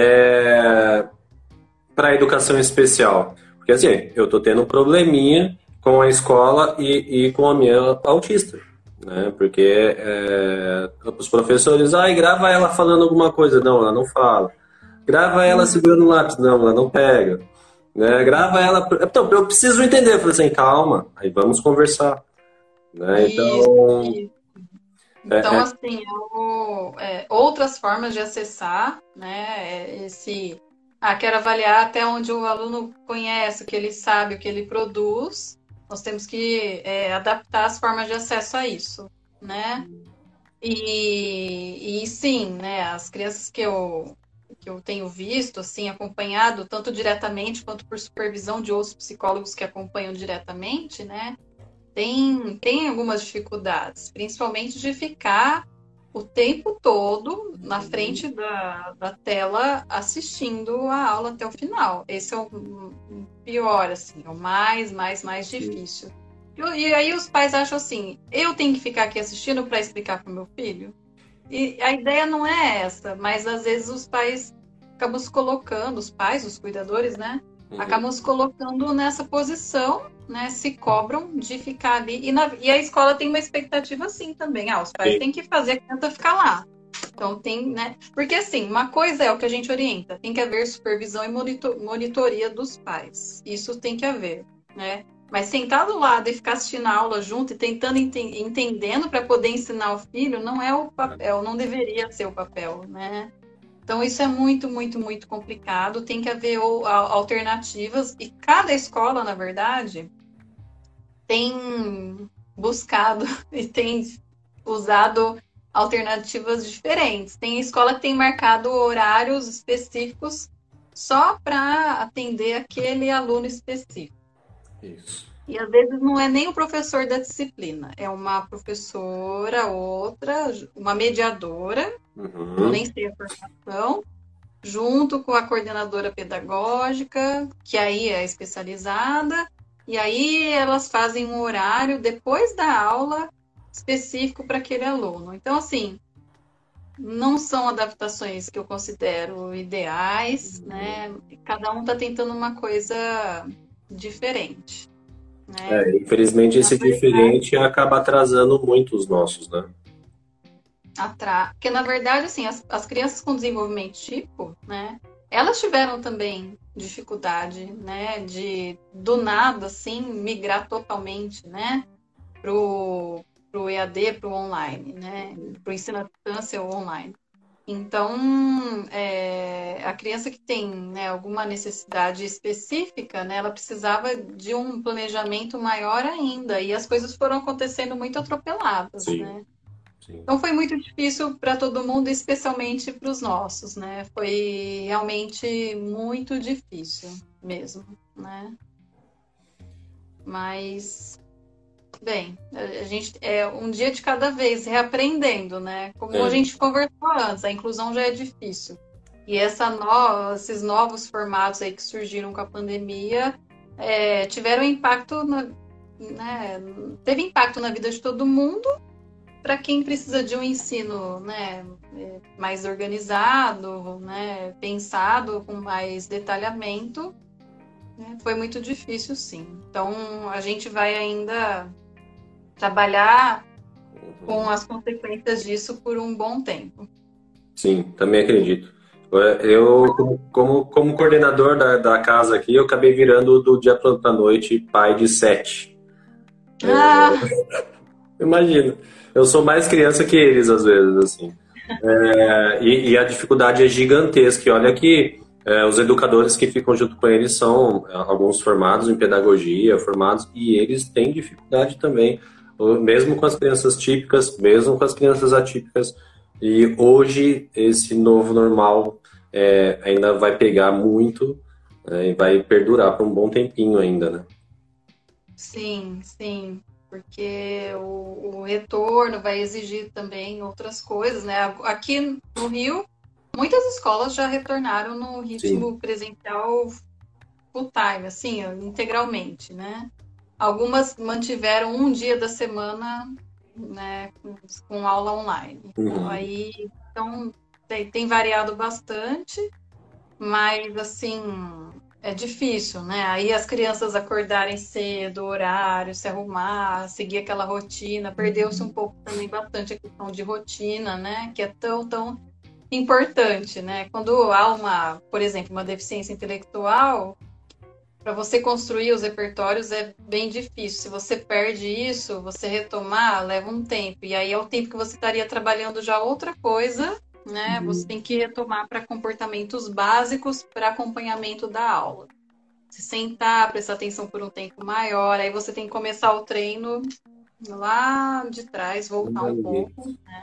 é, para a educação especial? Porque assim, eu tô tendo um probleminha com a escola e, e com a minha autista, né? Porque é, os professores, ai, grava ela falando alguma coisa. Não, ela não fala. Grava ela uhum, segurando o lápis. Não, ela não pega. Né? Grava ela. Então, eu preciso entender. Eu falei assim, calma, aí vamos conversar. Né? isso, Então, isso. Então, é, é, assim, eu- é, outras formas de acessar, né, é, esse... Ah, quero avaliar até onde o aluno conhece, o que ele sabe, o que ele produz. Nós temos que é, adaptar as formas de acesso a isso, né? E, e sim, né, as crianças que eu, que eu tenho visto, assim, acompanhado, tanto diretamente quanto por supervisão de outros psicólogos que acompanham diretamente, né? Tem, tem algumas dificuldades, principalmente de ficar o tempo todo na frente da, da tela assistindo a aula até o final. Esse é o o pior, assim, é o mais, mais, mais difícil. E, e aí os pais acham assim, eu tenho que ficar aqui assistindo para explicar para o meu filho? E a ideia não é essa, mas às vezes os pais acabam se colocando, os pais, os cuidadores, né? uhum, Acabam se colocando nessa posição, né? Se cobram de ficar ali. E, na- e a escola tem uma expectativa assim também. Ah, os pais sim. têm que fazer a criança ficar lá. Então tem, né? Porque assim, uma coisa é o que a gente orienta, tem que haver supervisão e monitor, monitoria dos pais. Isso tem que haver, né? Mas sentar do lado e ficar assistindo a aula junto e tentando ente entendendo para poder ensinar o filho não é o papel, não deveria ser o papel, né? Então isso é muito, muito, muito complicado. Tem que haver alternativas e cada escola, na verdade, tem buscado e tem usado alternativas diferentes. Tem escola que tem marcado horários específicos só para atender aquele aluno específico. Isso. E às vezes não é nem o professor da disciplina, é uma professora, outra, uma mediadora, Uhum. nem sei a formação, junto com a coordenadora pedagógica, que aí é especializada, e aí elas fazem um horário depois da aula específico para aquele aluno. Então, assim, não são adaptações que eu considero ideais, né? Cada um está tentando uma coisa diferente, né? É, infelizmente esse diferente acaba atrasando muito os nossos, né? Atra... Porque, na verdade, assim, as, as crianças com desenvolvimento tipo, né? Elas tiveram também dificuldade, né? De, do nada, assim, migrar totalmente, né? Pro, pro E A D, pro online, né? Pro ensino à distância ou online. Então, é, a criança que tem, né, alguma necessidade específica, né, ela precisava de um planejamento maior ainda, e as coisas foram acontecendo muito atropeladas, Sim, né? sim. Então foi muito difícil para todo mundo, especialmente para os nossos, né? Foi realmente muito difícil mesmo, né? Mas bem, a gente é um dia de cada vez, reaprendendo, né? Como É. a gente conversou antes, a inclusão já é difícil. E essa no... esses novos formatos aí que surgiram com a pandemia é, tiveram impacto, na... né? Teve impacto na vida de todo mundo. Para quem precisa de um ensino, né, mais organizado, né, pensado, com mais detalhamento, né, foi muito difícil, sim. Então, a gente vai ainda trabalhar com as consequências disso por um bom tempo. Sim, também acredito. Eu, como, como, como coordenador da, da casa aqui, eu acabei virando do dia para a noite pai de sete. Ah! É, imagina, eu sou mais criança que eles, às vezes, assim. É, e, e a dificuldade é gigantesca. E olha que é, os educadores que ficam junto com eles são alguns formados em pedagogia, formados, e eles têm dificuldade também, mesmo com as crianças típicas, mesmo com as crianças atípicas. E hoje esse novo normal é, ainda vai pegar muito, é, e vai perdurar por um bom tempinho ainda, né? Sim, sim, porque o, o retorno vai exigir também outras coisas, né? Aqui no Rio, muitas escolas já retornaram no ritmo Sim. presencial full time, assim, integralmente, né? Algumas mantiveram um dia da semana, né, com aula online. Uhum. Aí, então, tem, tem variado bastante, mas, assim, é difícil, né? Aí as crianças acordarem cedo, horário, se arrumar, seguir aquela rotina, perdeu-se um pouco também bastante a questão de rotina, né? Que é tão, tão importante, né? Quando há uma, por exemplo, uma deficiência intelectual, para você construir os repertórios é bem difícil. Se você perde isso, você retomar, leva um tempo. E aí é o tempo que você estaria trabalhando já outra coisa, né? Uhum. Você tem que retomar para comportamentos básicos para acompanhamento da aula. Se sentar, prestar atenção por um tempo maior, aí você tem que começar o treino lá de trás, voltar um pouco, né?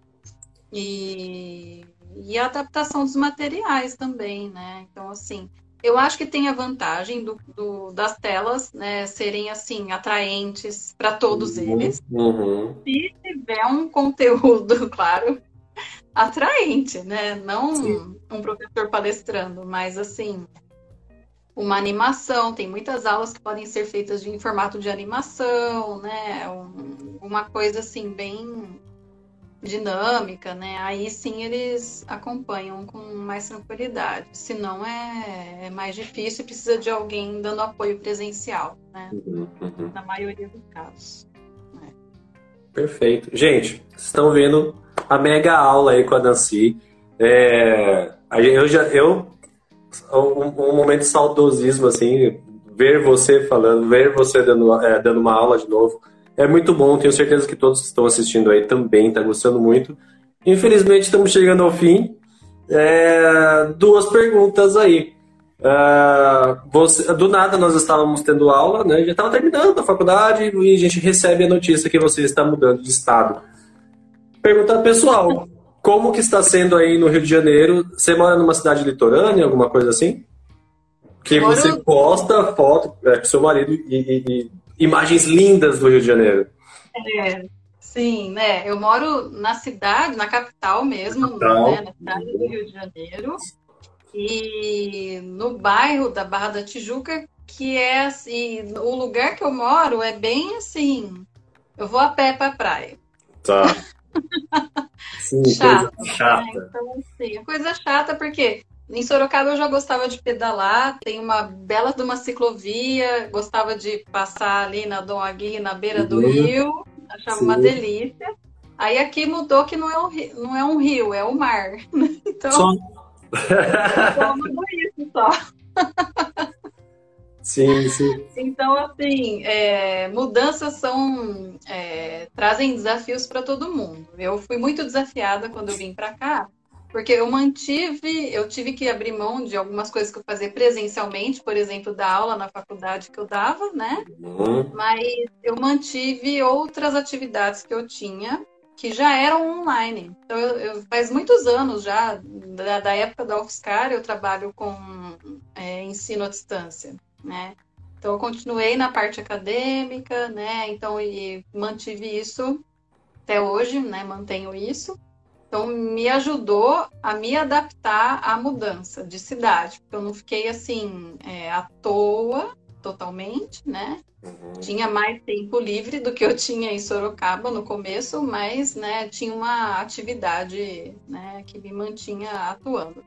E, e a adaptação dos materiais também, né? Então, assim, eu acho que tem a vantagem do, do, das telas, né, serem assim atraentes para todos uhum, eles. Uhum. Se tiver um conteúdo, claro, atraente, né? Não Sim. um professor palestrando, mas assim, uma animação. Tem muitas aulas que podem ser feitas de, em formato de animação, né? Um, uma coisa assim bem dinâmica, né? Aí sim eles acompanham com mais tranquilidade. Senão é, é mais difícil e precisa de alguém dando apoio presencial, né? Uhum, uhum. Na maioria dos casos. Perfeito. Gente, vocês estão vendo a mega aula aí com a Nancy. É, eu já, eu, um, um momento de saudosismo, assim, ver você falando, ver você dando, é, dando uma aula de novo, é muito bom. Tenho certeza que todos que estão assistindo aí também estão gostando muito. Infelizmente, estamos chegando ao fim. É, duas perguntas aí. Uh, você, do nada nós estávamos tendo aula, né? Já estava terminando a faculdade e a gente recebe a notícia que você está mudando de estado. Pergunta pessoal, como que está sendo aí no Rio de Janeiro? Você mora numa cidade litorânea, alguma coisa assim? Que Moro... você posta foto é, com seu marido e, e, e imagens lindas do Rio de Janeiro. É, sim, né? Eu moro na cidade, na capital mesmo, Capital. Né? Na cidade do Rio de Janeiro. E no bairro da Barra da Tijuca, que é assim, o lugar que eu moro é bem assim, eu vou a pé pra praia. Tá. Sim, Chata, coisa chata. Né? Então, assim, é coisa chata porque em Sorocaba eu já gostava de pedalar, tem uma bela de uma ciclovia, gostava de passar ali na Dom Aguirre, na beira do Uhum. rio, achava Sim. uma delícia. Aí aqui mudou que não é um rio, não é um rio, é o mar. Então, Só... só mudou isso só. Sim, sim. Então, assim, é, mudanças são é, trazem desafios para todo mundo. Eu fui muito desafiada quando eu vim para cá, porque eu mantive, eu tive que abrir mão de algumas coisas que eu fazia presencialmente, por exemplo, da aula na faculdade que eu dava, né? Uhum. Mas eu mantive outras atividades que eu tinha que já eram online. Então, eu, eu, faz muitos anos já, da, da época da UFSCar, eu trabalho com é, ensino à distância, né? Então, eu continuei na parte acadêmica, né? Então, e mantive isso até hoje, né? Mantenho isso. Então, me ajudou a me adaptar à mudança de cidade, porque eu não fiquei assim, é, à toa totalmente, né? Uhum. Tinha mais tempo livre do que eu tinha em Sorocaba no começo, mas, né, tinha uma atividade, né, que me mantinha atuando.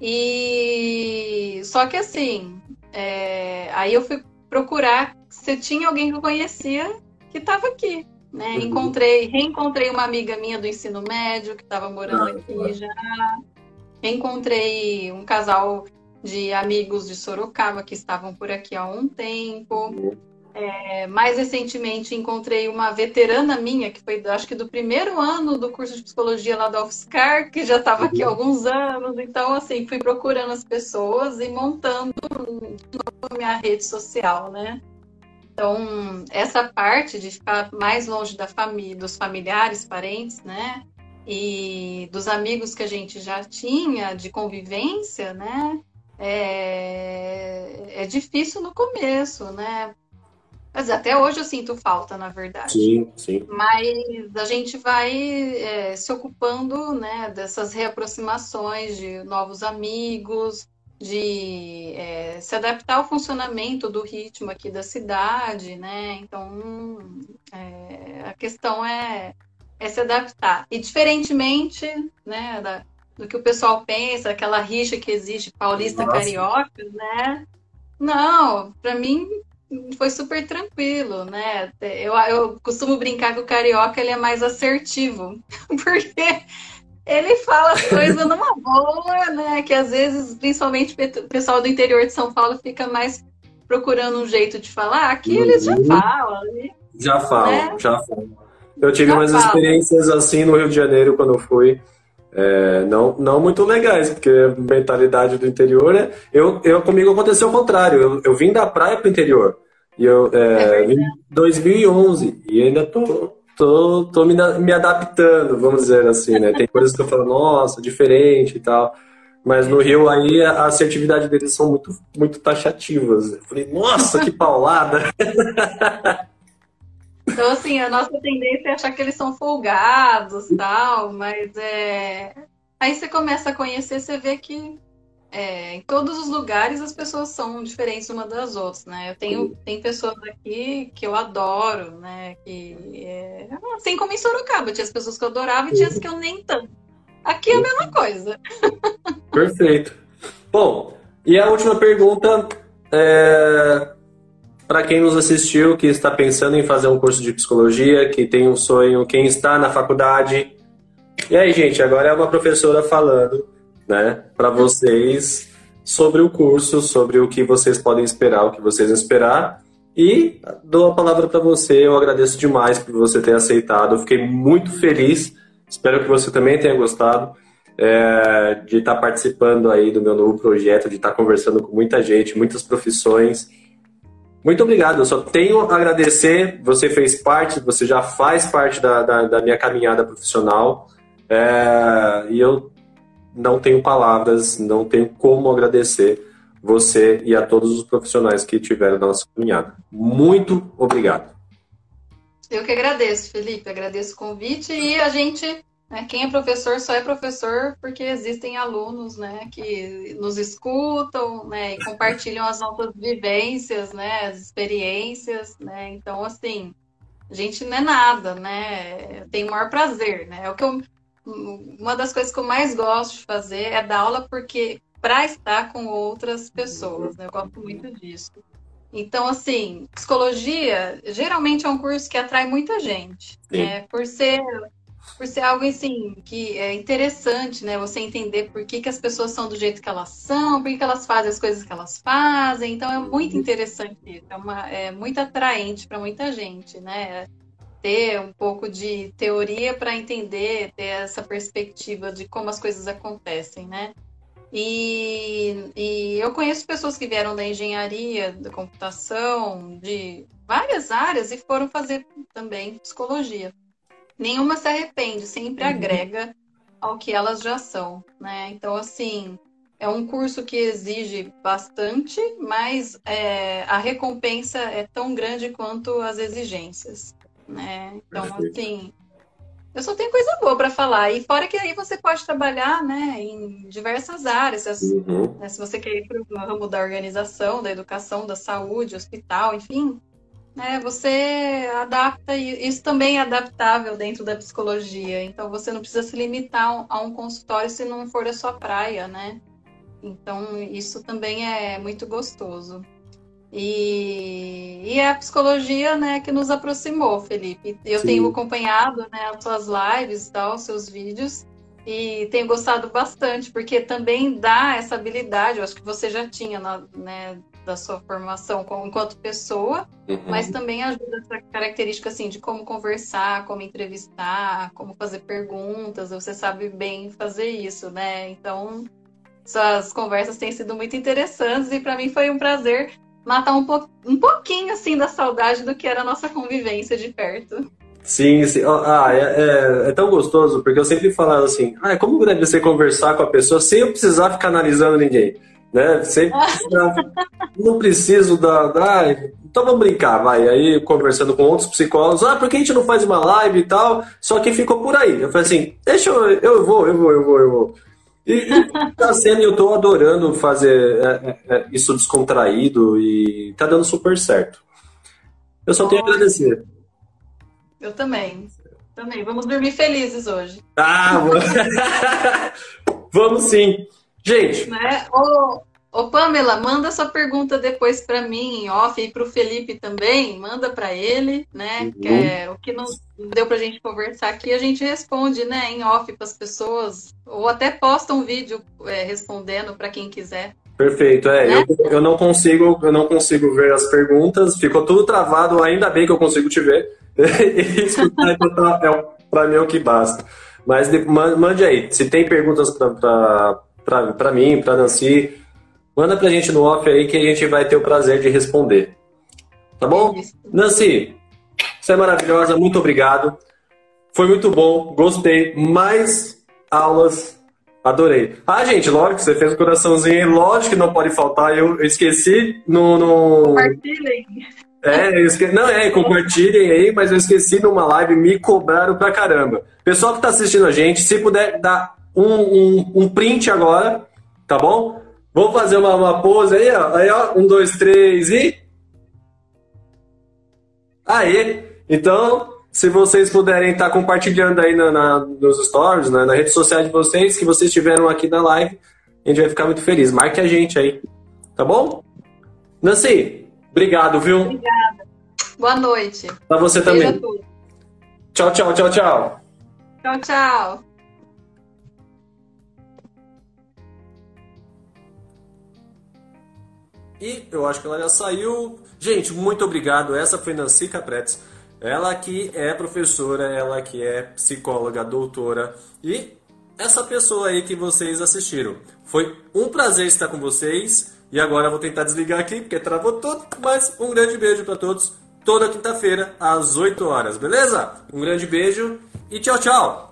E só que assim, é... aí eu fui procurar se tinha alguém que eu conhecia que estava aqui, né? Uhum. Encontrei, reencontrei uma amiga minha do ensino médio que estava morando Ah, aqui claro. já. Reencontrei um casal de amigos de Sorocaba que estavam por aqui há um tempo. Uhum. É, mais recentemente encontrei uma veterana minha, que foi acho que do primeiro ano do curso de psicologia lá da UFSCar, que já estava aqui há alguns anos. Então, assim, fui procurando as pessoas e montando a minha rede social, né? Então, essa parte de ficar mais longe da família, dos familiares, parentes, né? E dos amigos que a gente já tinha de convivência, né? É, é difícil no começo, né? Mas até hoje eu sinto falta, na verdade. Sim, sim. Mas a gente vai é, se ocupando, né, dessas reaproximações de novos amigos, de é, se adaptar ao funcionamento do ritmo aqui da cidade, né? Então, é, a questão é, é se adaptar. E diferentemente, né, da, do que o pessoal pensa, aquela rixa que existe paulista-carioca, né? Não, para mim foi super tranquilo, né? Eu, eu costumo brincar que o carioca ele é mais assertivo, porque ele fala as coisas numa boa, né? Que às vezes, principalmente o pessoal do interior de São Paulo fica mais procurando um jeito de falar. Aqui eles já falam, né? Já falo, Né? já falo. Eu tive Já umas falo. experiências assim no Rio de Janeiro quando eu fui. É, não, não muito legais, porque a mentalidade do interior é. Eu, eu, comigo aconteceu o contrário. Eu, eu vim da praia pro interior. E eu é, É vim em dois mil e onze. E ainda tô, tô, tô me, me adaptando, vamos dizer assim, né? Tem coisas que eu falo, nossa, diferente e tal. Mas no Rio aí a assertividade deles são muito, muito taxativas. Eu falei, nossa, que paulada! Então, assim, a nossa tendência é achar que eles são folgados tal, mas é. Aí você começa a conhecer, você vê que é, em todos os lugares as pessoas são diferentes uma das outras, né? Eu tenho tem pessoas aqui que eu adoro, né? Que é, assim como em Sorocaba, tinha as pessoas que eu adorava e tinha as que eu nem tanto. Aqui é a mesma coisa. Perfeito. Bom, e a última pergunta é para quem nos assistiu, que está pensando em fazer um curso de psicologia, que tem um sonho, quem está na faculdade, E aí, gente, agora é uma professora falando, né, para vocês sobre o curso, sobre o que vocês podem esperar, o que vocês vão esperar. E dou a palavra para você. Eu agradeço demais por você ter aceitado. Eu fiquei muito feliz. Espero que você também tenha gostado é, de estar participando aí do meu novo projeto, de estar conversando com muita gente, muitas profissões. Muito obrigado. Eu só tenho a agradecer. Você fez parte, você já faz parte da, da, da minha caminhada profissional. É, e eu não tenho palavras, não tenho como agradecer você e a todos os profissionais que tiveram na nossa caminhada. Muito obrigado. Eu que agradeço, Felipe, agradeço o convite e a gente, né, quem é professor só é professor porque existem alunos, né, que nos escutam, né, e compartilham as nossas vivências, né, as experiências, né, então, assim, a gente não é nada, né, tem o maior prazer, né, é o que eu, uma das coisas que eu mais gosto de fazer é dar aula porque para estar com outras pessoas, né, eu gosto muito disso. Então, assim, psicologia geralmente é um curso que atrai muita gente, né? Por ser, por ser algo assim que é interessante, né? Você entender por que, que as pessoas são do jeito que elas são, por que, que elas fazem as coisas que elas fazem. Então, é muito interessante isso, é, uma, é muito atraente para muita gente, né? Ter um pouco de teoria para entender, ter essa perspectiva de como as coisas acontecem, né? E, e eu conheço pessoas que vieram da engenharia, da computação, de várias áreas e foram fazer também psicologia. Nenhuma se arrepende, sempre agrega ao que elas já são, né? Então, assim, é um curso que exige bastante, mas é, a recompensa é tão grande quanto as exigências, né? Então, assim... Eu só tenho coisa boa para falar. E fora que aí você pode trabalhar, né, em diversas áreas. Se, Uhum. né, se você quer ir para o ramo da organização, da educação, da saúde, hospital, enfim, né, você adapta. E isso também é adaptável dentro da psicologia. Então, você não precisa se limitar a um consultório se não for a sua praia, né? Então, isso também é muito gostoso. E, e é a psicologia, né, que nos aproximou, Felipe. Eu Sim. tenho acompanhado, né, as suas lives, tal, os seus vídeos, e tenho gostado bastante, porque também dá essa habilidade, eu acho que você já tinha, na, né, da sua formação como, enquanto pessoa, uhum. mas também ajuda essa característica, assim, de como conversar, como entrevistar, como fazer perguntas, você sabe bem fazer isso, né? Então, suas conversas têm sido muito interessantes, e para mim foi um prazer matar um, po um pouquinho, assim, da saudade do que era a nossa convivência de perto. Sim, sim. Ah, é, é, é tão gostoso, porque eu sempre falava assim, ah, como deve ser conversar com a pessoa sem eu precisar ficar analisando ninguém, né? Sem precisar, não preciso da... Ah, então vamos brincar, vai. Aí, conversando com outros psicólogos, ah, por que a gente não faz uma live e tal? Só que ficou por aí. Eu falei assim, deixa eu... Eu vou, eu vou, eu vou, eu vou. E tá sendo, eu tô adorando fazer é, é, isso descontraído e tá dando super certo. Eu só tenho a agradecer. Eu também. Também. Vamos dormir felizes hoje. Ah, vamos sim. Gente. Né? Ô, ô, Pamela, manda sua pergunta depois para mim, em off, e para o Felipe também. Manda para ele, né? Uhum. Que é, o que não deu para a gente conversar aqui, a gente responde, né, em off para as pessoas. Ou até posta um vídeo é, respondendo para quem quiser. Perfeito, é. Né? Eu, eu, não consigo, eu não consigo ver as perguntas, ficou tudo travado, ainda bem que eu consigo te ver. E escutar é para mim é o que basta. Mas mande aí, se tem perguntas para mim, para Nancy, manda pra gente no off aí que a gente vai ter o prazer de responder. Tá bom? É Nancy, você é maravilhosa, muito obrigado. Foi muito bom, gostei. Mais aulas. Adorei. Ah, gente, lógico que você fez o um coraçãozinho, lógico que não pode faltar. Eu, eu esqueci no. no... Compartilhem. É, eu esqueci... não, é, compartilhem aí, mas eu esqueci numa live, me cobraram pra caramba. Pessoal que tá assistindo a gente, se puder dar um, um, um print agora, tá bom? Vamos fazer uma, uma pose aí, ó. Aí, ó. Um, dois, três e. Aê! Então. Se vocês puderem estar compartilhando aí na, na, nos stories, né, na rede social de vocês, que vocês estiveram aqui na live, a gente vai ficar muito feliz. Marque a gente aí, tá bom? Nancy, obrigado, viu? Obrigada. Boa noite. Pra você também. Tchau, tchau, tchau, tchau. Tchau, tchau. E eu acho que ela já saiu. Gente, muito obrigado. Essa foi Nancy Capretes. Ela que é professora, ela que é psicóloga, doutora. E essa pessoa aí que vocês assistiram. Foi um prazer estar com vocês. E agora eu vou tentar desligar aqui, porque travou tudo. Mas um grande beijo para todos. Toda quinta-feira, às oito horas, beleza? Um grande beijo e tchau, tchau!